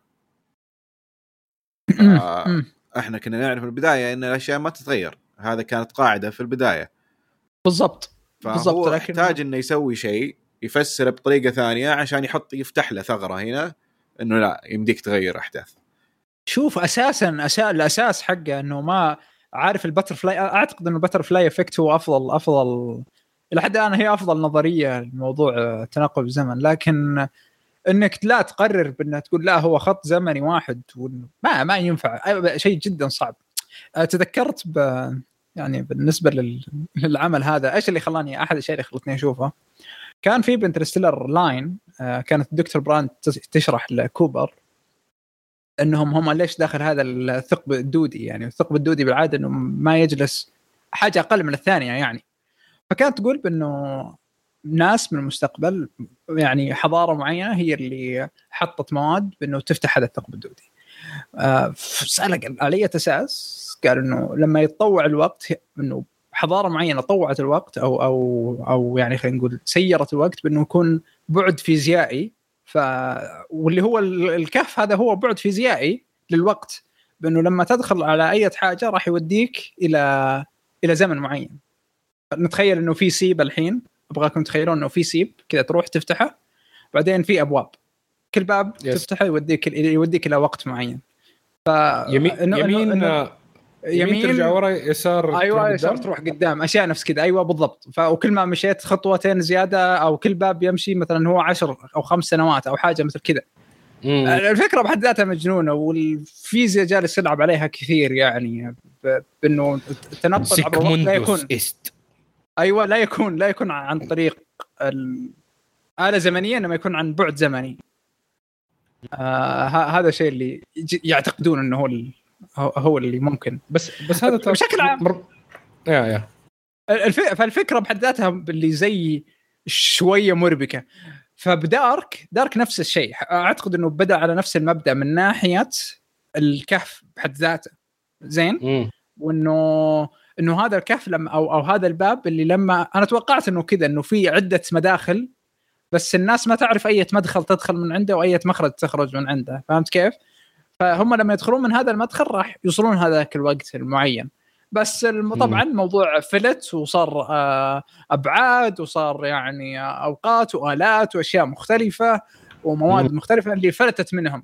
آه احنا كنا نعرف في البداية إن الأشياء ما تتغير، هذا كانت قاعدة في البداية بالضبط. فهو يحتاج إنه يسوي شيء يفسر بطريقة ثانية عشان يحط يفتح له ثغرة هنا إنه لا يمديك تغير أحداث. شوف أساساً أساس الأساس حقه إنه ما عارف البترفلاي، أعتقد إنه البترفلاي إفكت هو أفضل أفضل إلى حد الآن هي أفضل نظرية لموضوع تنقل الزمن، لكن إنك لا تقرر بأنها تقول لا هو خط زمني واحد ما ما ينفع، شيء جدا صعب. تذكرت ب يعني بالنسبة للعمل هذا إيش اللي خلاني أحد الشيء اللي خلتني أشوفه، كان في بانترستيلر لاين كانت دكتور براند تشرح لكوبر انهم هم ليش داخل هذا الثقب الدودي، يعني الثقب الدودي بالعاده انه ما يجلس حاجه اقل من الثانيه يعني. فكانت تقول بانه ناس من المستقبل يعني حضاره معينه هي اللي حطت مواد بانه تفتح هذا الثقب الدودي. آه سألك على اي اساس؟ قال انه لما يتطوع الوقت انه حضاره معينه طوعت الوقت او او او يعني خلينا نقول سيرت الوقت بانه يكون بعد فيزيائي، ف واللي هو الكهف هذا هو بعد فيزيائي للوقت، بانه لما تدخل على اي حاجه راح يوديك الى الى زمن معين. نتخيل انه في سيب الحين، ابغاكم تتخيلون انه في سيب كذا تروح تفتحه، بعدين في ابواب كل باب yes. تفتحه يوديك يوديك الى وقت معين. ف يمين إنه يمين إنه يمين ترجع ورا، يسار ايوه يسار تروح قدام، اشياء نفس كذا. ايوه بالضبط. فوكل ما مشيت خطوتين زياده او كل باب يمشي مثلا هو عشر او خمس سنوات او حاجه مثل كذا. الفكره بحد ذاتها مجنونه، والفيزياء جالس يلعب عليها كثير يعني، بانه التنقل عبر الوقت لا يكون است. ايوه لا يكون لا يكون عن طريق الآلة زمنيه، انما يكون عن بعد زمني. آه هذا الشيء اللي يعتقدون انه هو هو اللي ممكن. بس بس هذا بشكل عام مر... يا يا الف... فالفكره بحد ذاتها اللي زي شويه مربكه. فبدارك دارك نفس الشيء، اعتقد انه بدا على نفس المبدا من ناحيه الكهف بحد ذاته زين م. وانه انه هذا الكهف لما او او هذا الباب اللي لما انا توقعت انه كذا انه في عده مداخل، بس الناس ما تعرف اي مدخل تدخل من عنده واي مخرج تخرج من عنده، فهمت كيف؟ فهم لما يدخلون من هذا المدخل راح يوصلون هذاك الوقت المعين. بس طبعا الموضوع فلت وصار ابعاد وصار يعني اوقات والات واشياء مختلفه ومواد مم. مختلفه اللي فلتت منهم.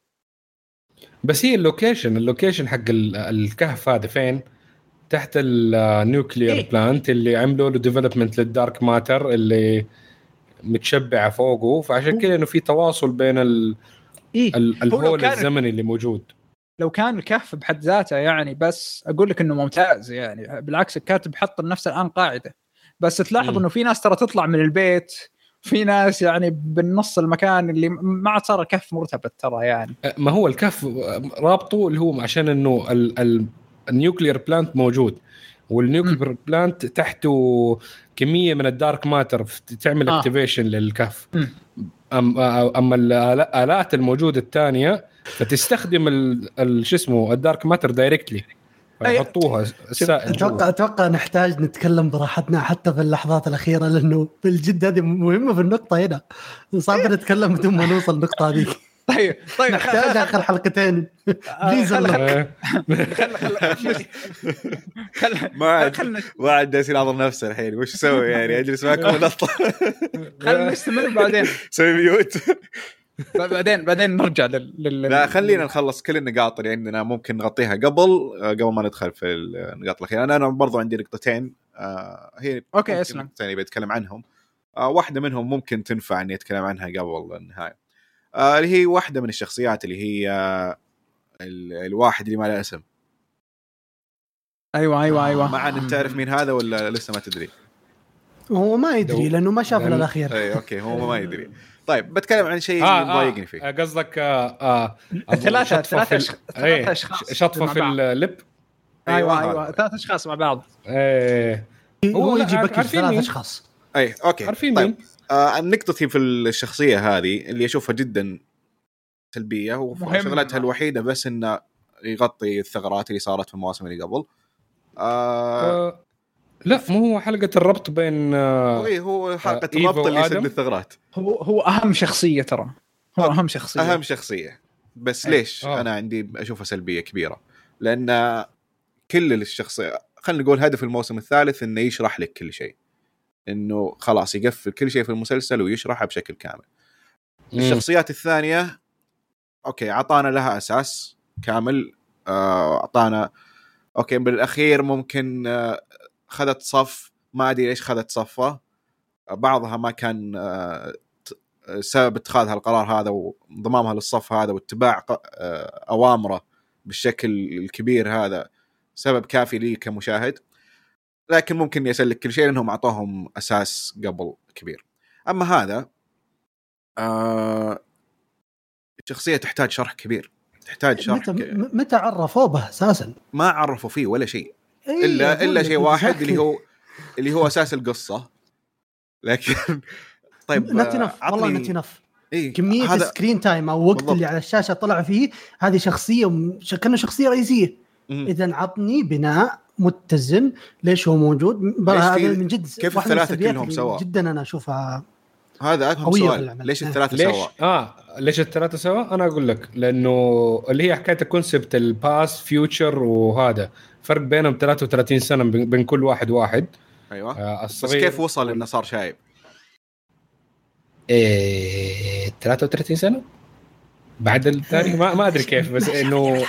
بس هي اللوكيشن اللوكيشن حق الكهف هذا فين؟ تحت النيوكليير إيه؟ بلانت اللي عملوا له ديفلوبمنت للدارك ماتر اللي متشبعه فوقه، فعشان كذا انه في تواصل بين ال إيه؟ الهول الزمني اللي موجود. لو كان الكهف بحد ذاته يعني بس أقول لك إنه ممتاز يعني، بالعكس الكاتب حط لنفسه الآن قاعدة. بس تلاحظ م. إنه في ناس ترى تطلع من البيت، في ناس يعني بالنص المكان اللي ما عاد صار الكهف مرتبط ترى يعني. ما هو الكهف رابطه اللي هو عشان إنه ال ال النيوكليير بلانت موجود، والنيوكليير بلانت تحته كمية من الدارك ماتر تعمل آه. اكتيفيشن للكهف. م. أما الآلات الموجودة الثانية فتستخدم ال شو اسمه الدارك ماتر دايركتلي، يحطوها السائل. اتوقع اتوقع نحتاج نتكلم براحتنا حتى في اللحظات الأخيرة، لأنه بالجد هذه مهمة في النقطة هنا، صعب نتكلم بدون ما نوصل النقطة هذه. طيب طيب نحتاج اخر حلقتين بليز خل ما عاد ما عاد يصير ناظر نفسه الحين وش اسوي يعني اجلس معكم ونطلع خلينا نستمر بعدين سوي ميوت بعدين بعدين نرجع لل لا خلينا نخلص كل النقاط اللي عندنا ممكن نغطيها قبل قبل ما ندخل في النقاط الأخيرة. أنا أنا برضو عندي نقطتين آه هي أوكي اسلم ثاني بتكلم عنهم. آه واحدة منهم ممكن تنفع إني أتكلم عنها قبل النهاية آه اللي هي واحدة من الشخصيات اللي هي آه ال... الواحد اللي ما له اسم. أيوة أيوة أيوة ما عاد تعرف مين هذا ولا لسه ما تدري؟ هو ما يدري لأنه ما شاف لأن... الأخير. أي أوكي هو ما يدري. طيب بتكلم عن شيء آه مضايقني آه فيه. قصدك آه آه ثلاثة ثلاثة ثلاثة أشخاص شطفة في اللب. أيوة أيوة ثلاثة أشخاص مع بعض. إيه هو يجي بكي ثلاثة أشخاص. أي أوكي. عارفين طيب. مين؟ آه نقطتي في الشخصية هذه اللي أشوفها جدا سلبية وشغلتها الوحيدة بس إنه يغطي الثغرات اللي صارت في المواسم اللي قبل. آه آه لا مو هو حلقة الربط بين آه هو حلقة آه الربط اللي يسد الثغرات. هو هو أهم شخصية ترى. هو أهم شخصية. أهم شخصية. بس ليش أوه. أنا عندي أشوفها سلبية كبيرة لأن كل الشخصية خلينا نقول هدف الموسم الثالث إنه يشرح لك كل شيء. إنه خلاص يقفل كل شيء في المسلسل ويشرحه بشكل كامل. مم. الشخصيات الثانية أوكي عطانا لها أساس كامل. أعطانا أوكي بالأخير ممكن آه خذت صف ما أدري ليش خذت صفة. بعضها ما كان آه سبب اتخاذها القرار هذا وانضمامها للصف هذا واتباع آه أوامره بالشكل الكبير هذا سبب كافي لي كمشاهد. لكن ممكن يسلك كل شيء لأنهم أعطوهم أساس قبل كبير. أما هذا آه الشخصية تحتاج شرح كبير. تحتاج شرح متى, ك... متى عرفوه به أساسا؟ ما عرفوا فيه ولا شيء إيه إلا إلا شيء واحد اللي هو اللي هو أساس القصة. لكن طيب نتنف والله نتنف إيه؟ كمية هذا... سكرين تايم أو وقت بالضبط. اللي على الشاشة طلع فيه هذه شخصية كأنه شخصية رئيسية. إذا عطني بناء متزن ليش هو موجود هذا من جد. كيف الثلاثة كلهم سوا جدا أنا أشوفها هذا أهم سؤال. ليش الثلاثة ليش؟ سوا آه ليش الثلاثة سوا؟ أنا أقول لك لأنه اللي هي حكاية الكونسبت الباس فيوتشر وهذا فرق بينهم ثلاثة وثلاثين سنة بين كل واحد واحد. أيوة آه بس كيف وصل إنه صار شايب؟ إيه ثلاثة وثلاثين سنة بعد التاريخ ما ما أدري كيف بس إنه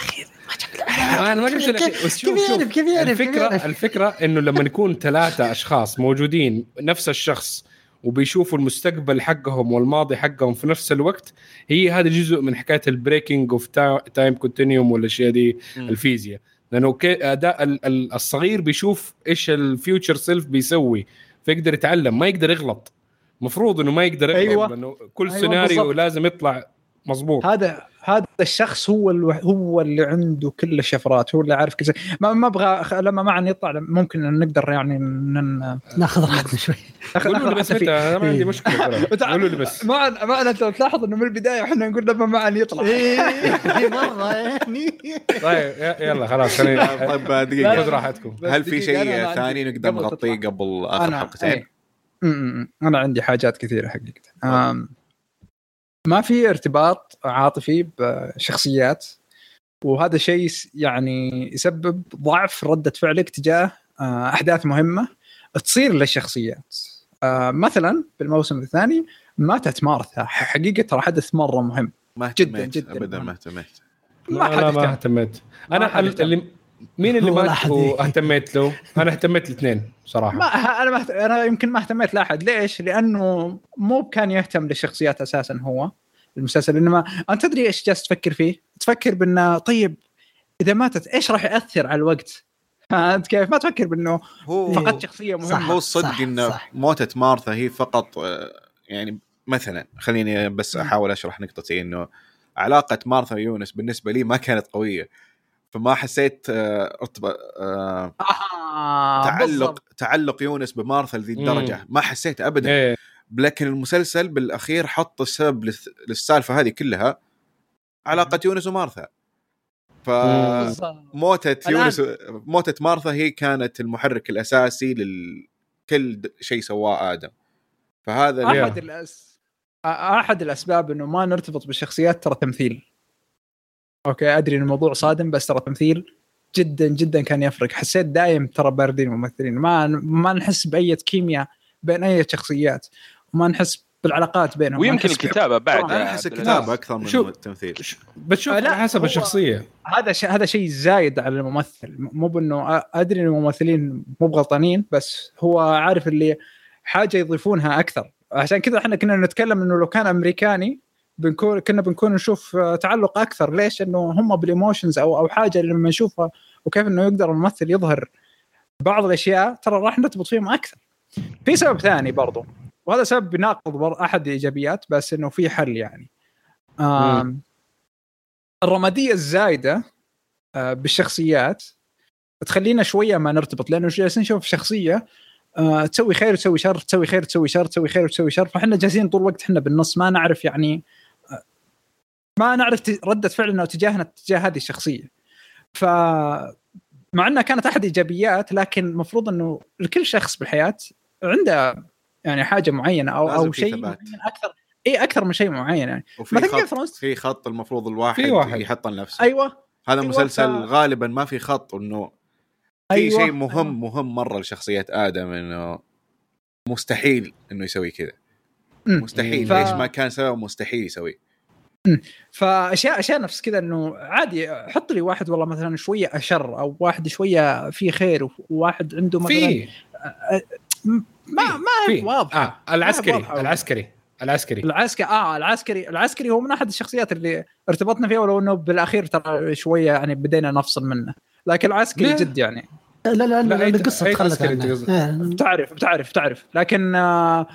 أنا ما قلت لك شوف شوف الفكرة الفكرة إنه لما يكون ثلاثة أشخاص موجودين نفس الشخص وبيشوفوا المستقبل حقهم والماضي حقهم في نفس الوقت هي هذا جزء من حكاية البريكنج اوف تايم كونتينيوم والاشياء دي الفيزياء. لأنه أداء الصغير بيشوف إيش الفيوتشر سيلف بيسوي فيقدر يتعلم ما يقدر يغلط. مفروض إنه ما يقدر يغلط أيوة. لأنه كل أيوة سيناريو بالضبط. لازم يطلع مظبوط. هذا هذا الشخص هو الو... هو اللي عنده كل الشفرات هو اللي عارف كذا. ما ما ابغى لما معنا يطلع ممكن نقدر يعني نن... ناخذ راحتنا شوي. قولوا لي بس انا ما عندي مشكله قولوا لي بس ما ما انت تلاحظ انه من البدايه احنا نقول لما معنا يطلع ايه مره يعني. طيب يلا خلاص خلينا طيب دقيقه خذ راحتكم. هل في شيء ثاني نقدر نغطيه قبل اخر حلقتين؟ انا عندي حاجات كثيره حقيقه. ما في ارتباط عاطفي بشخصيات وهذا شيء يعني يسبب ضعف ردة فعلك تجاه أحداث مهمة تصير للشخصيات. مثلا بالموسم الثاني ماتت مارثا حقيقة ترى حدث مرة مهم جدا جدا أبدا ما اهتميت ما ما اهتميت أنا اللي مين اللي ما اهتميت له أنا اهتميت الاثنين صراحة. ما أنا ما أنا يمكن ما اهتميت لأحد. ليش؟ لأنه مو كان يهتم للشخصيات أساسا هو المسلسل. إنما أنت تدري إيش جالس تفكر فيه؟ تفكر بأنه طيب إذا ماتت إيش راح يأثر على الوقت؟ أنت كيف ما تفكر بأنه فقط شخصية مهمة. هو صدق إن موتة مارثا هي فقط يعني مثلا خليني بس أحاول أشرح نقطتي إنه علاقة مارثا ويونس بالنسبة لي ما كانت قوية فما حسيت ارتباط آه آه تعلق بالضبط. تعلق يونس بمارثا لذي الدرجة ما حسيت أبدا إيه. لكن المسلسل بالأخير حط السبب للسالفة هذه كلها علاقة يونس ومارثا. فموتة يونس موتة مارثا هي كانت المحرك الأساسي لكل شيء سواه آدم. فهذا أحد الأس احد الاسباب انه ما نرتبط بالشخصيات ترى تمثيل. اوكي ادري ان الموضوع صادم بس ترى تمثيل جدا جدا كان يفرق. حسيت دايم ترى باردين الممثلين، ما ما نحس باي كيمياء بين اي شخصيات، وما نحس بالعلاقات بينهم. ويمكن الكتابه بعد انا احس الكتابه اكثر من التمثيل. بتشوف على حسب الشخصيه. هذا شيء هذا شيء زايد على الممثل، مو بانه ادري ان الممثلين مو غلطانين، بس هو عارف اللي حاجه يضيفونها اكثر. عشان كذا احنا كنا نتكلم انه لو كان امريكاني بنكون كنا بنكون نشوف تعلق اكثر. ليش؟ انه هم بالايموشنز او او حاجه اللي لما نشوفها وكيف انه يقدر الممثل يظهر بعض الاشياء ترى راح نرتبط فيهم اكثر. في سبب ثاني برضو، وهذا سبب بيناقض احد الايجابيات بس انه في حل يعني. الرماديه الزايده بالشخصيات تخلينا شويه ما نرتبط، لانه جالسين نشوف شخصيه أه تسوي خير وتسوي شر، تسوي خير وتسوي شر، تسوي خير وتسوي شر، فاحنا جالسين طول الوقت احنا بالنص ما نعرف يعني أه ما نعرف ردة فعلنا وتجاهنا تجاه هذه الشخصيه. ف مع انها كانت احد ايجابيات، لكن المفروض انه لكل شخص بالحياه عنده يعني حاجه معينه او او شيء اكثر، اي اكثر من شيء معين يعني. مثلا خط في خط المفروض الواحد يحطه لنفسه. ايوه هذا المسلسل أيوة. غالبا ما في خط انه في أيوة. شيء مهم أيوة. مهم مره لشخصيه ادم انه مستحيل انه يسوي كذا، مستحيل ف... ايش ما كان سوى مستحيل يسوي. فاشياء اشياء نفس كذا انه عادي حط لي واحد والله مثلا شويه اشر، او واحد شويه فيه خير، وواحد عنده مثلا في ما ما واضح. آه. العسكري العسكري العسكري العسكري اه العسكري العسكري هو من احد الشخصيات اللي ارتبطنا فيها، ولو انه بالاخير ترى شويه يعني بدينا نفصل منه، لكن العسكري لا. جد يعني لا لا لا القصه تخلت بتعرف بتعرف بتعرف لكن آه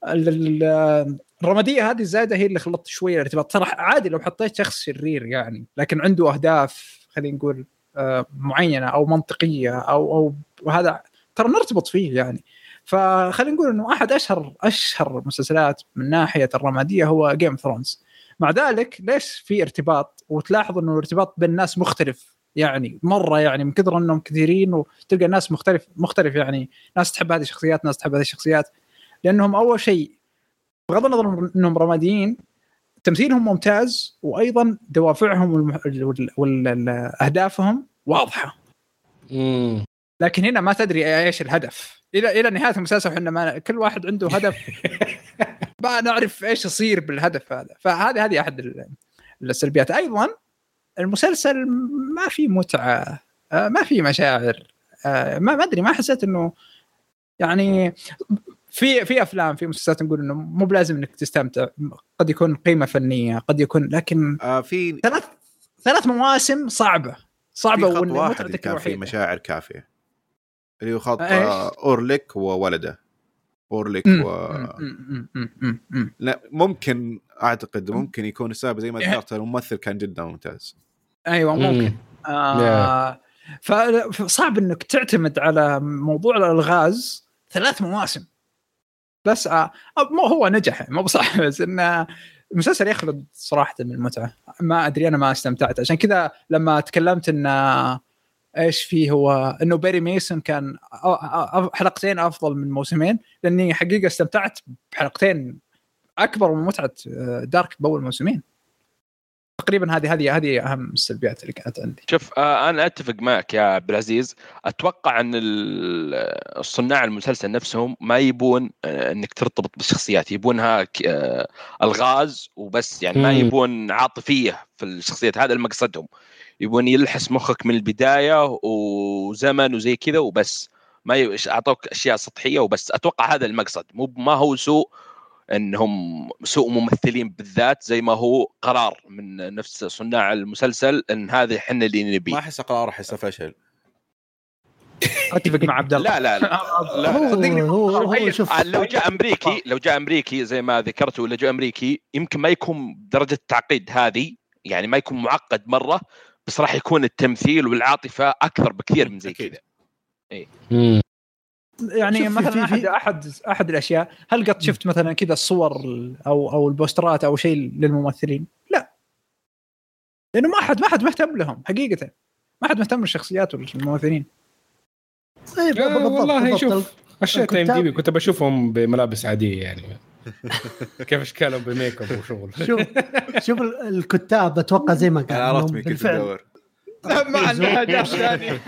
الرماديه هذه الزايده هي اللي خلطت شويه الارتباط. ترى عادي لو حطيت شخص شرير يعني، لكن عنده اهداف خلينا نقول آه معينه او منطقيه او او وهذا ترى نرتبط فيه يعني. فخلينا نقول انه احد اشهر اشهر المسلسلات من ناحيه الرماديه هو جيم اوف ثرونز. مع ذلك ليش في ارتباط؟ وتلاحظ انه الارتباط بين الناس مختلف يعني مره، يعني من كثر انهم كثيرين وتلقى الناس مختلف مختلف يعني ناس تحب هذه الشخصيات ناس تحب هذه الشخصيات، لانهم اول شيء بغض النظر انهم رماديين تمثيلهم ممتاز، وايضا دوافعهم والاهدافهم واضحه. امم لكن هنا ما تدري ايش الهدف الى الى نهايه المسلسل. احنا ما كل واحد عنده هدف ما نعرف ايش يصير بالهدف هذا. فهذه هذه احد السلبيات. ايضا المسلسل ما في متعه، ما في مشاعر، ما ما ادري ما حسيت انه يعني في في افلام في مسلسلات نقول انه مو بلازم انك تستمتع، قد يكون قيمه فنيه قد يكون، لكن آه في ثلاث ثلاث مواسم صعبه صعبه والمتعه كان في مشاعر كافيه اللي هو خط اورليك وولده اورليك و لا ممكن اعتقد ممكن يكون السبب زي ما ذكرت الممثل كان جدا ممتاز. ايوه ممكن آه فصعب انك تعتمد على موضوع الالغاز ثلاث مواسم بس. آه مو هو نجح مو بصح، بس ان المسلسل يخلد صراحه من المتعه. ما ادري انا ما استمتعت، عشان كذا لما تكلمت ان ايش فيه هو انه بيري ميسون كان حلقتين افضل من موسمين، لاني حقيقه استمتعت بحلقتين اكبر من متعه دارك باول موسمين تقريبا. هذه هذه هذه اهم السلبيات اللي كانت عندي. شوف آه انا اتفق معك يا عبد العزيز. اتوقع ان الصناع المسلسل نفسهم ما يبون آه انك ترتبط بالشخصيات، يبونها آه الغاز وبس يعني، ما يبون عاطفيه في الشخصيات. هذا المقصدهم، يبون يلحس مخك من البدايه وزمن وزي كذا وبس، ما اعطوك اشياء سطحيه وبس. اتوقع هذا المقصد، مو ما هو سوء انهم سوء ممثلين بالذات، زي ما هو قرار من نفس صناع المسلسل ان هذا احنا اللي نبي. ما احس قرار احس فشل. اتفق مع عبد الله. لا لا لا, لا. صدقني هو هو شوف لو جاء امريكي لو جاء امريكي زي ما ذكرت، ولا جاء امريكي يمكن ما يكون درجه التعقيد هذه يعني، ما يكون معقد مره، بس راح يكون التمثيل والعاطفه اكثر بكثير من زي كذا. اي يعني مثلا احد احد احد الاشياء، هل قد شفت مثلا كذا الصور او او البوسترات او شيء للممثلين؟ لا، لانه ما حد ما حد مهتم لهم حقيقه، ما حد مهتم بالشخصيات والممثلين. طيب والله شوف اشياء تايم دي بي كنت بشوفهم بملابس عاديه يعني، كيف اشكالهم بميك اب وشغل. شوف شوف الكتاب اتوقع زي ما قال عرفت من كيف تدور ما عندنا حاجات ثانيه.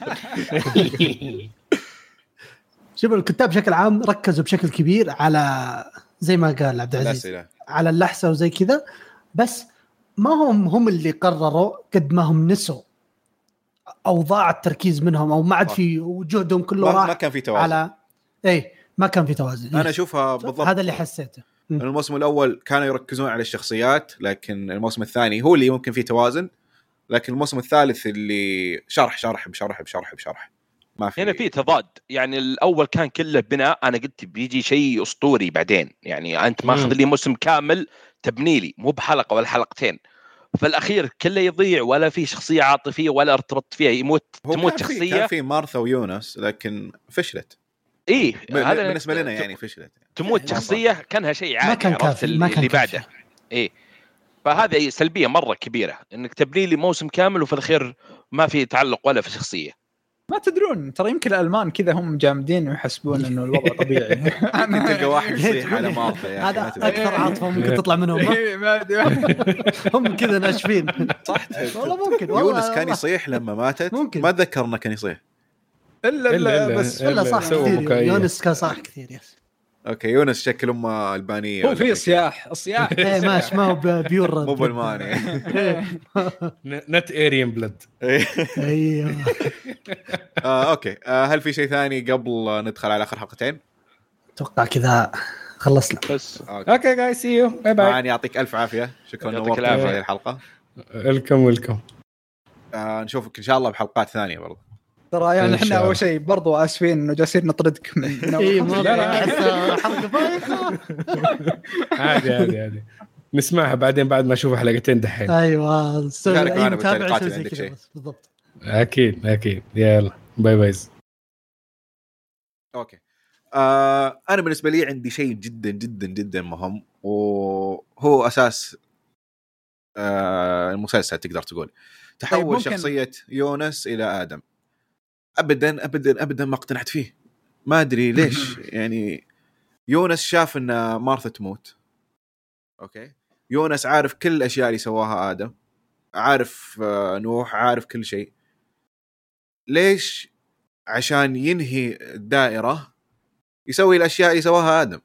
شوف الكتاب بشكل عام ركزوا بشكل كبير على زي ما قال عبد العزيز على اللحسه وزي كذا، بس ما هم هم اللي قرروا قد ما هم نسوا او ضاع التركيز منهم او ما عاد في وجودهم كله راح. ما كان في توازن على اي ما كان في توازن. انا اشوفها بالضبط هذا اللي حسيته. الموسم الاول كانوا يركزون على الشخصيات، لكن الموسم الثاني هو اللي ممكن فيه توازن، لكن الموسم الثالث اللي شرح شرح بشرح بشرح بشرح ما في. هنا في تضاد، يعني الاول كان كله بناء، انا قلت بيجي شيء اسطوري بعدين، يعني انت ماخذ لي موسم كامل تبني لي مو بحلقه ولا حلقتين، فالاخير كله يضيع ولا في شخصيه عاطفيه ولا ارتبط فيها، يموت تموت كان شخصيه. كان في مارثا ويونس لكن فشلت. ايه هذا بالنسبه لنا يعني فشلت، تموت شخصيه كانها شيء عادي، ما كان كافي اللي, اللي بعده. ايه فهذه سلبيه مره كبيره، انك تبني لي موسم كامل وفي الاخير ما في تعلق ولا في شخصيه. ما تدرون ترى يمكن الالمان كذا هم جامدين ويحسبون انه الوضع طبيعي. ممكن تلقى واحد يصيح على مارثا يعني هذا اكثر عاطفه ممكن تطلع منهم. هم كذا ناشفين صح والله. ممكن يونس كان يصيح لما ماتت، ما ذكرنا كان يصيح الا الا بس ولا صح كثير. يونس كان صح كثير. يس اوكي يونس شكل امه البانيه هو في صياح الصياح ايه ماشي ما هو بيور مو بالماني نت ايريان بلد. ايوه آه اوكي آه هل في شيء ثاني قبل ندخل على اخر حلقتين؟ اتوقع كذا خلصنا بس اوكي جايز سي يو باي باي. يعني يعطيك الف عافيه، شكرا نورت في هذه الحلقه. ويلكم ويلكم. آه نشوفك ان شاء الله بحلقات ثانيه برضه. ترى يعني احنا اول شيء برضو اسفين انه جالسين نطردك من اي مره حلقه بايخه. عادي عادي عادي نسمعها بعدين بعد ما اشوف حلقتين دحين. ايوه انا بالتعليقات عندك شيء بالضبط. اكيد اكيد يلا باي باي. اوكي آه انا بالنسبه لي عندي شيء جدا جدا جدا مهم، وهو اساس آه المسلسل تقدر تقول تحول طيب شخصيه يونس الى ادم. ابدا ابدا ابدا ما اقتنعت فيه، ما ادري ليش. يعني يونس شاف ان مارثا تموت، اوكي يونس عارف كل الاشياء اللي سواها ادم، عارف نوح، عارف كل شيء. ليش عشان ينهي الدائره يسوي الاشياء اللي سواها ادم؟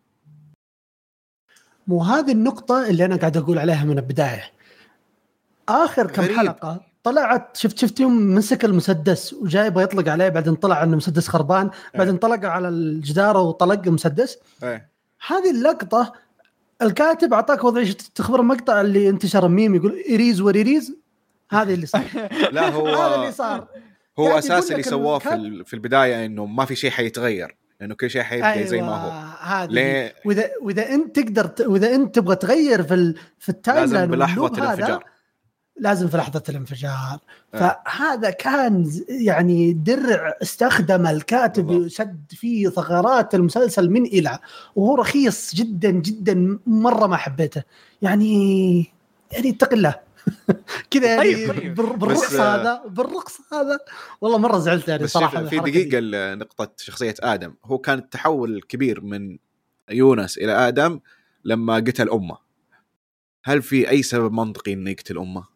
مو هذه النقطه اللي انا قاعد اقول عليها من البدايه. اخر كم غريب. حلقه طلعت شفت شفت يوم مسك المسدس وجاي يبغى يطلق عليه، بعدين طلع انه مسدس خربان، بعدين طلق على الجدار وطلق المسدس. أيه. هذه اللقطه الكاتب اعطاك وضع تخبر المقطع اللي انتشر ميم يقول إريز وريريز. هذه اللي صار. لا هو هذا اللي صار. هو اساس اللي سواه في في البدايه انه ما في شيء حيتغير، لانه كل شيء حيبقى أيوة زي ما هو. هذه واذا واذا انت تقدر واذا انت تبغى تغير في ال... في التايم لاين بلحظه الانفجار، لازم في لحظة الانفجار. فهذا كان يعني درع استخدم الكاتب يسد فيه ثغرات المسلسل من إلى، وهو رخيص جدا جدا مرة ما حبيته. يعني يعني اتق الله كذا يعني طيب. بالرقص هذا بالرقص هذا والله مرة زعلت يعني صراحة. في دقيقة نقطة شخصية آدم، هو كان التحول الكبير من يونس إلى آدم لما قتل أمه. هل في أي سبب منطقي إنه يقتل أمه؟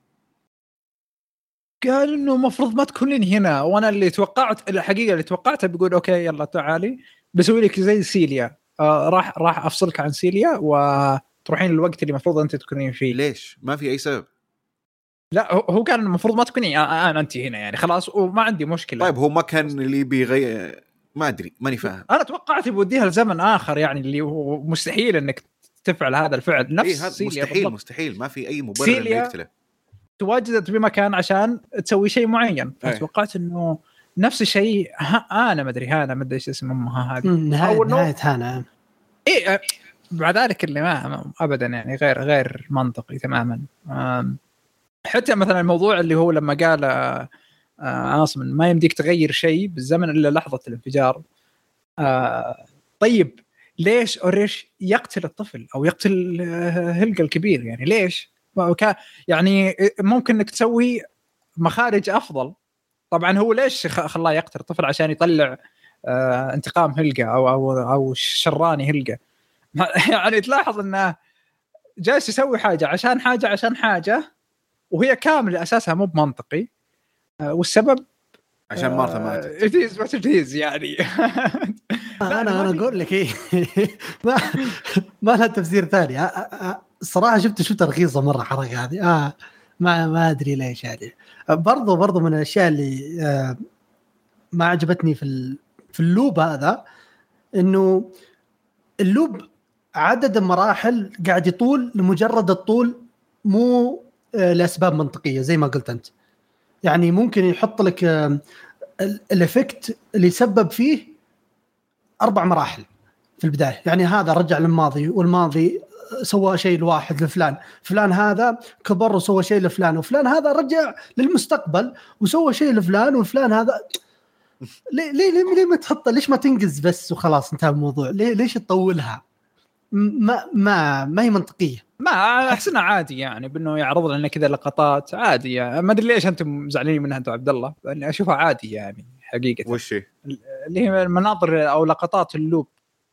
قال انه مفروض ما تكونين هنا، وانا اللي توقعت الحقيقه اللي توقعتها بيقول اوكي يلا تعالي بسوي لك زي سيليا، آه راح راح افصلك عن سيليا وتروحين الوقت اللي المفروض انت تكونين فيه. ليش ما في اي سبب؟ لا هو كان المفروض ما تكوني انا آه انت هنا يعني خلاص وما عندي مشكله. طيب هو ما كان اللي بيغير، ما ادري ماني فاهم. انا توقعت بوديها لزمن اخر يعني اللي هو مستحيل انك تفعل هذا الفعل نفس إيه سيليا مستحيل بالضبط. مستحيل ما في اي مبرر يقتله. تواجدت بمكان عشان تسوي شيء معين، فتوقعت انه نفس الشيء. انا ما ادري هانا ما ادري ايش اسم امها هذه نهايه نهايه هانا ايه بعد ذلك اللي ما ابدا يعني غير غير منطقي تماما. حتى مثلا الموضوع اللي هو لما قال عاصم ما يمديك تغير شيء بالزمن الا لحظه الانفجار. طيب ليش اوريش يقتل الطفل او يقتل هلقة الكبير؟ يعني ليش يعني ممكن انك تسوي مخارج افضل. طبعا هو ليش خلاه يقتل الطفل؟ عشان يطلع آه انتقام هلقة او او او شراني هلقة. يعني تلاحظ انه جالس يسوي حاجه عشان حاجه عشان حاجه وهي كامله اساسها مو بمنطقي، والسبب عشان مارثا ماتت. اتيز ما تجيز يعني. انا انا اقول لك ايه ما ما لها تفسير ثاني الصراحه. شفت شو ترخيصه مره حركه هذه اه ما ما ادري ليش يعني. برضو برضو من الاشياء اللي آه ما عجبتني في في اللوب هذا انه اللوب عدد المراحل قاعد يطول لمجرد الطول، مو آه لاسباب منطقيه زي ما قلت انت. يعني ممكن يحط لك آه الافكت اللي سبب فيه اربع مراحل في البدايه، يعني هذا رجع للماضي والماضي سوى شيء لواحد لفلان، فلان هذا كبر وسوى شيء لفلان، وفلان هذا رجع للمستقبل وسوى شيء لفلان، وفلان هذا ليه ليه ليه, ليه ما تحط، ليش ما تنجز بس وخلاص انتهى الموضوع؟ ليه ليش تطولها؟ ما ما ما هي منطقيه. ما احسنها عادي يعني بانه يعرض لنا كذا لقطات عادي يعني. ما ادري ليش انتم زعلانين منها انتم عبد الله، لاني اشوفها عادي يعني حقيقه. وش هي اللي هي المناظر او لقطات اللوب.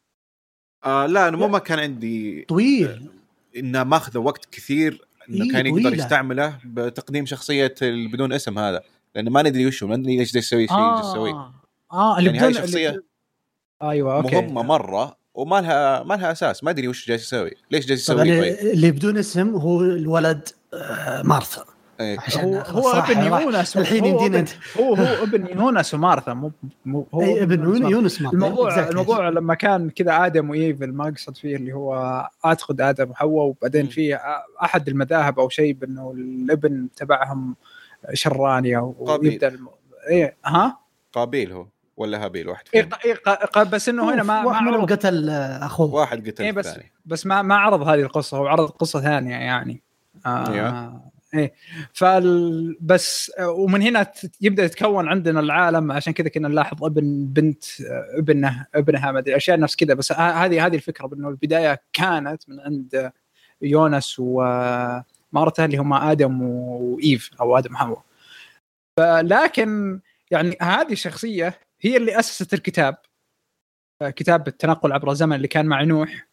آه لا انا مو ما كان عندي طويل انه ماخذ وقت كثير انه إيه كان يقدر طويلة. يستعمله بتقديم شخصيه بدون اسم هذا، لانه ما ندري وش هو، ما ندري ليش يسوي شيء آه. يسوي اه اللي يعني بدون هاي شخصيه اللي... ايوه اوكي مهمه مره وما لها ما لها اساس، ما ادري وش جالس يسوي، ليش جالس يسوي. طيب اللي بدون اسم هو الولد آه مارثا. أيه. هو هو ابن يونس الحين يمدينا هو هو ابن يونس ومارثا مو مو هو أي ابن يونس مارثا. الموضوع الموضوع لما كان كذا آدم وإيف ما قصد فيه اللي هو أعتقد آدم وحواء، وبعدين فيه أحد المذاهب أو شيء بأنه الابن تبعهم شراني أو يبدأ الم... إيه ها قابيل هو ولا هابيل واحد فيهم. إيه ق... بس إنه هنا ما واحد منهم قتل أخوه، واحد قتل إيه بس الثاني. بس ما ما عرض هذه القصة، هو عرض قصة ثانية يعني. آه ايه فال بس ومن هنا يبدا يتكون عندنا العالم. عشان كذا كنا نلاحظ ابن بنت ابنه ابنها ما ادري اشياء نفس كذا. بس هذه هذه الفكره بانه البدايه كانت من عند يونس ومارتا اللي هم ادم وايف او ادم وحواء. لكن يعني هذه الشخصيه هي اللي اسست الكتاب، كتاب التنقل عبر الزمن اللي كان مع نوح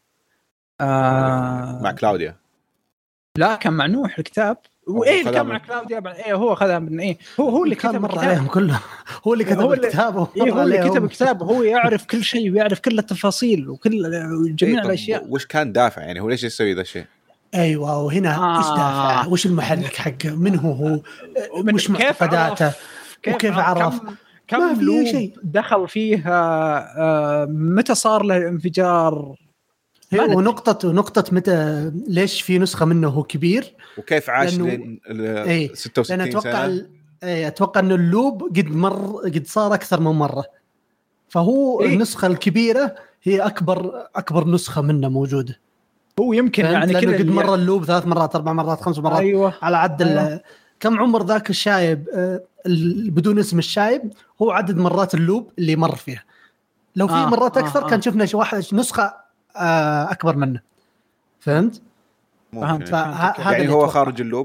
آه مع كلاوديا. لا كان مع نوح الكتاب، وايه اللي كان مع كلاوديا. ايه هو خذها من ايه هو هو اللي كتب مر عليهم كلهم، هو اللي كتب الكتاب. إيه هو اللي كتب الكتاب، هو يعرف كل شيء ويعرف كل التفاصيل وكل جميع إيه الاشياء. وش كان دافع يعني؟ هو ليش يسوي ذا الشيء؟ ايوه وهنا آه. ايش دافع؟ وش المحرك حقه؟ من هو هو وش معتقداته وكيف عرف؟ كم في شيء دخل فيها. متى صار له انفجار؟ ونقطة ونقطة متى ليش في نسخة منه هو كبير وكيف عاش لين ايه ستة وستين أنا أتوقع سنة. ايه اتوقع انه اللوب قد مر قد صار اكثر من مرة، فهو إيه؟ النسخة الكبيرة هي اكبر اكبر نسخة منه موجودة. هو يمكن يعني كذا قد مر اللوب ثلاث مرات اربع مرات خمس مرات. أيوة. على عد أيوة. كم عمر ذاك الشايب آه بدون اسم الشايب هو عدد مرات اللوب اللي مر فيها. لو في آه. مرات اكثر آه. كان شفنا شي واحد نسخة أكبر منه. فهمت؟ فهمت. فهذا يعني هو خارج اللوب.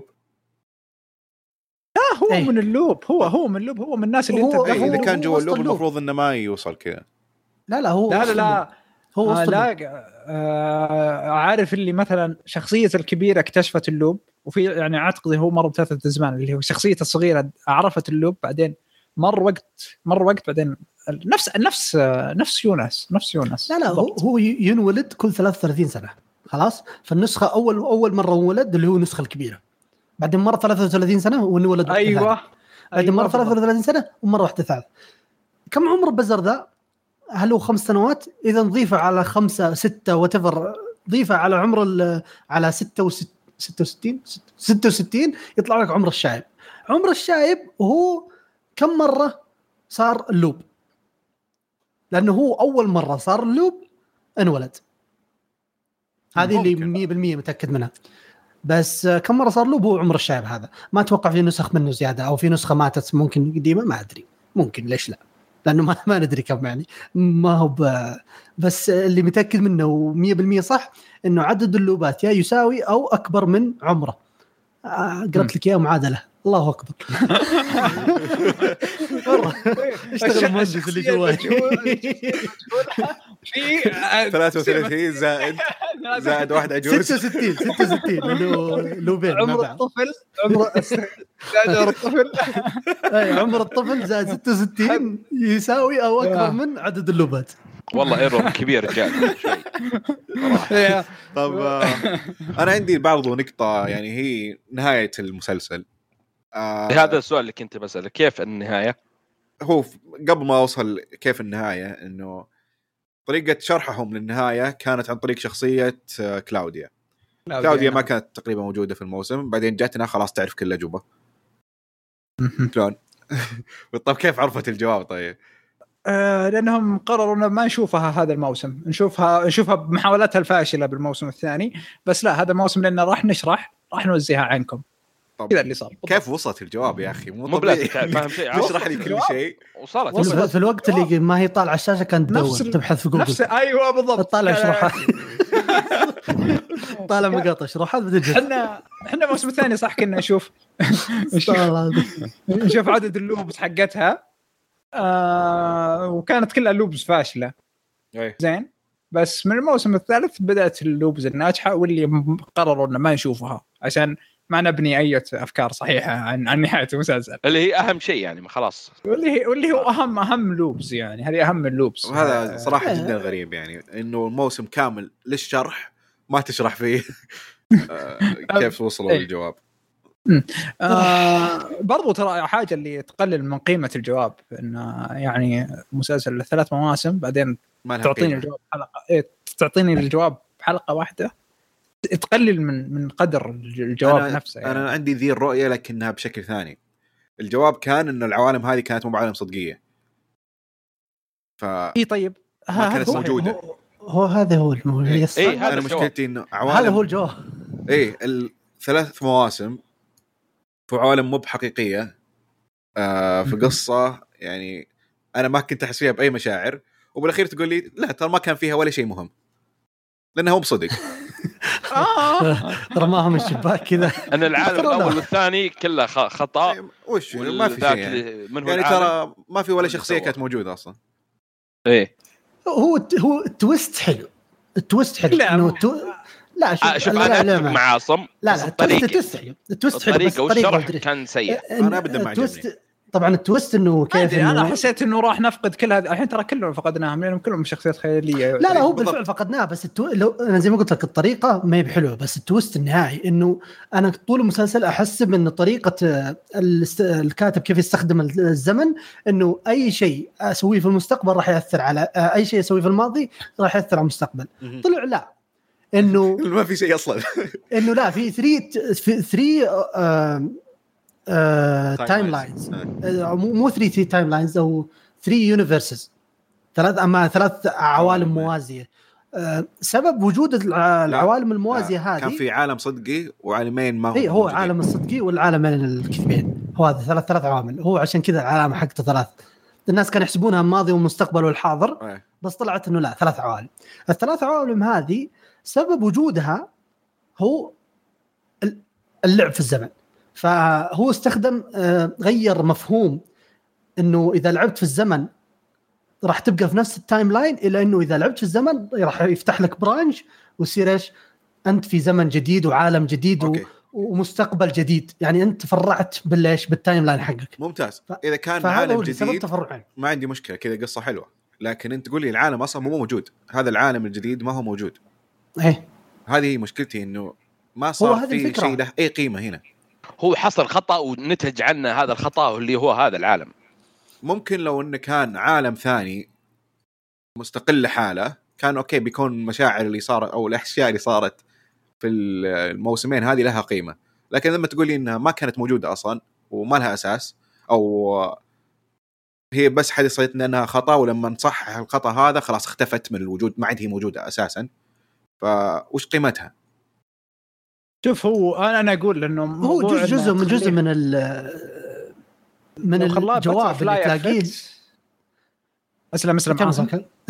لا هو أيه. من اللوب. هو هو من اللوب. هو من الناس اللي انت أيه إذا كان جوا اللوب المفروض إنه ما يوصل كذا. لا لا هو لا لا, لا. هو آه لا آه عارف اللي مثلا شخصية الكبيرة اكتشفت اللوب، وفي يعني أعتقد هو مر بثلاثة أزمان اللي هو شخصية الصغيرة عرفت اللوب، بعدين مر وقت مر وقت بعدين نفس نفس نفس يونس نفس يونس لا لا هو, هو ينولد كل ثلاثة وثلاثين سنة خلاص. فالنسخة أول أول مرة ولد اللي هو النسخة الكبيرة، بعدين مرة ثلاثة وثلاثين سنة ونولد أيوة بعدين أيوة مرة ثلاثة وثلاثين سنة ومرة واحدة ثالث. كم عمر بزر ذا؟ هل هو خمس سنوات؟ إذا نضيفه على خمسة ستة وتفر ضيفه على عمر على ستة وست ستة وستين ستة وستين يطلع لك عمر الشايب. عمر الشايب وهو كم مرة صار اللوب؟ لأنه هو أول مرة صار اللوب انولد، هذه اللي مية بالمية متأكد منها. بس كم مرة صار اللوب هو عمر الشايب هذا. ما أتوقع في نسخ منه زيادة أو في نسخة ماتت ممكن قديمة ما أدري، ممكن ليش لا، لأنه ما ما ندري كم يعني ما هو ب... بس اللي متأكد منه مية بالمية صح إنه عدد اللوبات يا يساوي أو أكبر من عمره. قرأت لك يا معادلة. الله أكبر. اشتغل مهندس اللي جواي. في ثلاثة وثلاثين زائد زائد واحد عجوز ستة وستين ستة وستين لو لو بين عمر الطفل عمر زائد عمر الطفل اي عمر الطفل زائد ستة وستين يساوي او اكبر من عدد اللوبات. والله ايرور كبير رجال شوي. طب انا عندي برضو نقطه يعني هي نهايه المسلسل. آه هذا السؤال اللي كنت بسأله كيف النهايه. هو قبل ما اوصل كيف النهايه انه طريقه شرحهم للنهايه كانت عن طريق شخصيه كلاوديا. كلاوديا ما كانت تقريبا موجوده في الموسم، بعدين جاتنا خلاص تعرف كل الاجوبه. شلون؟ طب كيف عرفت الجواب؟ طيب آه لانهم قرروا ان ما نشوفها هذا الموسم، نشوفها نشوفها بمحاولاتها الفاشله بالموسم الثاني، بس لا هذا الموسم لان راح نشرح راح نوزيها عنكم. كذا اللي صار. كيف وصلت الجواب يا اخي؟ مو طبيعي فاهم شيء. اشرح لي كل شيء. وصلت وصلت في الوقت اللي ما هي طالعه الشاشه كانت تدور تبحث في جوجل. نفس ايوه بالضبط. طالع شروحات طالع مقاطع شروحات بتجي. احنا احنا الموسم الثاني صح كنا نشوف نشوف عدد اللوبس حقتها. آه وكانت كلها لوبس فاشله. زين بس من الموسم الثالث بدأت اللوبز الناجحه واللي قرروا انه ما نشوفها عشان ما نبني اي افكار صحيحه عن عن نهايه المسلسل اللي هي اهم شيء يعني خلاص. واللي هي واللي هو اهم اهم لوبز يعني هذه اهم اللوبز. وهذا صراحه جدا غريب يعني انه الموسم كامل للشرح ما تشرح فيه كيف وصلوا للجواب. آه برضو ترى حاجه اللي تقلل من قيمه الجواب انه يعني مسلسل ثلاث مواسم بعدين تعطيني الجواب حلقه إيه تعطيني الجواب بحلقه واحده تقلل من من قدر الجواب أنا نفسه يعني. انا عندي ذي الرؤيه لكنها بشكل ثاني. الجواب كان انه العوالم هذه كانت مو بعالم صدقيه. ف اي طيب ما كانت موجوده. هو, هو هذا هو الموضوع. إيه إيه انا مشكلتي انه عوالم هذا هو الجواب. ايه الثلاث مواسم في عوالم مو بحقيقيه. آه في قصه يعني انا ما كنت احس فيها باي مشاعر، وبالاخير تقول لي لا ترى ما كان فيها ولا شيء مهم لانه هو بصدق. رماهم الشباك كذا. أنا العالم الأول والثاني كله خطأ. وش ما في شيء يعني, يعني ترى ما في ولا شخصية كانت موجودة أصلا. إيه هو هو التويست حلو. التويست حلو. لا تو... لا شوف, شوف أنا أتفق مع عاصم. لا لا التويست حلو. التويست حلو بس الطريقة كان سيء. أنا أبدا ما عجبني. طبعا التويست انه كيف إنه انا حسيت انه راح نفقد كل هذا الحين ترى كلهم فقدناهم لانهم كلهم شخصيات خياليه. لا لا هو بالفعل فقدناها بس التو... لو انا زي ما قلت لك الطريقه ما هي بحلوه بس التويست النهائي انه انا طول المسلسل احسب ان طريقه الاست... الكاتب كيف يستخدم الزمن انه اي شيء اسويه في المستقبل راح ياثر على اي شيء اسويه في الماضي راح ياثر على المستقبل. طلع لا انه ما في شيء اصلا. انه لا في ثلاثة ثلاثة آه تايم لاينز مو مو ثلاثة تايم لاينز او ثلاثة يونيفرسز ثلاث اما ثلاث عوالم موازيه. أه سبب وجود العوالم الموازيه هذه كان في عالم صدقي وعالمين ما هو هو عالم الصدقي والعالم الكذبين. هو هذا ثلاث ثلاث عوامل. هو عشان كذا العالم حقته ثلاث. الناس كانوا يحسبونها الماضي والمستقبل والحاضر أه. بس طلعت انه لا ثلاث عوالم. الثلاث عوالم هذه سبب وجودها هو اللعب في الزمن. فهو استخدم غير مفهوم انه اذا لعبت في الزمن راح تبقى في نفس التايم لاين الى انه اذا لعبت في الزمن راح يفتح لك برانش ويصير ايش انت في زمن جديد وعالم جديد و... ومستقبل جديد. يعني انت فرعت بالليش بالتايم لاين حقك. ممتاز. اذا كان عالم جديد ما عندي مشكله كذا قصه حلوه لكن انت تقول لي العالم اصلا مو موجود. هذا العالم الجديد ما هو موجود. ايه هذه مشكلتي انه ما صار في شيء له اي قيمه هنا. هو حصل خطأ ونتج عنه هذا الخطأ اللي هو هذا العالم. ممكن لو إنه كان عالم ثاني مستقل لحاله كان أوكي بيكون المشاعر اللي صارت أو الأشياء اللي صارت في الموسمين هذه لها قيمة. لكن لما تقولي إنها ما كانت موجودة أصلا وما لها أساس أو هي بس حدثت إنها خطأ ولما نصحح الخطأ هذا خلاص اختفت من الوجود ما عاد هي موجودة أساسا فوش قيمتها؟ شوف هو انا انا اقول انه هو جزء جزء من جزء من ال من الجواب اللي تلاقيه. اسلم اسلم عاصم.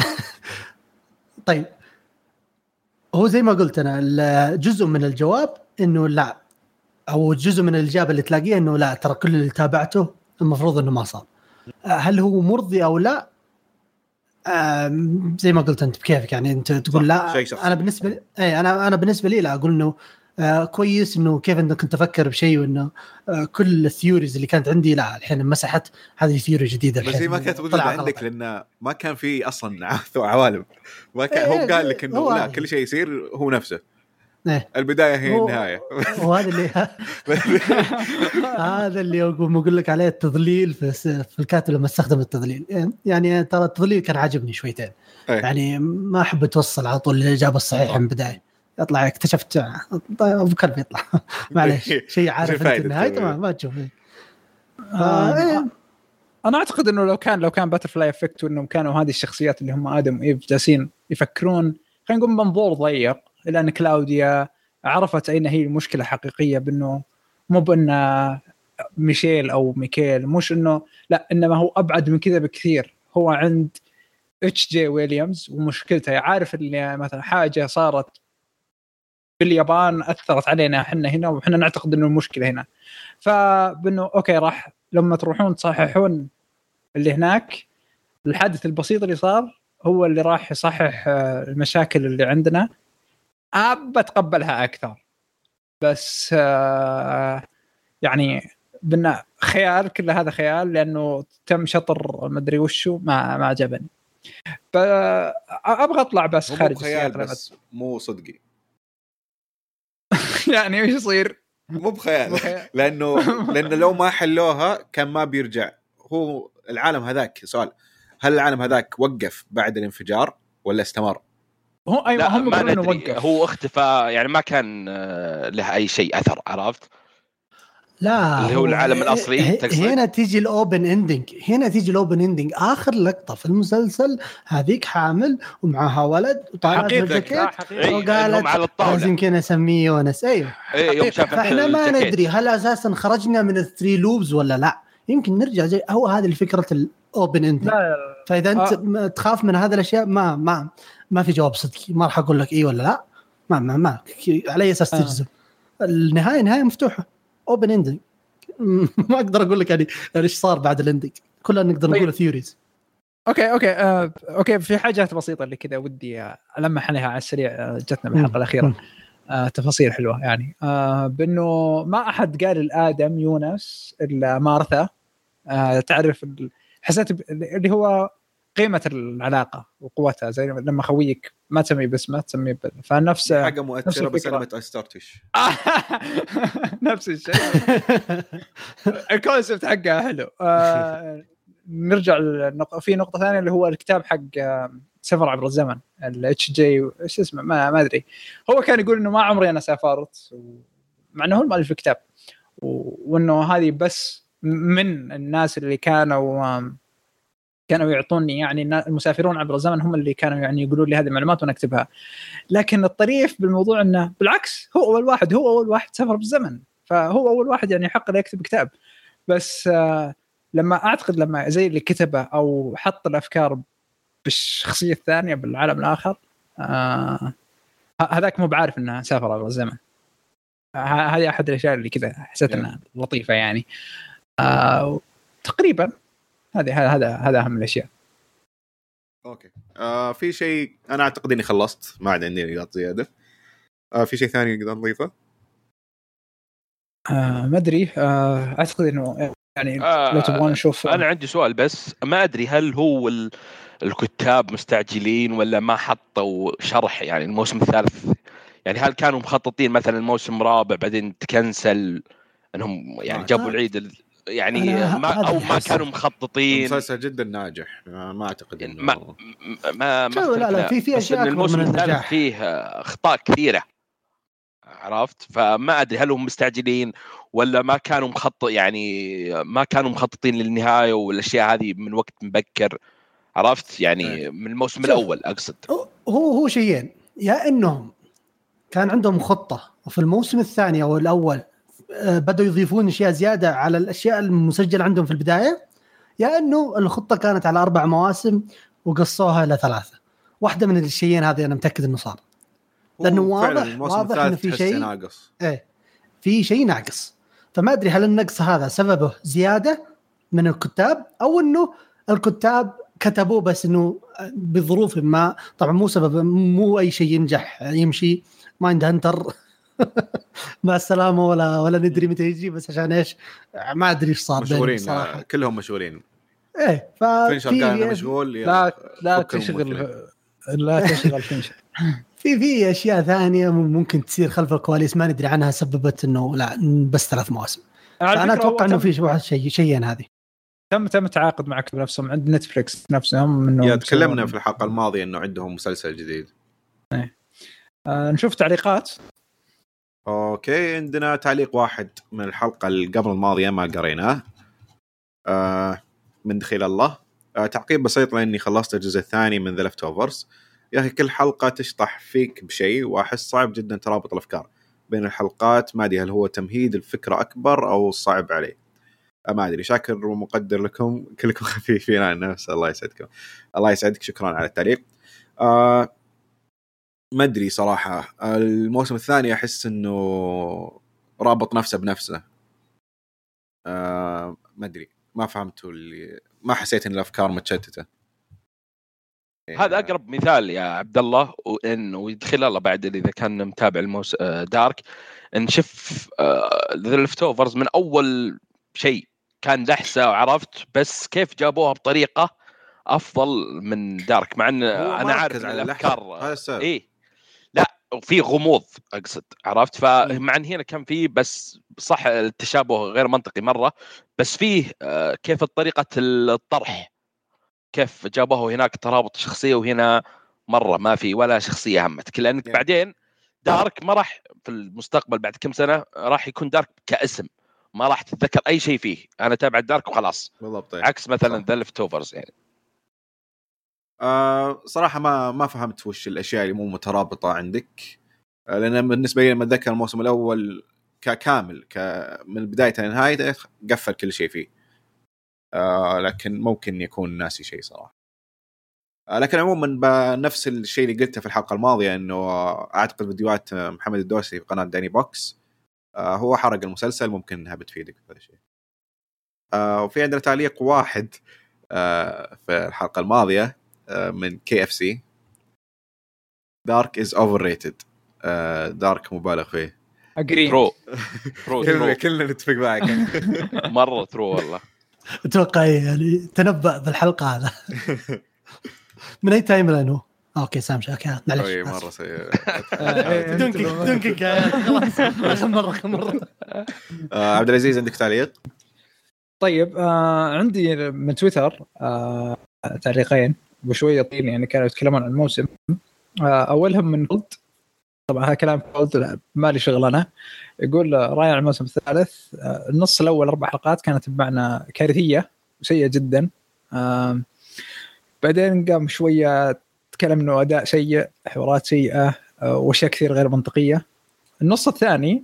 طيب هو زي ما قلت انا جزء من الجواب انه لا او جزء من الاجابه اللي تلاقيه انه لا ترى كل اللي تابعته المفروض انه ما صار. هل هو مرضي او لا زي ما قلت انت بكيفك يعني انت تقول لا انا بالنسبه لي اي انا انا بالنسبه لي لا اقول انه آه كويس انه كيف انك كنت افكر بشيء وانه آه كل الثيوريز اللي كانت عندي لا الحين مسحت هذه ثيوري جديده بس هي ما كانت موجوده عندك لان ما كان في اصلا عوالم ما كان هو قال لك انه لا كل شيء يصير هو نفسه إيه؟ البدايه هي النهايه وهذا اللي هذا اللي اقول لك عليه التضليل في في الكاتب لما استخدم التضليل يعني ترى التضليل كان عاجبني شويتين أيه. يعني ما احب توصل على طول الاجابه الصحيحه من البدايه يطلع اكتشفت ابو كلب يطلع معلش شيء عارف انت النهايه تمام ما تشوف آه إيه. انا اعتقد انه لو كان لو كان باترفلاي افكت وانهم كانوا هذه الشخصيات اللي هم ادم وايف جالسين يفكرون خلينا نقول منظور ضيق لأن كلاوديا عرفت أين هي المشكلة حقيقية بأنه مو بأن ميشيل أو ميكيل مش أنه لا إنما هو أبعد من كذا بكثير هو عند اتش جي ويليامز ومشكلته عارف اللي مثلا حاجة صارت باليابان أثرت علينا حنا هنا وحنا نعتقد أنه المشكلة هنا فبأنه أوكي راح لما تروحون تصححون اللي هناك الحادث البسيط اللي صار هو اللي راح يصحح المشاكل اللي عندنا أبى أتقبلها أكثر بس آه يعني بنا خيال كل هذا خيال لأنه تم شطر مدري وشو ما ما عجبني أبغى أطلع بس خارج خيال بس مو صدقي يعني إيش يصير مو بخيال لأنه لأنه لو ما حلوها كان ما بيرجع هو العالم هذاك سؤال هل العالم هذاك وقف بعد الانفجار ولا استمر هو أيوة هم ما ندري هو اختفى يعني ما كان له أي شيء أثر عرفت لا اللي هو العالم الأصلي هنا تيجي الأوبن إندينج هنا تيجي الأوبن إندينج آخر لقطة في المسلسل هذيك حامل ومعها ولد وطالعت بالجاكيت وقالت لازم كنا نسميه ونس أيوه فإحنا ما ندري هل أساسا خرجنا من الثري لوبز ولا لا يمكن نرجع زي هو هذه الفكرة الأوبن إندينج فإذا أنت آه. تخاف من هذا الأشياء ما ما ما في جواب صدقي ما راح أقول لك إيه ولا لا ما ما ما على أساس تجزم آه. النهاية نهاية مفتوحة اوبن اندنج ما اقدر اقول لك يعني ايش صار بعد الاندنج كلنا نقدر نقول ثيوريز اوكي اوكي آه، اوكي في حاجات بسيطه اللي كذا ودي المح عليها على السريع جتنا بالحلقه الاخيره آه، تفاصيل حلوه يعني آه، بانه ما احد قال الادم يونس الا مارثا آه، تعرف حسيت اللي هو قيمه العلاقه وقوتها زي لما خويك ما تسمي باسمه تسمي ب... فنفس حاجه مؤثره بس انا ما تاثرتش نفس الشيء الكونسبت حقها حلو آه نرجع لنق... في نقطه ثانيه اللي هو الكتاب حق سفر عبر الزمن الاتش جي ايش اسمه ما ما ادري هو كان يقول انه ما عمري انا سافرت و... مع انه هو المؤلف الكتاب و... وانه هذه بس من الناس اللي كانوا كانوا يعطوني يعني المسافرون عبر الزمن هم اللي كانوا يعني يقولوا لي هذه المعلومات ونكتبها لكن الطريف بالموضوع انه بالعكس هو اول واحد هو اول واحد سافر بالزمن فهو اول واحد يعني حق له يكتب كتاب بس آه لما اعتقد لما زي اللي كتبه او حط الافكار بالشخصيه الثانيه بالعالم الاخر آه هذاك مو بعارف انه سافر عبر الزمن هذه احد الاشياء اللي كذا حسيت انها لطيفه يعني آه تقريبا هذا هذا هذا اهم الاشياء. اوكي آه في شيء انا اعتقد اني خلصت ما عاد عندي نقاط زياده آه في شيء ثاني نقدر نضيفه آه ما ادري آه اعتقد انه يعني آه لو تبغون نشوف انا عندي سؤال بس ما ادري هل هو الكتاب مستعجلين ولا ما حطوا شرح يعني الموسم الثالث يعني هل كانوا مخططين مثلا الموسم الرابع بعدين تكنسل انهم يعني جابوا العيد يعني ما او ما كانوا مخططين مسلسل جدا ناجح ما اعتقد انه ما ما, ما لا لا في في اشياء اكبر من النجاح فيه اخطاء كثيره عرفت فما ادري هل هم مستعجلين ولا ما كانوا مخطط يعني ما كانوا مخططين للنهايه والاشياء هذه من وقت مبكر عرفت يعني من الموسم الاول اقصد هو هو شيئين يا انهم كان عندهم خطه وفي الموسم الثاني او الاول بدأوا يضيفون أشياء زيادة على الأشياء المسجلة عندهم في البداية يا أنه الخطة كانت على أربع مواسم وقصوها إلى ثلاثة واحدة من الشيئين هذه أنا متأكد أنه صار لأنه واضح واضح أنه في شيء ناقص إيه في شيء ناقص فما أدري هل النقص هذا سببه زيادة من الكتاب أو أنه الكتاب كتبوه بس أنه بظروف ما طبعا مو سبب مو اي شيء ينجح يمشي مايند هانتر مع السلامه ولا ولا ندري متى يجي بس عشان ايش ما ادري ايش صار مشهورين صراحه كلهم مشهورين ايه فينشر كان مشغول لا لا تشغل لا تشغل فينشر في في اشياء ثانيه ممكن تصير خلف الكواليس ما ندري عنها سببت انه لا بس ثلاث مواسم. انا اتوقع انه في واحد شيء شيئين هذه تم تم تعاقد معك بنفسهم عند نتفليكس نفسهم انه يا تكلمنا في الحلقه الماضيه انه عندهم مسلسل جديد. ايه آه نشوف تعليقات. اوكي عندنا تعليق واحد من الحلقه اللي قبل الماضيه ما قريناه آه من دخيل الله آه تعقيب بسيط لاني خلصت الجزء الثاني من ذا ليفت اوفرز. يا اخي كل حلقه تشطح فيك بشيء واحس صعب جدا ترابط الافكار بين الحلقات. ما ادري هل هو تمهيد الفكره اكبر او صعب عليه ما ادري. شاكر ومقدر لكم كلكم خفيفين عن النفس. الله يسعدكم. الله يسعدك شكرا على التعليق. آه ما ادري صراحه الموسم الثاني احس انه رابط نفسه بنفسه. آه ما ادري ما فهمت اللي ما حسيت ان الافكار متشتته. هذا اقرب مثال يا عبد الله وانه يدخل الله بعد اذا كان متابع الموس دارك نشوف ذا ليفت اوفرز من اول شيء كان لحسه وعرفت بس كيف جابوها بطريقه افضل من دارك مع ان انا عارف على الافكار ايه لا وفي غموض اقصد عرفت فمع ان هنا كان فيه بس صح التشابه غير منطقي مره بس فيه كيف طريقه الطرح كيف جابوه هناك ترابط شخصيه وهنا مره ما في ولا شخصيه همتك لانك بعدين دارك ما راح في المستقبل بعد كم سنه راح يكون دارك كاسم ما راح تتذكر اي شيء فيه. انا تابع دارك وخلاص بالضبط عكس مثلا ذا ليفت اوفرز يعني. آه صراحه ما ما فهمت وش الاشياء اللي مو مترابطه عندك آه لان بالنسبه لي لما اتذكر الموسم الاول ككامل ك من بدايه لنهايه قفل كل شيء فيه آه لكن ممكن يكون ناسي شيء صراحه. آه لكن عموما بنفس الشيء اللي قلته في الحلقه الماضيه انه اعتقد فيديوهات محمد الدوسري في قناه داني بوكس آه هو حرق المسلسل ممكن انها بتفيدك في هذا الشيء. آه وفي عندنا تعليق واحد آه في الحلقه الماضيه آه من كي اف سي دارك از اوفر ريتد. دارك مبالغ فيه. اجري ترو ترو كلنا نتفق معك مره ترو والله. اتوقع يعني تنبأ بالحلقه هذا من اي تايم لاين هو اوكي سام شاكا معلش اي مره سيء دونكي دونكي خلاص اخر مره اخر مره. عبد العزيز عندك تعليق؟ طيب آه عندي من تويتر آه تعليقين وشويه طين يعني كانوا يتكلمون عن الموسم. آه اولهم من قلت طبعا هذا كلام قلت ما لي شغل انا. يقول رائع الموسم الثالث آه النص الاول اربع حلقات كانت بمعنى كارثيه وسيئه جدا. آه بعدين قام شويه تكلم انه اداء سيء حوارات سيئه واشياء كثير غير منطقيه. النص الثاني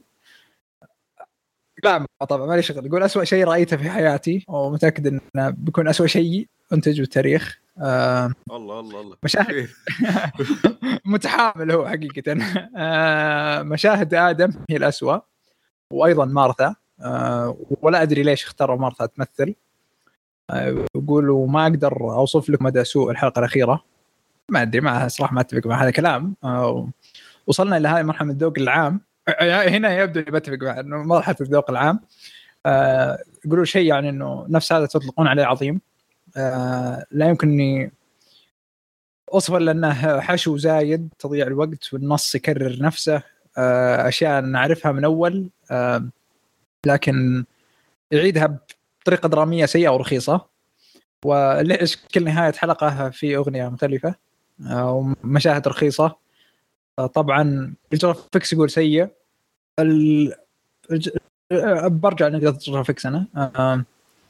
لا طبعا ما لي شغل. يقول اسوأ شيء رايته في حياتي ومتاكد انه بيكون اسوأ شيء انتج بالتاريخ. آه الله الله الله مشاهد متحامل هو حقيقه. آه مشاهد ادم هي الاسوأ وايضا مارثا آه ولا ادري ليش اختاروا مارثا تمثل. آه يقولوا ما اقدر اوصف لك مدى سوء الحلقه الاخيره. ما أدري معها صراحة ما أتفق مع هذا الكلام. أه وصلنا إلى هاي مرحلة الذوق العام. هنا يبدو أني بتفق مع إنه مرحلة الذوق العام. أه يقولوا شيء يعني إنه نفس هذا تطلقون عليه عظيم. أه لا يمكن إني أوصفه لأنه حشو زايد تضيع الوقت والنص يكرر نفسه. أه أشياء نعرفها من أول أه لكن يعيدها بطريقة درامية سيئة ورخيصة. وليش كل نهاية حلقة في أغنية مختلفة ومشاهد رخيصة. طبعا الجرافيكس يقول سيء. ال... الج... برجع نقدر الجرافيكس أنا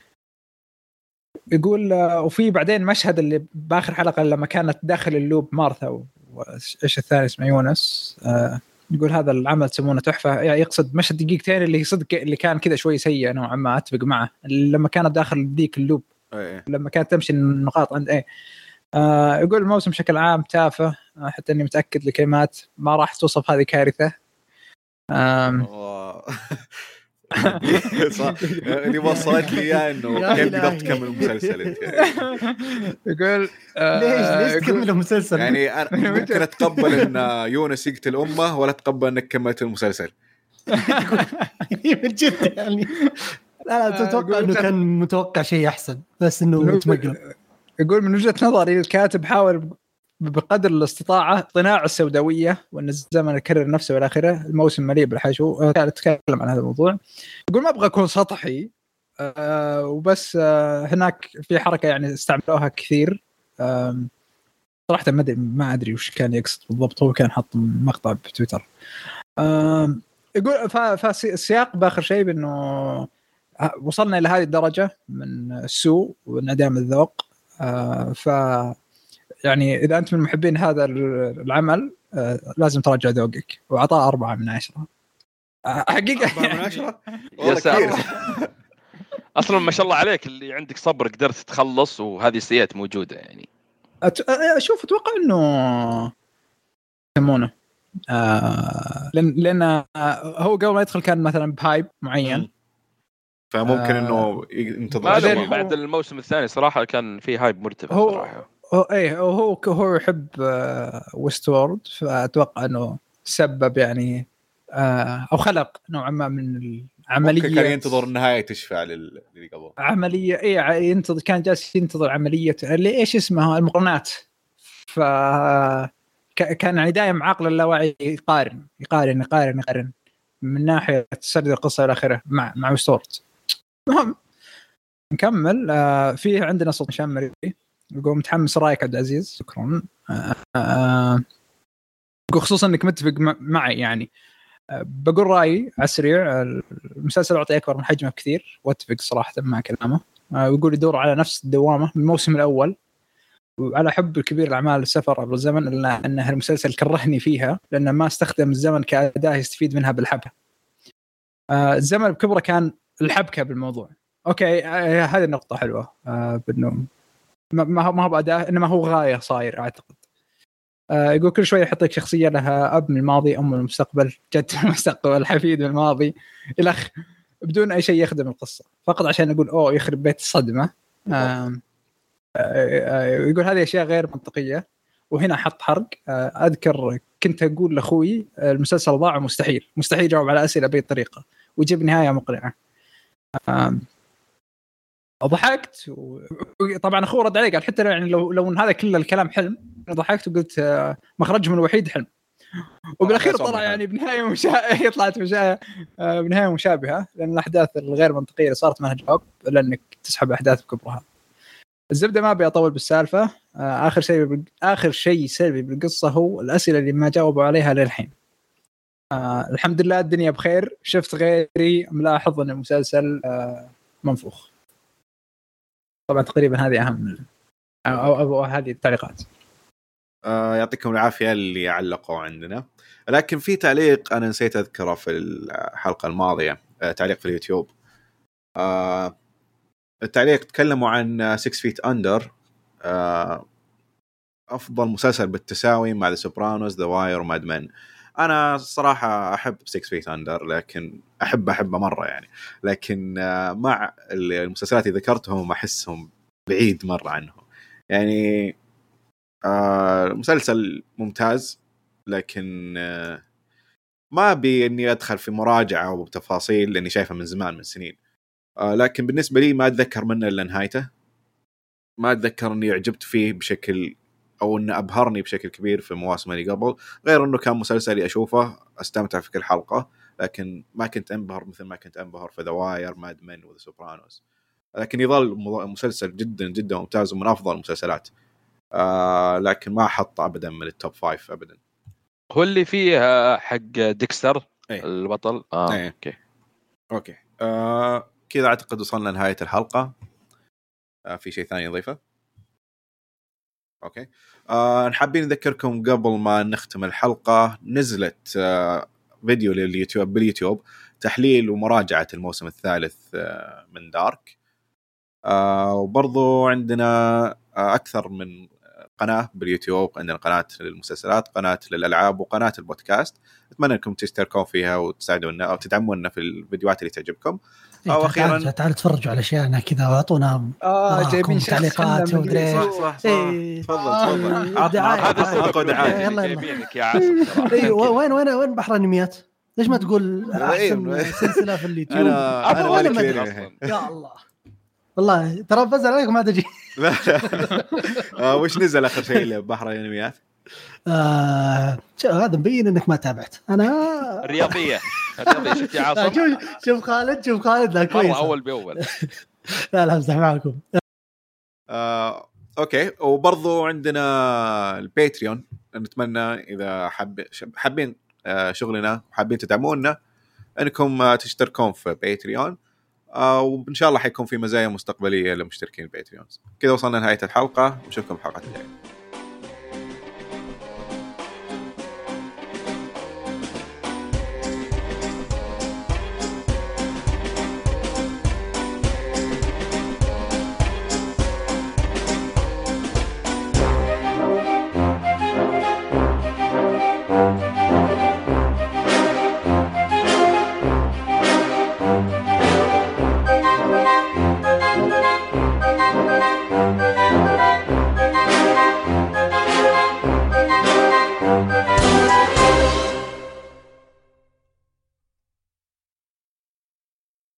يقول وفي بعدين مشهد اللي بآخر حلقة لما كانت داخل اللوب مارثا وإيش الثاني اسمه يونس. يقول هذا العمل تسمونه تحفة. يعني يقصد مشهد دقيقتين اللي صدق اللي كان كذا شوي سيء نوعا ما أتفق معه لما كانت داخل ذيك اللوب أيه. لما كانت تمشي النقاط عند ايه. آه يقول الموسم بشكل عام تافه آه حتى اني متاكد الكلمات ما راح توصف هذه كارثه. اللي وصلت لي انه كيف تقدر تكمل المسلسل انت يقول ليش ليش تكمل المسلسل يعني انا ممكن اتقبل ان يونس يقتل امه ولا اتقبل انك كملت المسلسل من جد يعني. لا لا تتوقع انه كان متوقع شيء احسن بس انه تمقلب. يقول من وجهة نظري الكاتب حاول بقدر الاستطاعة اقتناع السوداوية وأن الزمن يكرر نفسه إلى آخره. الموسم مليء بالحشو. كان أتكلم عن هذا الموضوع. يقول ما أبغى أكون سطحي أه وبس أه هناك في حركة يعني استعملوها كثير. أه صراحة ما أدري ما أدري وش كان يقصد بالضبط. هو كان حط مقطع بتويتر. أه يقول فالسياق بآخر شيء بأنه وصلنا إلى هذه الدرجة من السوء وانعدام الذوق. أه ف يعني إذا أنت من محبين هذا العمل آه لازم تراجع ذوقك. وعطاء أربعة من عشرة. آه حقيقة أربعة من عشرة يا ساتر. أصلا ما شاء الله عليك اللي عندك صبر قدرت تخلص وهذه السيئات موجودة يعني. أت... أشوف أتوقع إنه يسمونه آه لأن لأن آه هو قبل ما يدخل كان مثلا بهايب معين فممكن إنه ينتظر بعد, بعد الموسم الثاني صراحة كان في هايب مرتفع هو... صراحة. هو ايه هو هو يحب ويست وورد فأتوقع انه سبب يعني آه او خلق نوعا ما من العمليه. ممكن كان ينتظر النهايه تشفع للي قبل عمليه ايه ينتظر كان جالس ينتظر عمليه اللي ايش اسمها المقارنات. ف كان يعني دائما عقل اللاواعي يقارن يقارن يقارن يقارن من ناحيه سرد القصه الى اخره مع مع ويست وورد. المهم نكمل. آه فيه عندنا صوت شامري يقول متحمس رايك عبد العزيز. شكرا. آه آه خصوصا انك متفق معي يعني. آه بقول رايي على السريع. المسلسل يعطي اكبر من حجمه بكثير واتفق صراحه مع كلامه. آه ويقول يدور على نفس الدوامه من الموسم الاول وعلى حب الكبير الاعمال السفر عبر الزمن الا ان المسلسل كرهني فيها لان ما استخدم الزمن كاداه يستفيد منها بالحبكه. آه الزمن بكبره كان الحبكه بالموضوع. اوكي آه هذه النقطه حلوه. آه بالنوم ما هو ما هو بأداة إنما هو غاية صاير أعتقد. آه يقول كل شوية يحط لك شخصية لها أب من الماضي أم من المستقبل جد من المستقبل حفيد من الماضي الأخ بدون أي شيء يخدم القصة فقط عشان يقول أوه يخرب بيت الصدمة. آه آه آه يقول هذه أشياء غير منطقية وهنا حط حرق. آه أذكر كنت أقول لأخوي المسلسل ضاع مستحيل مستحيل يجاوب على أسئلة بأي طريقة ويجيب نهاية مقنعة. آه ضحكت وطبعا اخوه رد علي قال حتى يعني لو لو ان هذا كل الكلام حلم ضحكت وقلت مخرجهم الوحيد حلم. وبالاخير طلع يعني بنهايه مشابهه طلعت مشابهه بنهايه مشابهه لان الاحداث الغير منطقيه اللي صارت ما لها جواب لانك تسحب احداث بكبرها. الزبده ما بيطول بالسالفه. اخر شيء اخر شيء سلبي بالقصه هو الاسئله اللي ما جاوبوا عليها للحين. الحمد لله الدنيا بخير. شفت غيري ملاحظ ان المسلسل منفوخ. طبعا تقريبا هذه اهم أو, أو, أو هذه التعليقات. آه يعطيكم العافيه اللي علقوا عندنا. لكن في تعليق انا نسيت اذكره في الحلقه الماضيه. آه تعليق في اليوتيوب. آه التعليق تكلموا عن سيكس فيت أندر. آه افضل مسلسل بالتساوي مع ذا سوبرانوس ذا واير وماد مان. انا صراحه احب سيكس فيت أندر لكن احب احبه مره يعني. لكن آه مع المسلسلات اللي ذكرتهم احسهم بعيد مره عنهم يعني. آه مسلسل ممتاز لكن آه ما بي اني ادخل في مراجعه وتفاصيل لاني شايفه من زمان من سنين. آه لكن بالنسبه لي ما اتذكر منه الا نهايته. ما اتذكر اني عجبت فيه بشكل او انه ابهرني بشكل كبير في المواسم اللي قبل غير انه كان مسلسل اشوفه استمتع في كل حلقه لكن ما كنت انبهر مثل ما كنت انبهر في ذا واير ماد مان وذا سوبرانوس. لكن يظل مسلسل جدا جدا ممتاز ومن افضل المسلسلات. آه لكن ما حط ابدا من التوب فايف ابدا. هو اللي فيه حق ديكستر أيه. البطل اه أيه. اوكي اوكي آه كذا اعتقد وصلنا لنهايه الحلقه. آه في شيء ثاني نضيفه؟ اوكي آه نحبين نذكركم قبل ما نختم الحلقه نزلت آه فيديو لليوتيوب باليوتيوب تحليل ومراجعه الموسم الثالث آه من دارك. آه وبرضو عندنا آه اكثر من قناه باليوتيوب، عندنا قناه للمسلسلات، قناه للالعاب، وقناه البودكاست. اتمنى انكم تشتركون فيها وتساعدونا او تدعمونا في الفيديوهات اللي تعجبكم. إيه او اخيرا تعالوا تعال تفرجوا على اشياءنا كذا واعطونا اه جايبين تعليقات ودري. صح صح صح إيه. تفضل تفضل هذا سبب دعايه جايبينك يا عاصم. اي وين وين وين بحر انميات؟ ليش ما تقول احسن سلسله في اليوتيوب؟ انا انا مالك اصلا يا الله والله ترى بزعل عليك ما تجي. وش نزل اخر شيء لبحر الانميات؟ آه هذا مبين انك ما تابعت. انا الرياضيه الرياضيه شفت يا عاصم؟ شوف شوف خالد شوف خالد لا كويس اول باول. لا لا امزح معكم. آه، اوكي. وبرضو عندنا الباتريون، نتمنى اذا حب حابين آه شغلنا وحابين تدعمونا انكم آه تشتركون في باتريون، آه وان شاء الله حيكون في مزايا مستقبليه للمشتركين الباتريونز. كذا وصلنا لنهايه الحلقه، نشوفكم الحلقه الجايه.